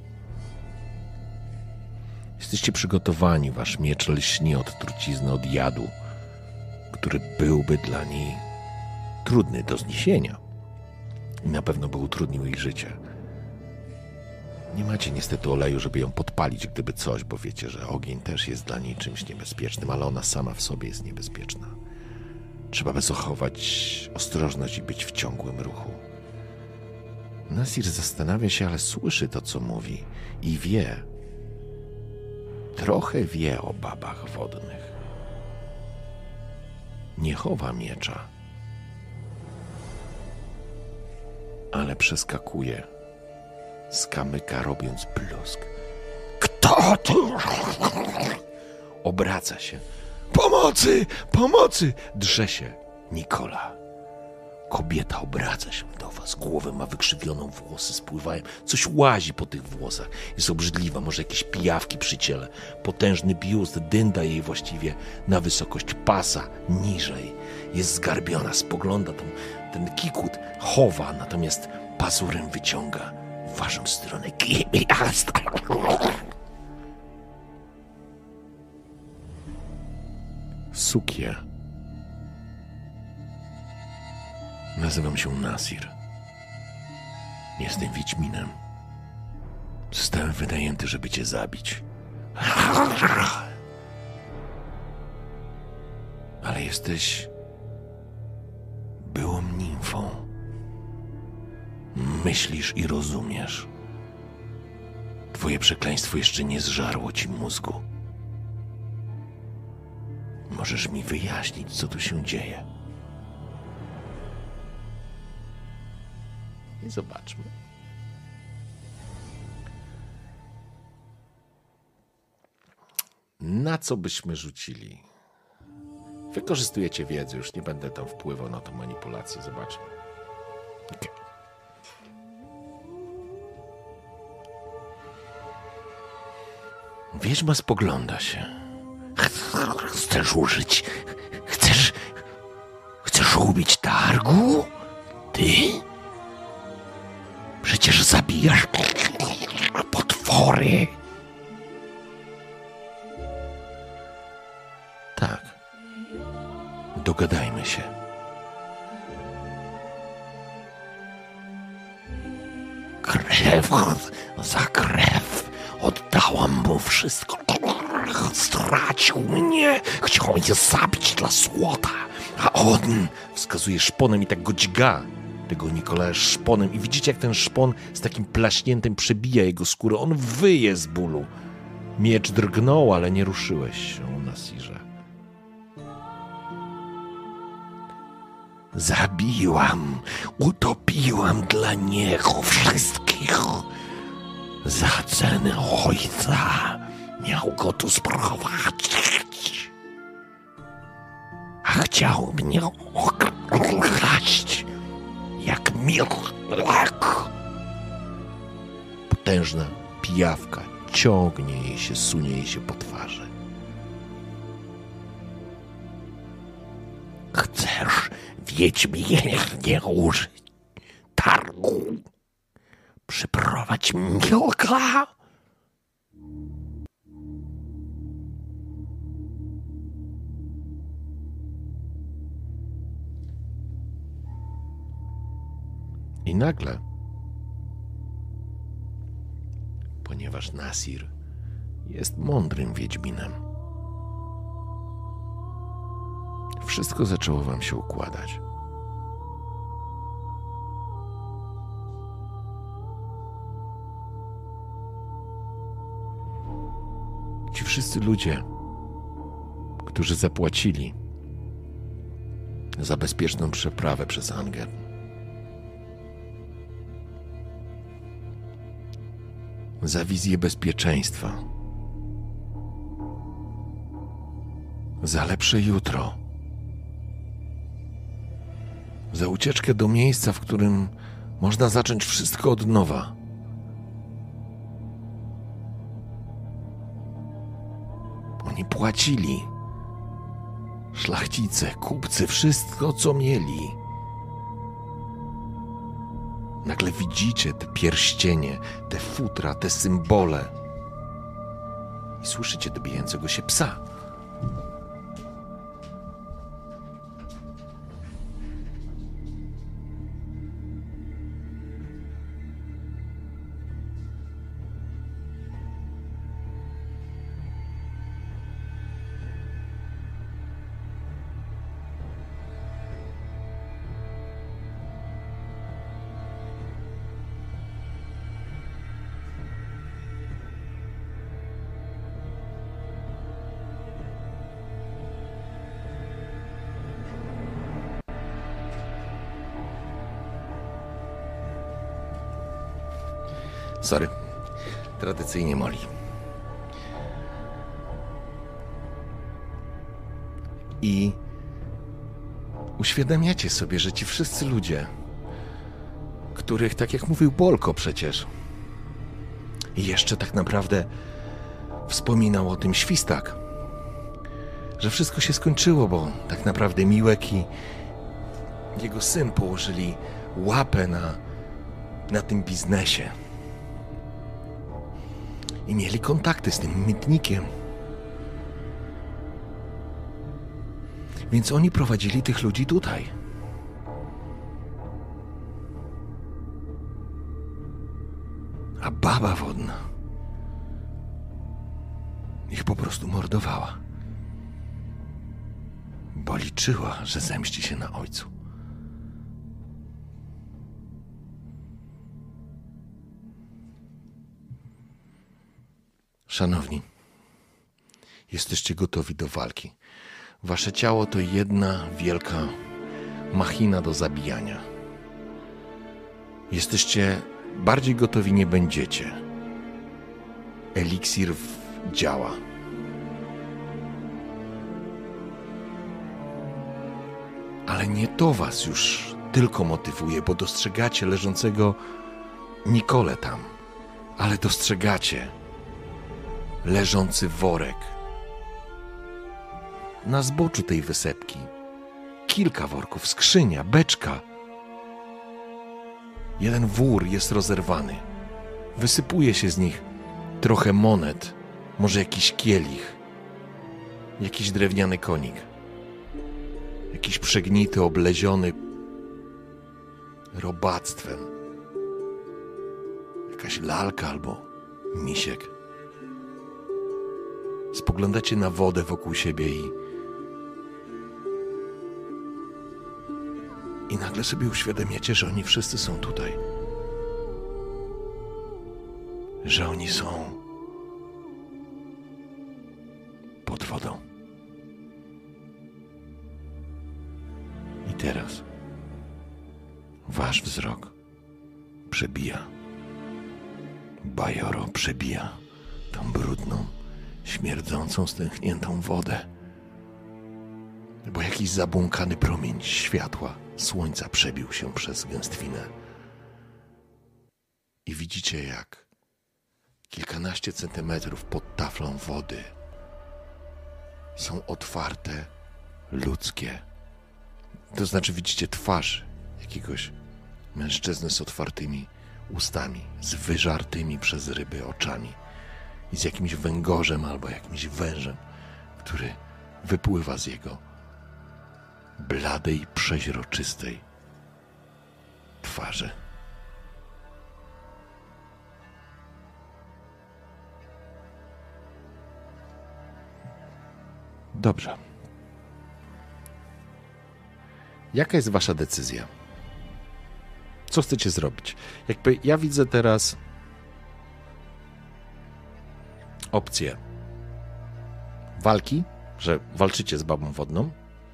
Jesteście przygotowani, wasz miecz lśni od trucizny, od jadu, który byłby dla niej trudny do zniesienia i na pewno by utrudnił jej życie. Nie macie niestety oleju, żeby ją podpalić, gdyby coś, bo wiecie, że ogień też jest dla niej czymś niebezpiecznym, ale ona sama w sobie jest niebezpieczna. Trzeba by zachować ostrożność i być w ciągłym ruchu. Nasir zastanawia się, ale słyszy to, co mówi i wie. Trochę wie o babach wodnych. Nie chowa miecza, ale przeskakuje, skamyka, robiąc plusk. Kto ty? Obraca się. Pomocy! Pomocy! Drze się Nikola. Kobieta obraca się do was. Głowę ma wykrzywioną, włosy spływają. Coś łazi po tych włosach. Jest obrzydliwa, może jakieś pijawki przy ciele. Potężny biust dynda jej właściwie na wysokość pasa, niżej. Jest zgarbiona, spogląda ten kikut, chowa, natomiast pazurem wyciąga w waszą stronę. Sukie. Nazywam się Nasir. Jestem wiedźminem. Zostałem wynajęty, żeby cię zabić. Ale jesteś byłą nimfą. Myślisz i rozumiesz. Twoje przekleństwo jeszcze nie zżarło ci mózgu. Możesz mi wyjaśnić, co tu się dzieje? I zobaczmy. Na co byśmy rzucili? Wykorzystujecie wiedzę, już nie będę tam wpływał na tą manipulację. Zobaczmy. Okay. Wiedźma spogląda się. Chcesz użyć? Chcesz ubić targu? Ty? Przecież zabijasz potwory. Tak. Dogadajmy się. Krew za krew. Oddałam mu wszystko. Stracił mnie. Chciał mnie zabić dla złota. A on wskazuje szponem i tak go dźga. Tego Nikolaja szponem. I widzicie, jak ten szpon z takim plaśniętym przebija jego skórę. On wyje z bólu. Miecz drgnął, ale nie ruszyłeś się, Nasirze. Zabiłam, utopiłam dla niego wszystkich. Za cenę ojca miał go tu sprowadzić. A chciał mnie okraść jak milek. Potężna pijawka ciągnie jej się, sunie jej się po twarzy. Chcesz wiedźminie użyć targu? Przyprowadź Milka? I nagle, ponieważ Nasir jest mądrym wiedźminem, wszystko zaczęło wam się układać. Ci wszyscy ludzie, którzy zapłacili za bezpieczną przeprawę przez Angern, za wizję bezpieczeństwa, za lepsze jutro, za ucieczkę do miejsca, w którym można zacząć wszystko od nowa. Oni płacili. Szlachcice, kupcy, wszystko co mieli. Nagle widzicie te pierścienie, te futra, te symbole i słyszycie dobijającego się psa. Sorry, tradycyjnie Molly. I uświadamiacie sobie, że ci wszyscy ludzie, których, tak jak mówił Bolko przecież, jeszcze tak naprawdę wspominał o tym Świstak, że wszystko się skończyło, bo tak naprawdę Miłek i jego syn położyli łapę na tym biznesie. I mieli kontakty z tym mytnikiem. Więc oni prowadzili tych ludzi tutaj. A baba wodna ich po prostu mordowała. Bo liczyła, że zemści się na ojcu. Szanowni, jesteście gotowi do walki. Wasze ciało to jedna wielka machina do zabijania. Jesteście bardziej gotowi nie będziecie. Eliksir działa. Ale nie to was już tylko motywuje, bo dostrzegacie leżącego Nikolę tam. Ale dostrzegacie leżący worek na zboczu tej wysepki. Kilka worków, skrzynia, beczka. Jeden wór jest rozerwany. Wysypuje się z nich trochę monet, może jakiś kielich, jakiś drewniany konik, jakiś przegnity, obleziony robactwem, jakaś lalka albo misiek. Spoglądacie na wodę wokół siebie i nagle sobie uświadamiacie, że oni wszyscy są tutaj. Że oni są pod wodą. I teraz wasz wzrok przebija, Bajoro przebija tą brudną, śmierdzącą, stęchniętą wodę, bo jakiś zabłąkany promień światła słońca przebił się przez gęstwinę. I widzicie, jak kilkanaście centymetrów pod taflą wody są otwarte, ludzkie. To znaczy widzicie twarz jakiegoś mężczyzny z otwartymi ustami, z wyżartymi przez ryby oczami i z jakimś węgorzem albo jakimś wężem, który wypływa z jego bladej, przeźroczystej twarzy. Dobrze. Jaka jest wasza decyzja? Co chcecie zrobić? Jakby ja widzę teraz opcję walki, że walczycie z babą wodną,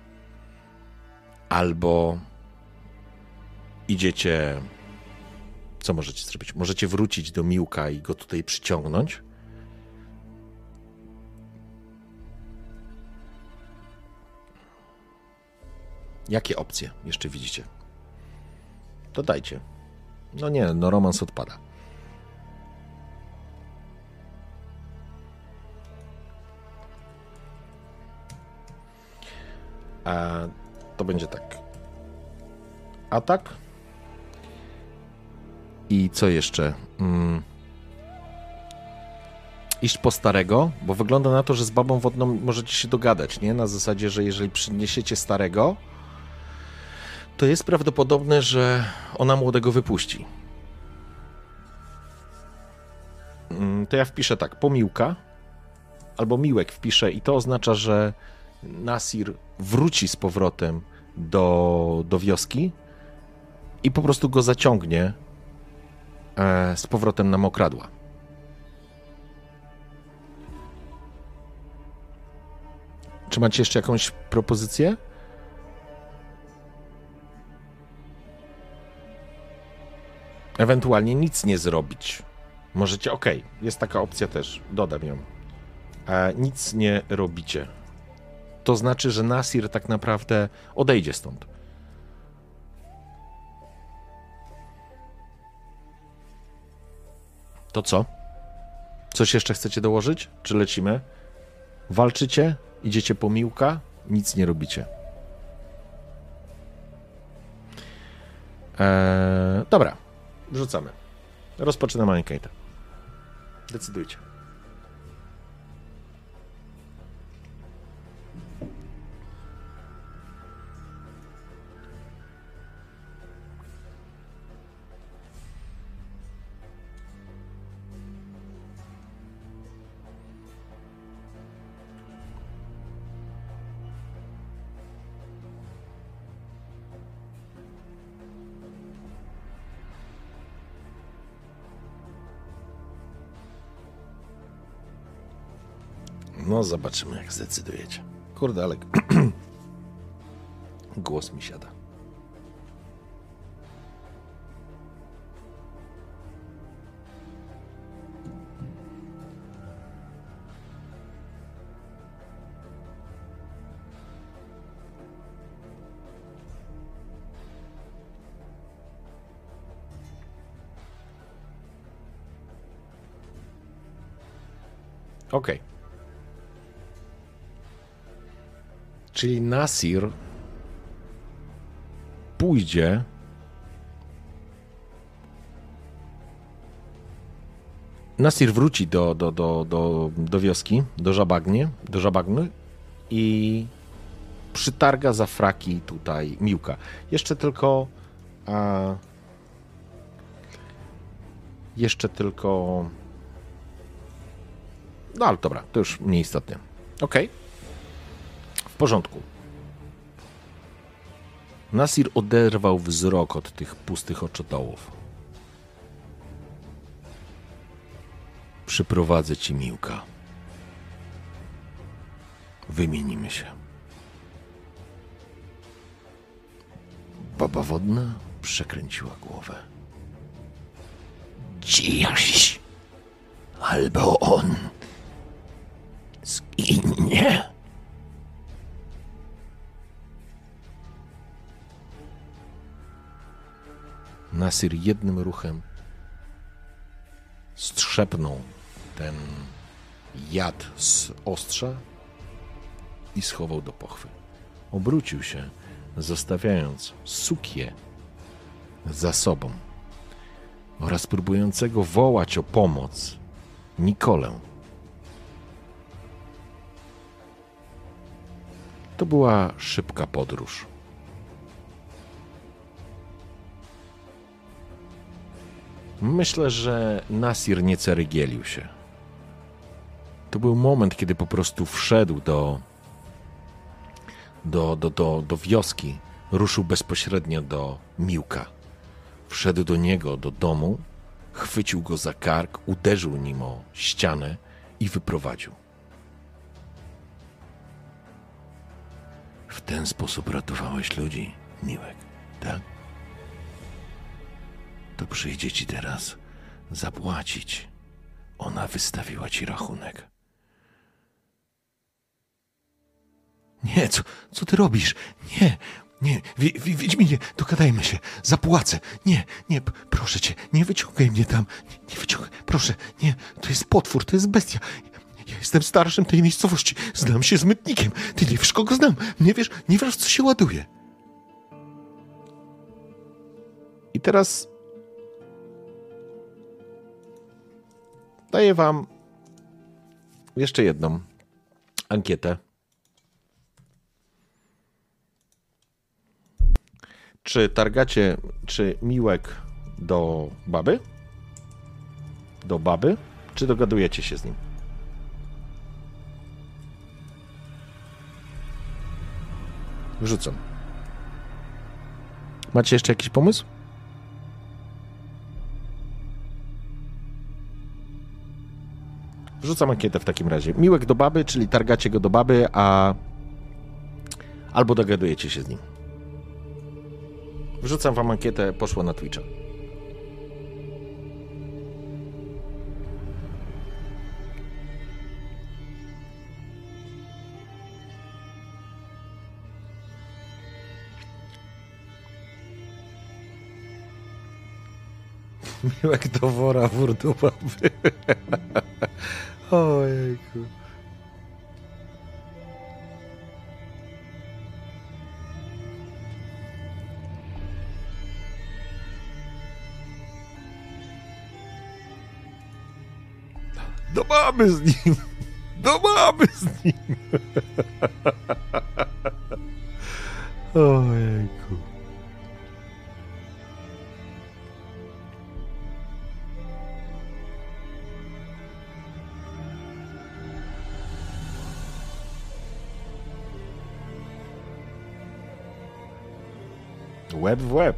albo idziecie... Co możecie zrobić? Możecie wrócić do Miłka i go tutaj przyciągnąć. Jakie opcje jeszcze widzicie? Dodajcie. No nie, no romans odpada. A to będzie tak. Atak. I co jeszcze? Iść po starego, bo wygląda na to, że z babą wodną możecie się dogadać, nie? Na zasadzie, że jeżeli przyniesiecie starego, to jest prawdopodobne, że ona młodego wypuści. To ja wpiszę tak, Pomiłka, albo Miłek wpiszę i to oznacza, że Nasir wróci z powrotem do wioski i po prostu go zaciągnie z powrotem na mokradła. Czy macie jeszcze jakąś propozycję? Ewentualnie nic nie zrobić. Możecie, jest taka opcja też, dodam ją. Nic nie robicie. To znaczy, że Nasir tak naprawdę odejdzie stąd. To co? Coś jeszcze chcecie dołożyć? Czy lecimy? Walczycie? Idziecie po Miłka? Nic nie robicie. Dobra. Wrzucamy. Rozpoczynamy ankietę. Decydujcie. No, zobaczymy, jak zdecydujecie. Kurde, ale głos mi siada. Okej. Czyli Nasir pójdzie Nasir wróci do wioski, do Żabagny i przytarga za fraki tutaj Miłka. Jeszcze tylko no ale dobra, to już mniej istotne. Okej. W porządku. Nasir oderwał wzrok od tych pustych oczodołów. Przyprowadzę ci Miłka. Wymienimy się. Baba wodna przekręciła głowę. Dziś albo on zginie. Nasir jednym ruchem strzepnął ten jad z ostrza i schował do pochwy. Obrócił się, zostawiając Sukię za sobą oraz próbującego wołać o pomoc Nikolę. To była szybka podróż. Myślę, że Nasir nie cerygielił się. To był moment, kiedy po prostu wszedł do wioski, ruszył bezpośrednio do Miłka. Wszedł do niego, do domu, chwycił go za kark, uderzył nim o ścianę i wyprowadził. W ten sposób ratowałeś ludzi, Miłek, tak? To przyjdzie ci teraz zapłacić. Ona wystawiła ci rachunek. Nie, co ty robisz? Nie, Wiedźminie, dogadajmy się, zapłacę. Nie, proszę cię, nie wyciągaj mnie tam, nie wyciągaj, proszę, nie, to jest potwór, to jest bestia. Ja jestem starszym tej miejscowości, znam się z mytnikiem, ty nie wiesz, kogo znam, nie wiesz, co się ładuje. I teraz daję wam jeszcze jedną ankietę. Czy targacie, czy Miłek do baby? Do baby? Czy dogadujecie się z nim? Wrzucam. Macie jeszcze jakiś pomysł? Wrzucam ankietę w takim razie. Miłek do baby, czyli targacie go do baby, albo dogadujecie się z nim. Wrzucam wam ankietę, poszło na Twitcha. Miłek do wora, wór do baby. Ojejku. Do mamy z nim! Do mamy z nim! Ojejku. Łeb w łeb.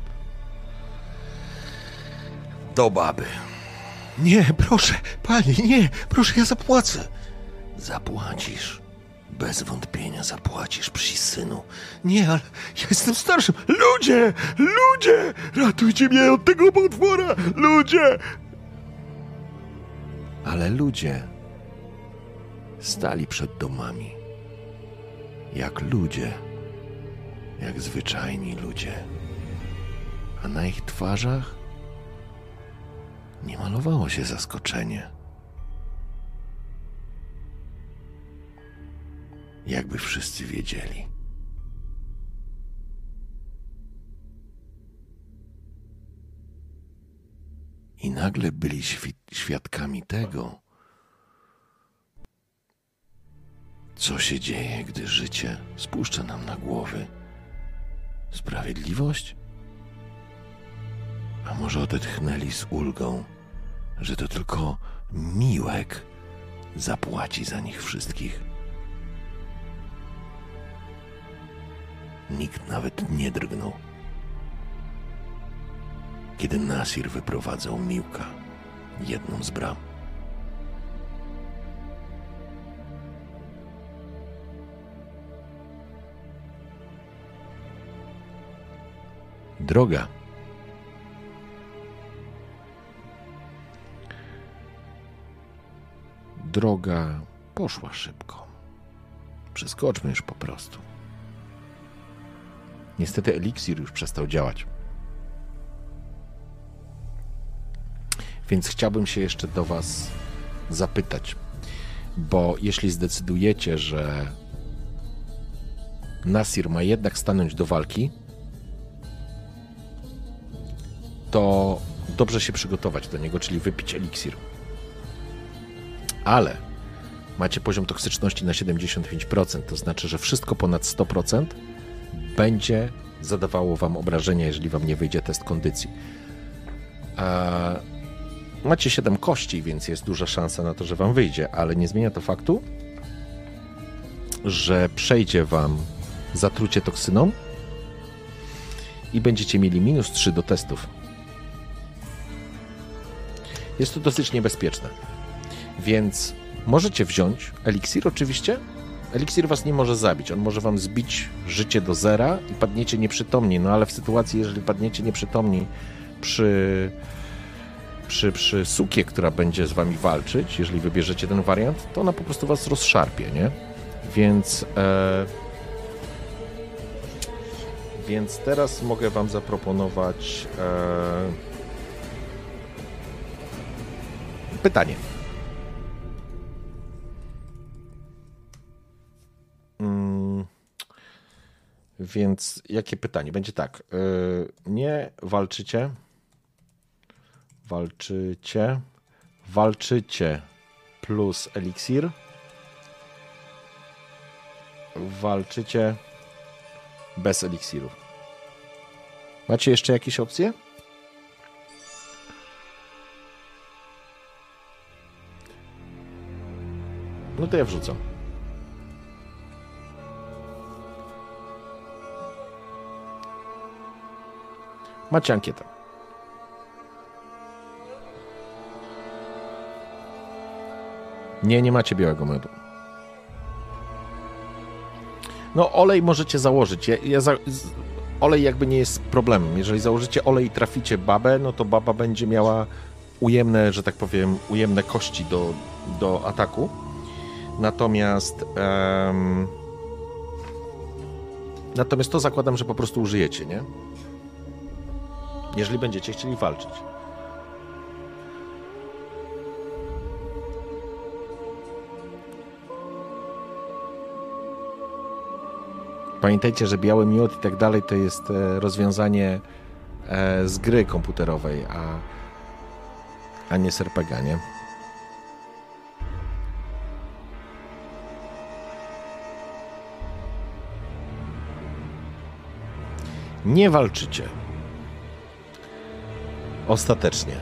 Do baby. Nie, proszę, panie, nie, proszę, ja zapłacę. Zapłacisz. Bez wątpienia zapłacisz, psi synu. Nie, ale ja jestem starszym. Ludzie, ratujcie mnie od tego potwora, ludzie. Ale ludzie stali przed domami. Jak ludzie. Jak zwyczajni ludzie. A na ich twarzach nie malowało się zaskoczenie. Jakby wszyscy wiedzieli. I nagle byli świadkami tego, co się dzieje, gdy życie spuszcza nam na głowy sprawiedliwość? A może odetchnęli z ulgą, że to tylko Miłek zapłaci za nich wszystkich? Nikt nawet nie drgnął, kiedy Nasir wyprowadzał Miłka jedną z bram. Droga poszła szybko. Przeskoczmy już po prostu. Niestety eliksir już przestał działać. Więc chciałbym się jeszcze do was zapytać, bo jeśli zdecydujecie, że Nasir ma jednak stanąć do walki, to dobrze się przygotować do niego, czyli wypić eliksir. Ale macie poziom toksyczności na 75%, to znaczy, że wszystko ponad 100% będzie zadawało wam obrażenia, jeżeli wam nie wyjdzie test kondycji. Macie 7 kości, więc jest duża szansa na to, że wam wyjdzie, ale nie zmienia to faktu, że przejdzie wam zatrucie toksyną i będziecie mieli -3 do testów. Jest to dosyć niebezpieczne, więc możecie wziąć eliksir oczywiście. Eliksir was nie może zabić, on może wam zbić życie do 0 i padniecie nieprzytomni, no ale w sytuacji, jeżeli padniecie nieprzytomni przy sukie, która będzie z wami walczyć, jeżeli wybierzecie ten wariant, to ona po prostu was rozszarpie, nie? Więc teraz mogę wam zaproponować pytanie. Więc jakie pytanie? Będzie tak. Nie walczycie. Walczycie plus eliksir. Walczycie bez eliksiru. Macie jeszcze jakieś opcje? No to ja wrzucam. Macie ankietę. Nie macie białego miodu. No olej możecie założyć. Olej jakby nie jest problemem. Jeżeli założycie olej i traficie babę, no to baba będzie miała ujemne, że tak powiem, ujemne kości do ataku. Natomiast to zakładam, że po prostu użyjecie, nie? Jeżeli będziecie chcieli walczyć. Pamiętajcie, że biały miód i tak dalej to jest rozwiązanie z gry komputerowej, a nie z RPG, nie? Nie walczycie. Ostatecznie.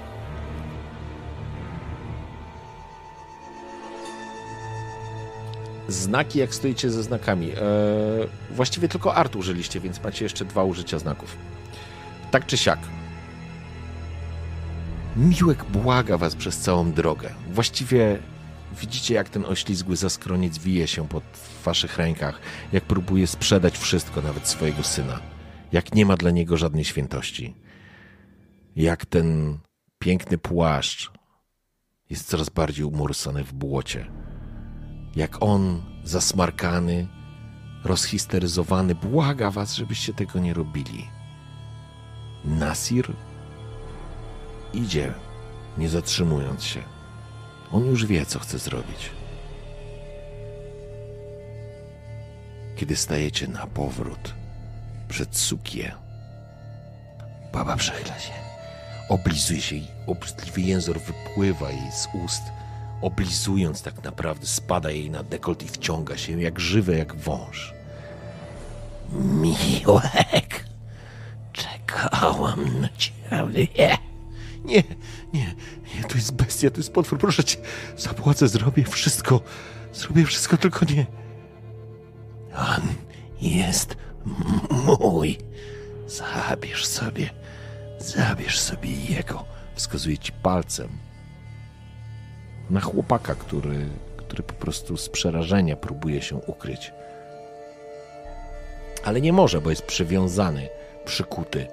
Znaki, jak stoicie ze znakami. Właściwie tylko art użyliście, więc macie jeszcze 2 użycia znaków. Tak czy siak. Miłek błaga was przez całą drogę. Właściwie widzicie, jak ten oślizgły zaskroniec wije się po waszych rękach, jak próbuje sprzedać wszystko, nawet swojego syna. Jak nie ma dla niego żadnej świętości. Jak ten piękny płaszcz jest coraz bardziej umorsany w błocie. Jak on, zasmarkany, rozhisteryzowany, błaga was, żebyście tego nie robili. Nasir idzie, nie zatrzymując się. On już wie, co chce zrobić. Kiedy stajecie na powrót przed sukię, baba przechyla się, oblizuje się i obrzydliwy język wypływa jej z ust. Oblizując tak naprawdę, spada jej na dekolt i wciąga się jak żywe, jak wąż. Miłek, czekałam na ciebie. Nie, to jest bestia, to jest potwór, proszę cię, zapłacę, zrobię wszystko, tylko nie. On jest mój. Zabierz sobie jego. Wskazuje ci palcem na chłopaka, który po prostu z przerażenia próbuje się ukryć. Ale nie może, bo jest przywiązany, przykuty.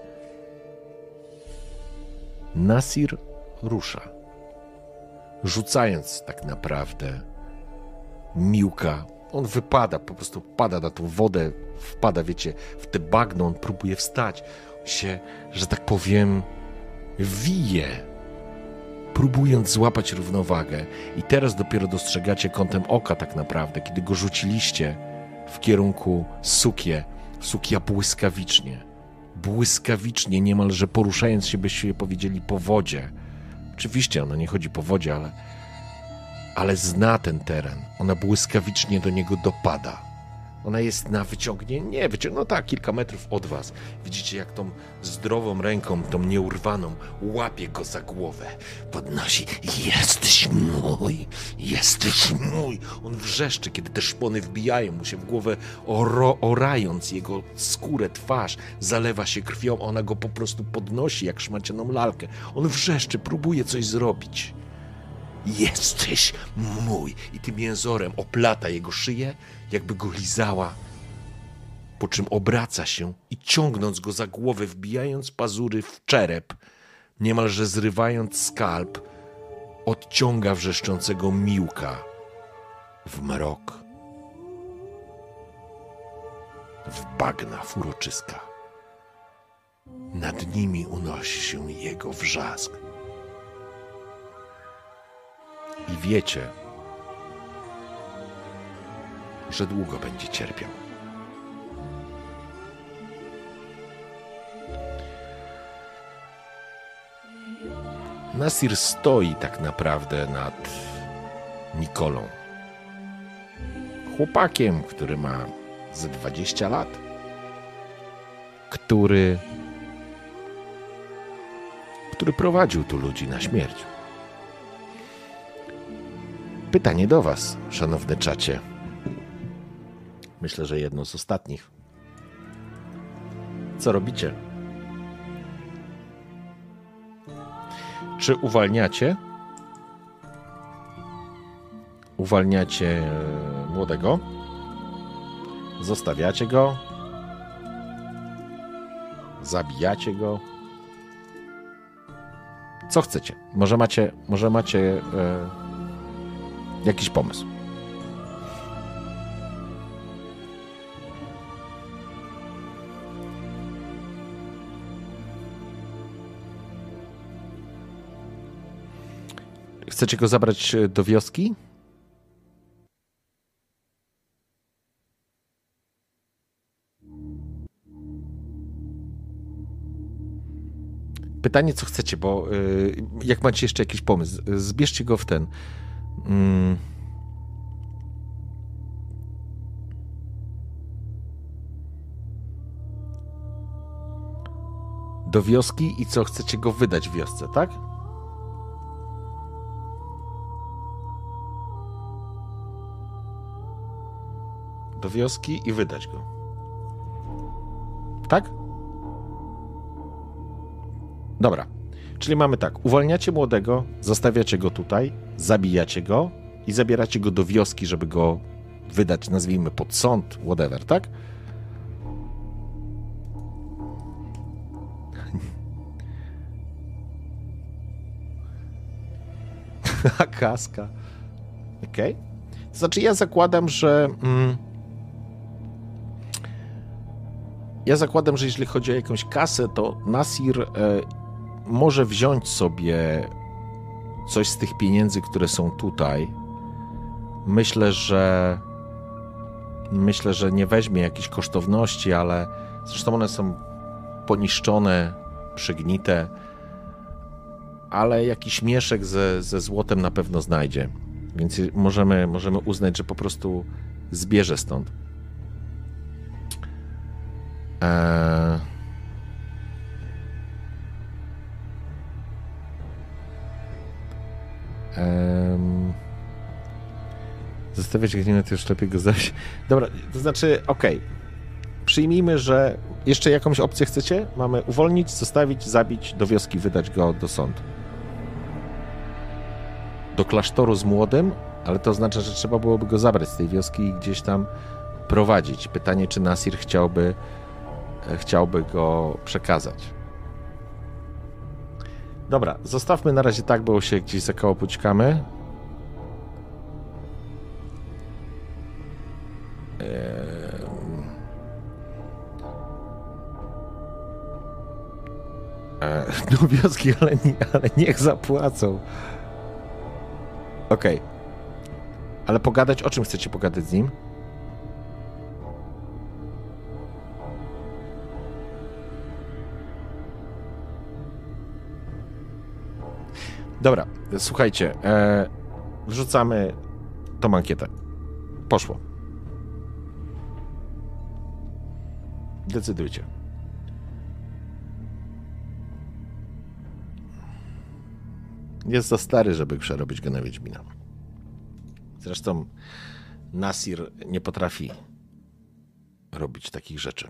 Nasir rusza, rzucając tak naprawdę Miłka. On wypada, po prostu pada na tą wodę, wpada, wiecie, w te bagno, on próbuje wstać. On się, że tak powiem, wije, próbując złapać równowagę. I teraz dopiero dostrzegacie kątem oka tak naprawdę, kiedy go rzuciliście w kierunku Sukia błyskawicznie, niemalże poruszając się, byście powiedzieli, po wodzie. Oczywiście ona nie chodzi po wodzie, ale zna ten teren. Ona błyskawicznie do niego dopada. Ona jest na wyciągnięcie, no tak, kilka metrów od was. Widzicie, jak tą zdrową ręką, tą nieurwaną, łapie go za głowę. Podnosi, jesteś mój, jesteś mój. On wrzeszczy, kiedy te szpony wbijają mu się w głowę, orając jego skórę, twarz. Zalewa się krwią, ona go po prostu podnosi, jak szmacianą lalkę. On wrzeszczy, próbuje coś zrobić. Jesteś mój. I tym jęzorem oplata jego szyję, jakby go lizała, po czym obraca się i ciągnąc go za głowę, wbijając pazury w czerep, niemalże zrywając skalp, odciąga wrzeszczącego Miłka w mrok, w bagna furoczyska. Nad nimi unosi się jego wrzask. I wiecie, że długo będzie cierpiał. Nasir stoi tak naprawdę nad Nikolą. Chłopakiem, który ma ze 20 lat, który prowadził tu ludzi na śmierć. Pytanie do was, szanowny czacie. Myślę, że jedno z ostatnich. Co robicie? Czy uwalniacie młodego? Zostawiacie go? Zabijacie go? Co chcecie? Może macie jakiś pomysł? Chcecie go zabrać do wioski? Pytanie, co chcecie, bo jak macie jeszcze jakiś pomysł, zbierzcie go w ten. Do wioski i co, chcecie go wydać w wiosce, tak? Do wioski i wydać go. Tak? Dobra. Czyli mamy tak. Uwalniacie młodego, zostawiacie go tutaj, zabijacie go i zabieracie go do wioski, żeby go wydać, nazwijmy, pod sąd, whatever, tak? Kaska. Okej. To znaczy ja zakładam, że jeśli chodzi o jakąś kasę, to Nasir może wziąć sobie coś z tych pieniędzy, które są tutaj. Myślę, że nie weźmie jakichś kosztowności, ale zresztą one są poniszczone, przygnite, ale jakiś mieszek ze złotem na pewno znajdzie. Więc możemy uznać, że po prostu zbierze stąd. Zostawiać glinę, to już lepiej go zaś. Dobra, to znaczy, okej. Przyjmijmy, że jeszcze jakąś opcję chcecie? Mamy uwolnić, zostawić, zabić, do wioski wydać go do sądu. Do klasztoru z młodym, ale to oznacza, że trzeba byłoby go zabrać z tej wioski i gdzieś tam prowadzić. Pytanie, czy Nasir chciałby go przekazać. Dobra, zostawmy na razie tak, bo się gdzieś zakołopućkamy. Do wioski, ale niech zapłacą. Okej. Ale pogadać, o czym chcecie pogadać z nim? Dobra, słuchajcie, wrzucamy tą ankietę. Poszło. Decydujcie. Jest za stary, żeby przerobić go na Wiedźmina. Zresztą Nasir nie potrafi robić takich rzeczy.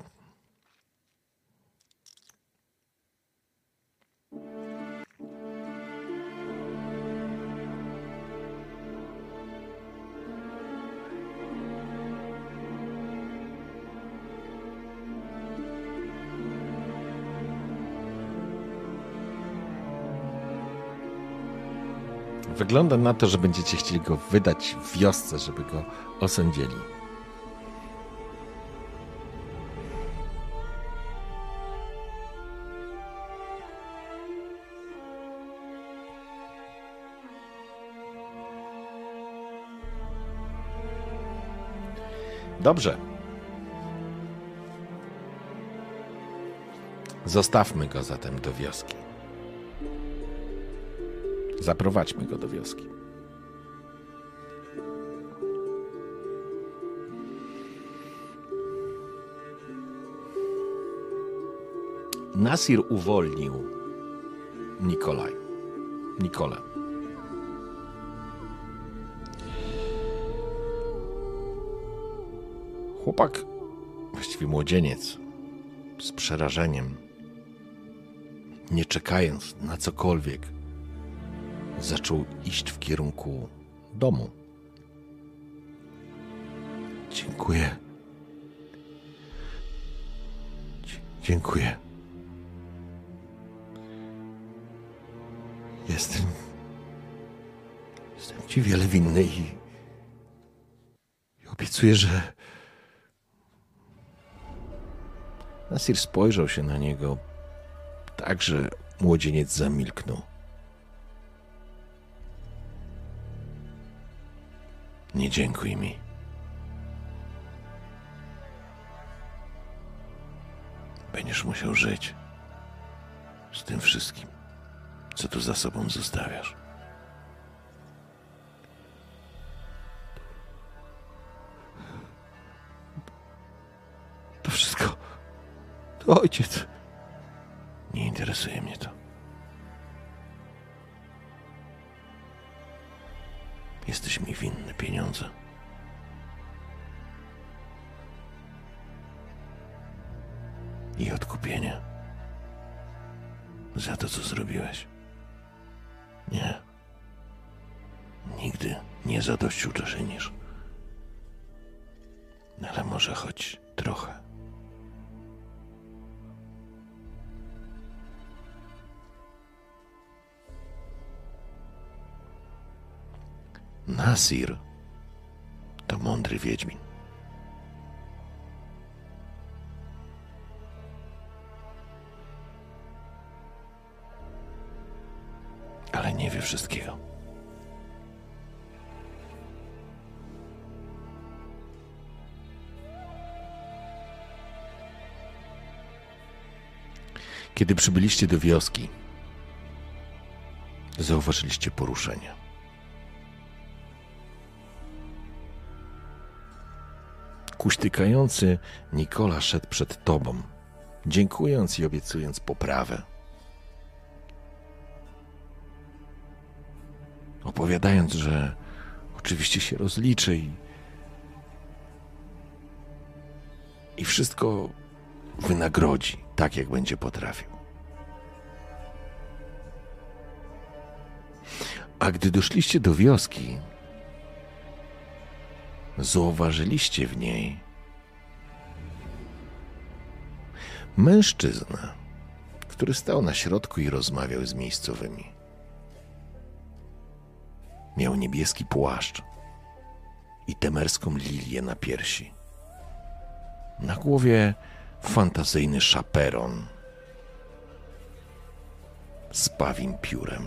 Wygląda na to, że będziecie chcieli go wydać w wiosce, żeby go osądzili. Dobrze. Zostawmy go zatem do wioski. Zaprowadźmy go do wioski. Nasir uwolnił Nikolę. Chłopak, właściwie młodzieniec, z przerażeniem, nie czekając na cokolwiek, zaczął iść w kierunku domu. Dziękuję. Dziękuję. Jestem ci wiele winny i obiecuję, że... Nasir spojrzał się na niego tak, że młodzieniec zamilknął. Nie dziękuj mi. Będziesz musiał żyć z tym wszystkim, co tu za sobą zostawiasz. To wszystko to ojciec. Nie interesuje mnie to. Jesteś mi winny pieniądze. I odkupienie za to, co zrobiłeś. Nie. Nigdy nie zadośćuczynisz. Ale może choć trochę. Nasir to mądry wiedźmin. Ale nie wie wszystkiego. Kiedy przybyliście do wioski, zauważyliście poruszenie. Kuśtykający Nikola szedł przed tobą, dziękując i obiecując poprawę. Opowiadając, że oczywiście się rozliczy i wszystko wynagrodzi tak, jak będzie potrafił. A gdy doszliście do wioski, zauważyliście w niej mężczyznę, który stał na środku i rozmawiał z miejscowymi. Miał niebieski płaszcz i temerską lilię na piersi. Na głowie fantazyjny szaperon z pawim piórem.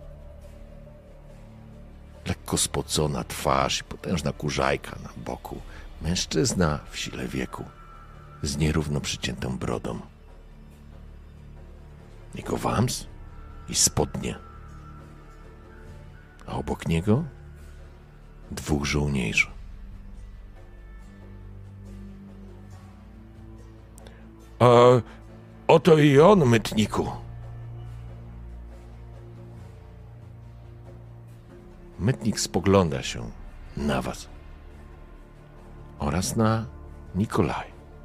Lekko spocona twarz i potężna kurzajka na boku. Mężczyzna w sile wieku, z nierówno przyciętą brodą. Jego wams i spodnie. A obok niego 2 żołnierzy. A oto i on, mytniku. Mytnik spogląda się na was oraz na Nikolaj.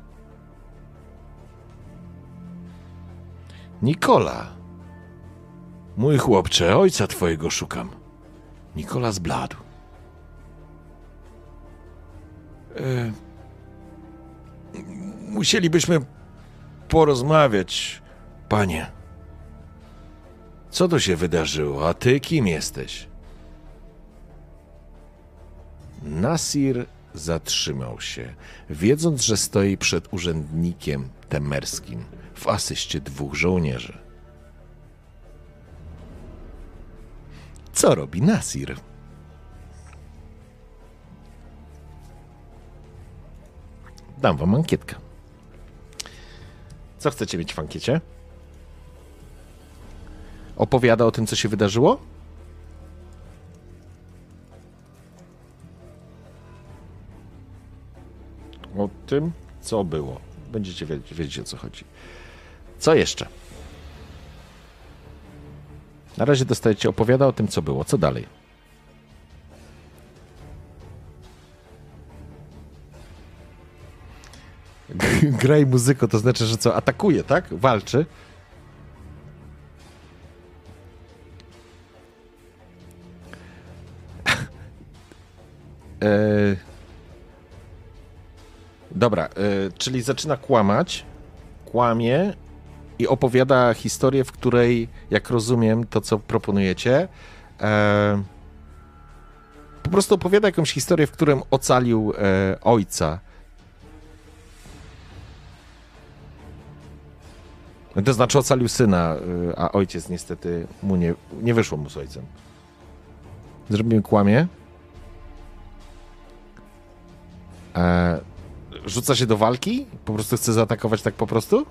Nikola, Mój chłopcze, ojca twojego szukam. Nikola zbladł. Musielibyśmy porozmawiać, panie. Co to się wydarzyło, a ty kim jesteś? Nasir zatrzymał się, wiedząc, że stoi przed urzędnikiem temerskim w asyście 2 żołnierzy. Co robi Nasir? Dam wam ankietkę. Co chcecie mieć w ankiecie? Opowiada o tym, co się wydarzyło? O tym, co było. Będziecie wiedzieć, o co chodzi. Co jeszcze? Na razie dostajecie opowiada o tym, co było. Co dalej? Graj muzyko, to znaczy, że co? Atakuje, tak? Walczy. Dobra, czyli zaczyna kłamać, kłamie i opowiada historię, w której, jak rozumiem to, co proponujecie, po prostu opowiada jakąś historię, w którym ocalił ojca. To znaczy ocalił syna, a ojciec niestety mu nie wyszło mu z ojcem. Zrobiłem kłamie. Rzuca się do walki? Po prostu chce zaatakować tak po prostu?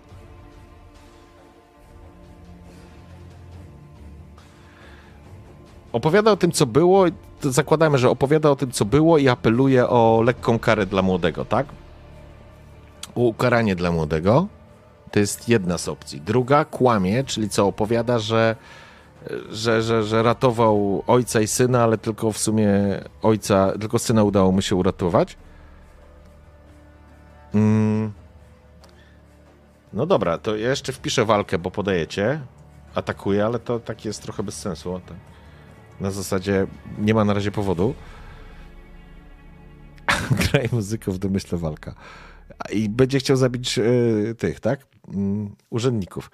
Opowiada o tym, co było. To zakładamy, że opowiada o tym, co było i apeluje o lekką karę dla młodego, tak? O ukaranie dla młodego. To jest jedna z opcji. Druga, kłamie, czyli co? Opowiada, że ratował ojca i syna, ale tylko w sumie tylko syna udało mu się uratować. No dobra, to ja jeszcze wpiszę walkę, bo podajecie. Atakuje, ale to tak jest trochę bez sensu. Na zasadzie nie ma na razie powodu. Graj muzykę w domyśle walka. I będzie chciał zabić tych, tak? Urzędników.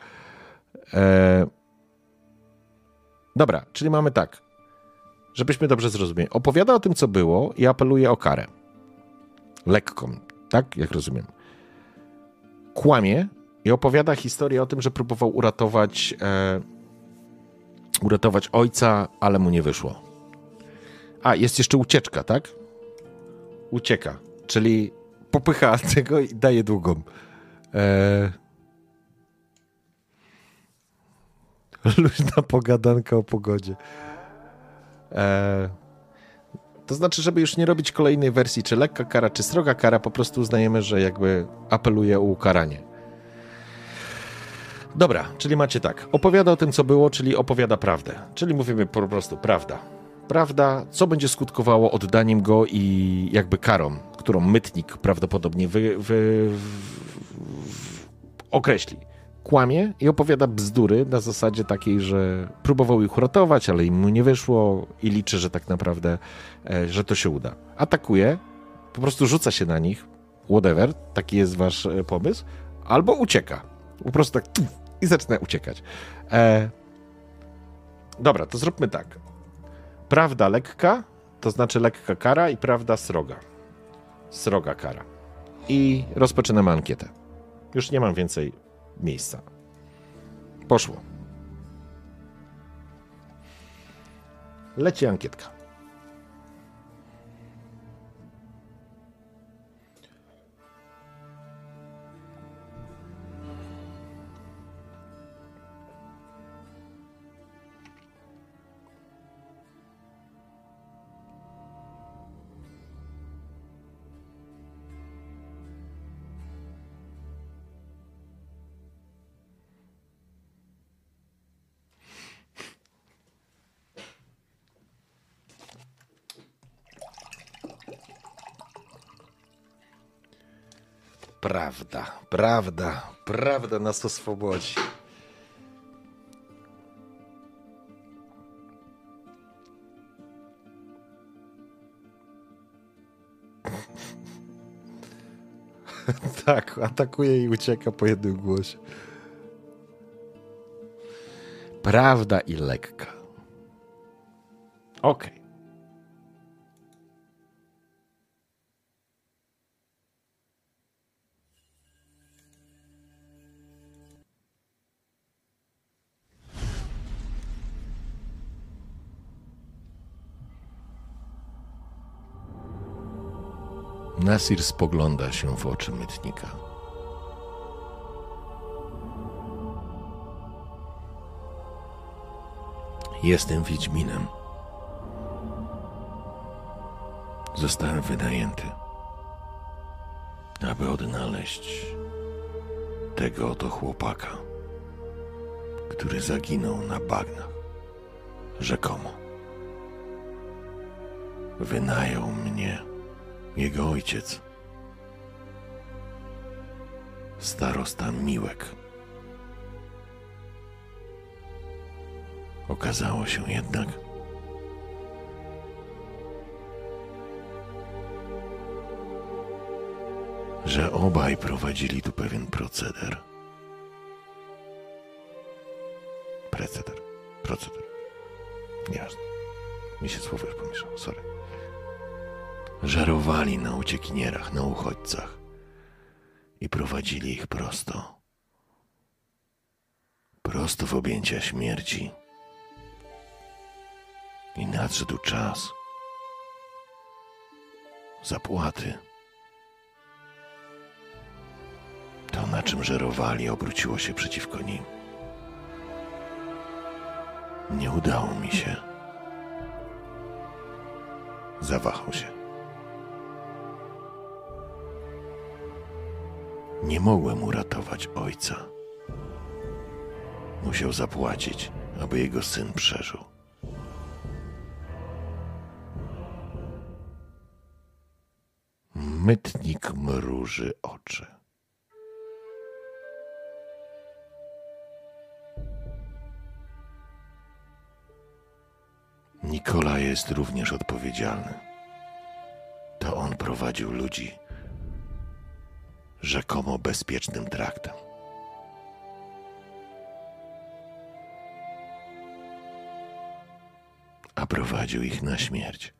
Dobra, czyli mamy tak. Żebyśmy dobrze zrozumieli. Opowiada o tym, co było i apeluje o karę. Lekką, tak? Jak rozumiem. Kłamie i opowiada historię o tym, że próbował uratować ojca, ale mu nie wyszło. A, jest jeszcze ucieczka, tak? Ucieka, czyli popycha tego i daje długą. Luźna pogadanka o pogodzie. To znaczy, żeby już nie robić kolejnej wersji, czy lekka kara, czy sroga kara, po prostu uznajemy, że jakby apeluje o ukaranie. Dobra, czyli macie tak. Opowiada o tym, co było, czyli opowiada prawdę. Czyli mówimy po prostu prawda. Prawda, co będzie skutkowało oddaniem go i jakby karą, którą mytnik prawdopodobnie określi. Kłamie i opowiada bzdury na zasadzie takiej, że próbował ich uratować, ale im mu nie wyszło i liczy, że tak naprawdę, że to się uda. Atakuje, po prostu rzuca się na nich, whatever, taki jest wasz pomysł, albo ucieka. Po prostu tak i zaczyna uciekać. Dobra, to zróbmy tak. Prawda lekka, to znaczy lekka kara i prawda sroga. Sroga kara. I rozpoczynamy ankietę. Już nie mam więcej miejsca. Poszło. Leci ankietka. Prawda, prawda, prawda nas oswobodzi. Tak, atakuje i ucieka po jednym głosie. Prawda i lekka. Okej. Nasir spogląda się w oczy mytnika. Jestem Wiedźminem. Zostałem wynajęty, aby odnaleźć tego oto chłopaka, który zaginął na bagnach, rzekomo. Wynajął mnie jego ojciec, starosta Miłek. Okazało się jednak, że obaj prowadzili tu pewien proceder. Nieważne. Mi się słowo już pomieszało, sorry. Żarowali na uciekinierach, na uchodźcach i prowadzili ich prosto w objęcia śmierci. I nadszedł czas zapłaty. To, na czym żerowali, obróciło się przeciwko nim. Nie udało mi się. Zawahał się. Nie mogłem uratować ojca. Musiał zapłacić, aby jego syn przeżył. Mytnik mruży oczy. Nikola jest również odpowiedzialny. To on prowadził ludzi rzekomo bezpiecznym traktem. A prowadził ich na śmierć.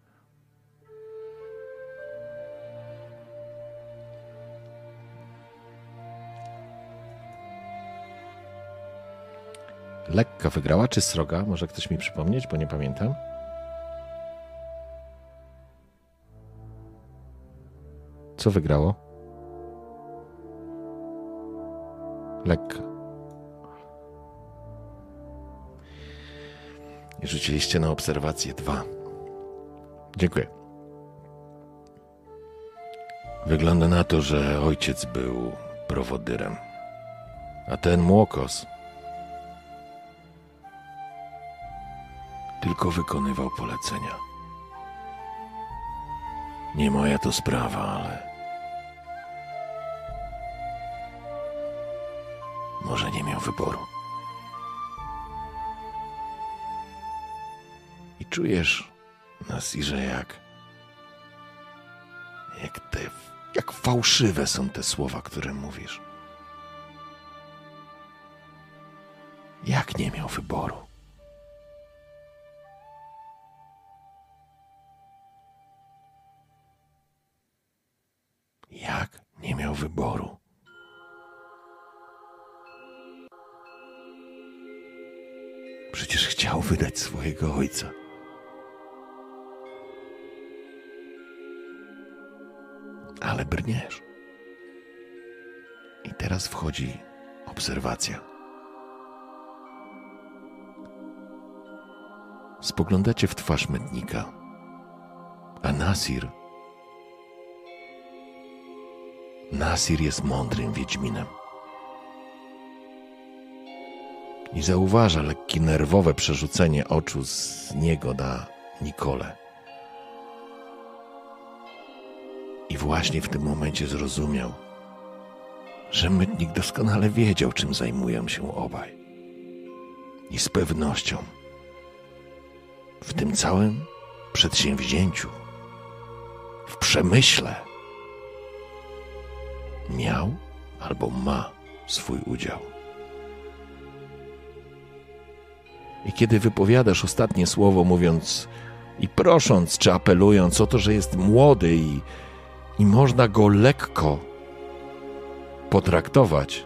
Lekka wygrała czy sroga? Może ktoś mi przypomnieć, bo nie pamiętam. Co wygrało? Lekka. I rzuciliście na obserwację 2. Dziękuję. Wygląda na to, że ojciec był prowodyrem, a ten młokos tylko wykonywał polecenia. Nie moja to sprawa, ale może nie miał wyboru. I czujesz, Nasirze, jak fałszywe są te słowa, które mówisz. Jak nie miał wyboru? Jak nie miał wyboru? Przecież chciał wydać swojego ojca. Ale brniesz. I teraz wchodzi obserwacja. Spoglądacie w twarz mytnika, a Nasir jest mądrym wiedźminem. I zauważa lekkie nerwowe przerzucenie oczu z niego na Nikolę. I właśnie w tym momencie zrozumiał, że mytnik doskonale wiedział, czym zajmują się obaj. I z pewnością w tym całym przedsięwzięciu, w przemyśle miał albo ma swój udział. I kiedy wypowiadasz ostatnie słowo, mówiąc i prosząc czy apelując o to, że jest młody i można go lekko potraktować,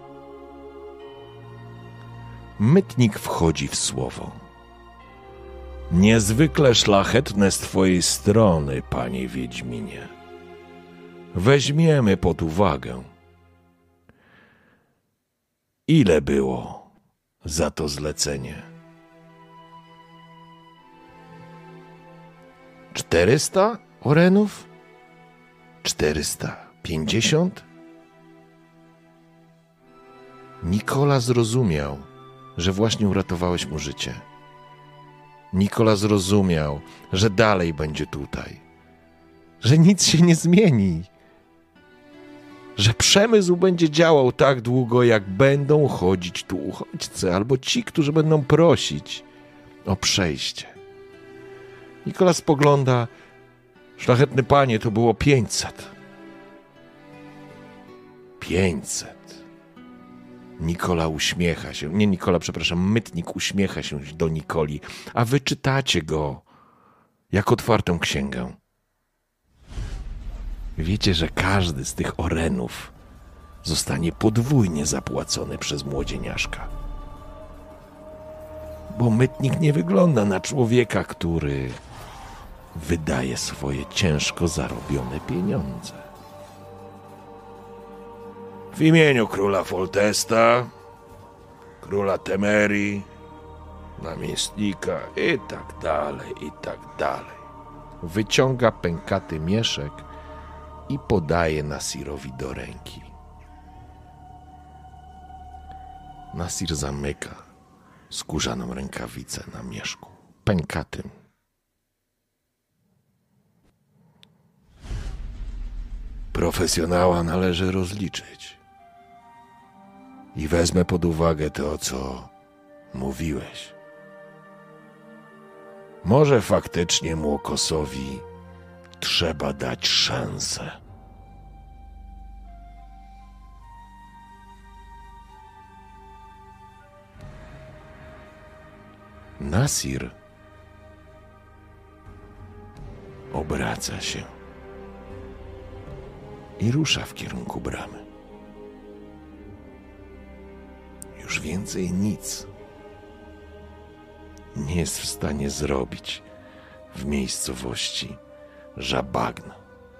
mytnik wchodzi w słowo. Niezwykle szlachetne z twojej strony, panie Wiedźminie. Weźmiemy pod uwagę. Ile było za to zlecenie? 400 orenów? 450? Nikola zrozumiał, że właśnie uratowałeś mu życie. Nikola zrozumiał, że dalej będzie tutaj, że nic się nie zmieni, że przemysł będzie działał tak długo, jak będą chodzić tu uchodźcy albo ci, którzy będą prosić o przejście. Nikola spogląda, szlachetny panie, to było 500. 500. Nikola uśmiecha się, mytnik uśmiecha się do Nikoli, a wy czytacie go jak otwartą księgę. Wiecie, że każdy z tych orenów zostanie podwójnie zapłacony przez młodzieniaszka. Bo mytnik nie wygląda na człowieka, który wydaje swoje ciężko zarobione pieniądze. W imieniu króla Foltesta, króla Temerii, namiestnika i tak dalej, i tak dalej. Wyciąga pękaty mieszek i podaje Nasirowi do ręki. Nasir zamyka skórzaną rękawicę na mieszku, pękatym. Profesjonała należy rozliczyć. I wezmę pod uwagę to, co mówiłeś. Może faktycznie Młokosowi trzeba dać szansę. Nasir obraca się i rusza w kierunku bramy. Już więcej nic nie jest w stanie zrobić w miejscowości Żabagno.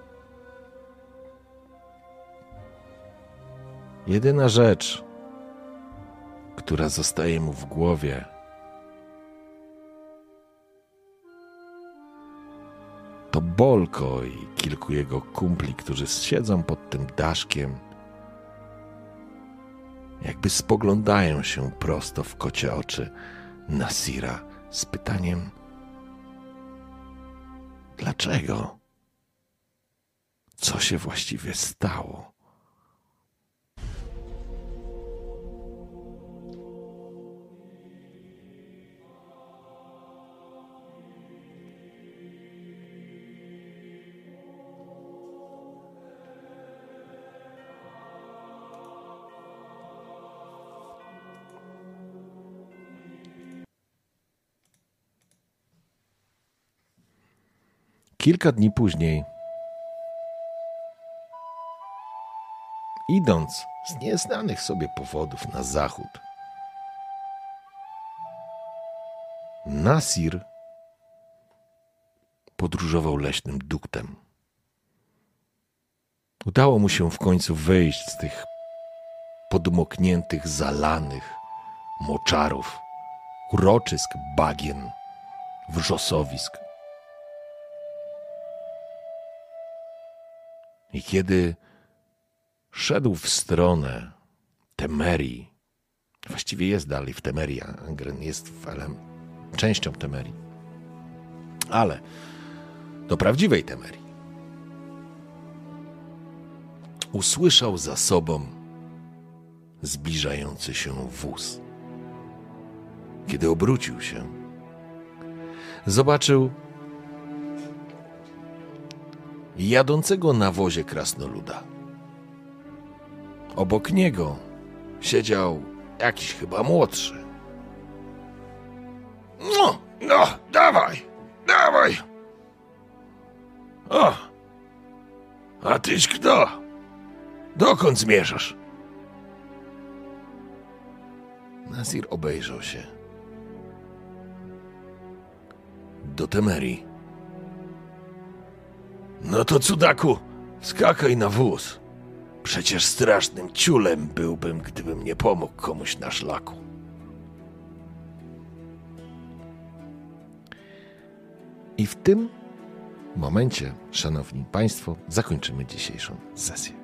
Jedyna rzecz, która zostaje mu w głowie, to Bolko i kilku jego kumpli, którzy siedzą pod tym daszkiem, jakby spoglądają się prosto w kocie oczy Nasira z pytaniem: dlaczego? Co się właściwie stało? Kilka dni później, idąc z nieznanych sobie powodów na zachód, Nasir podróżował leśnym duktem. Udało mu się w końcu wyjść z tych podmokniętych, zalanych moczarów, uroczysk, bagien, wrzosowisk. I kiedy szedł w stronę Temerii, właściwie jest dalej w Temerii, Angren jest częścią Temerii, ale do prawdziwej Temerii, usłyszał za sobą zbliżający się wóz. Kiedy obrócił się, zobaczył jadącego na wozie krasnoluda. Obok niego siedział jakiś chyba młodszy. No, dawaj! O, a tyś kto? Dokąd zmierzasz? Nazir obejrzał się. Do Temerii. No to cudaku, skakaj na wóz. Przecież strasznym ciulem byłbym, gdybym nie pomógł komuś na szlaku. I w tym momencie, szanowni państwo, zakończymy dzisiejszą sesję.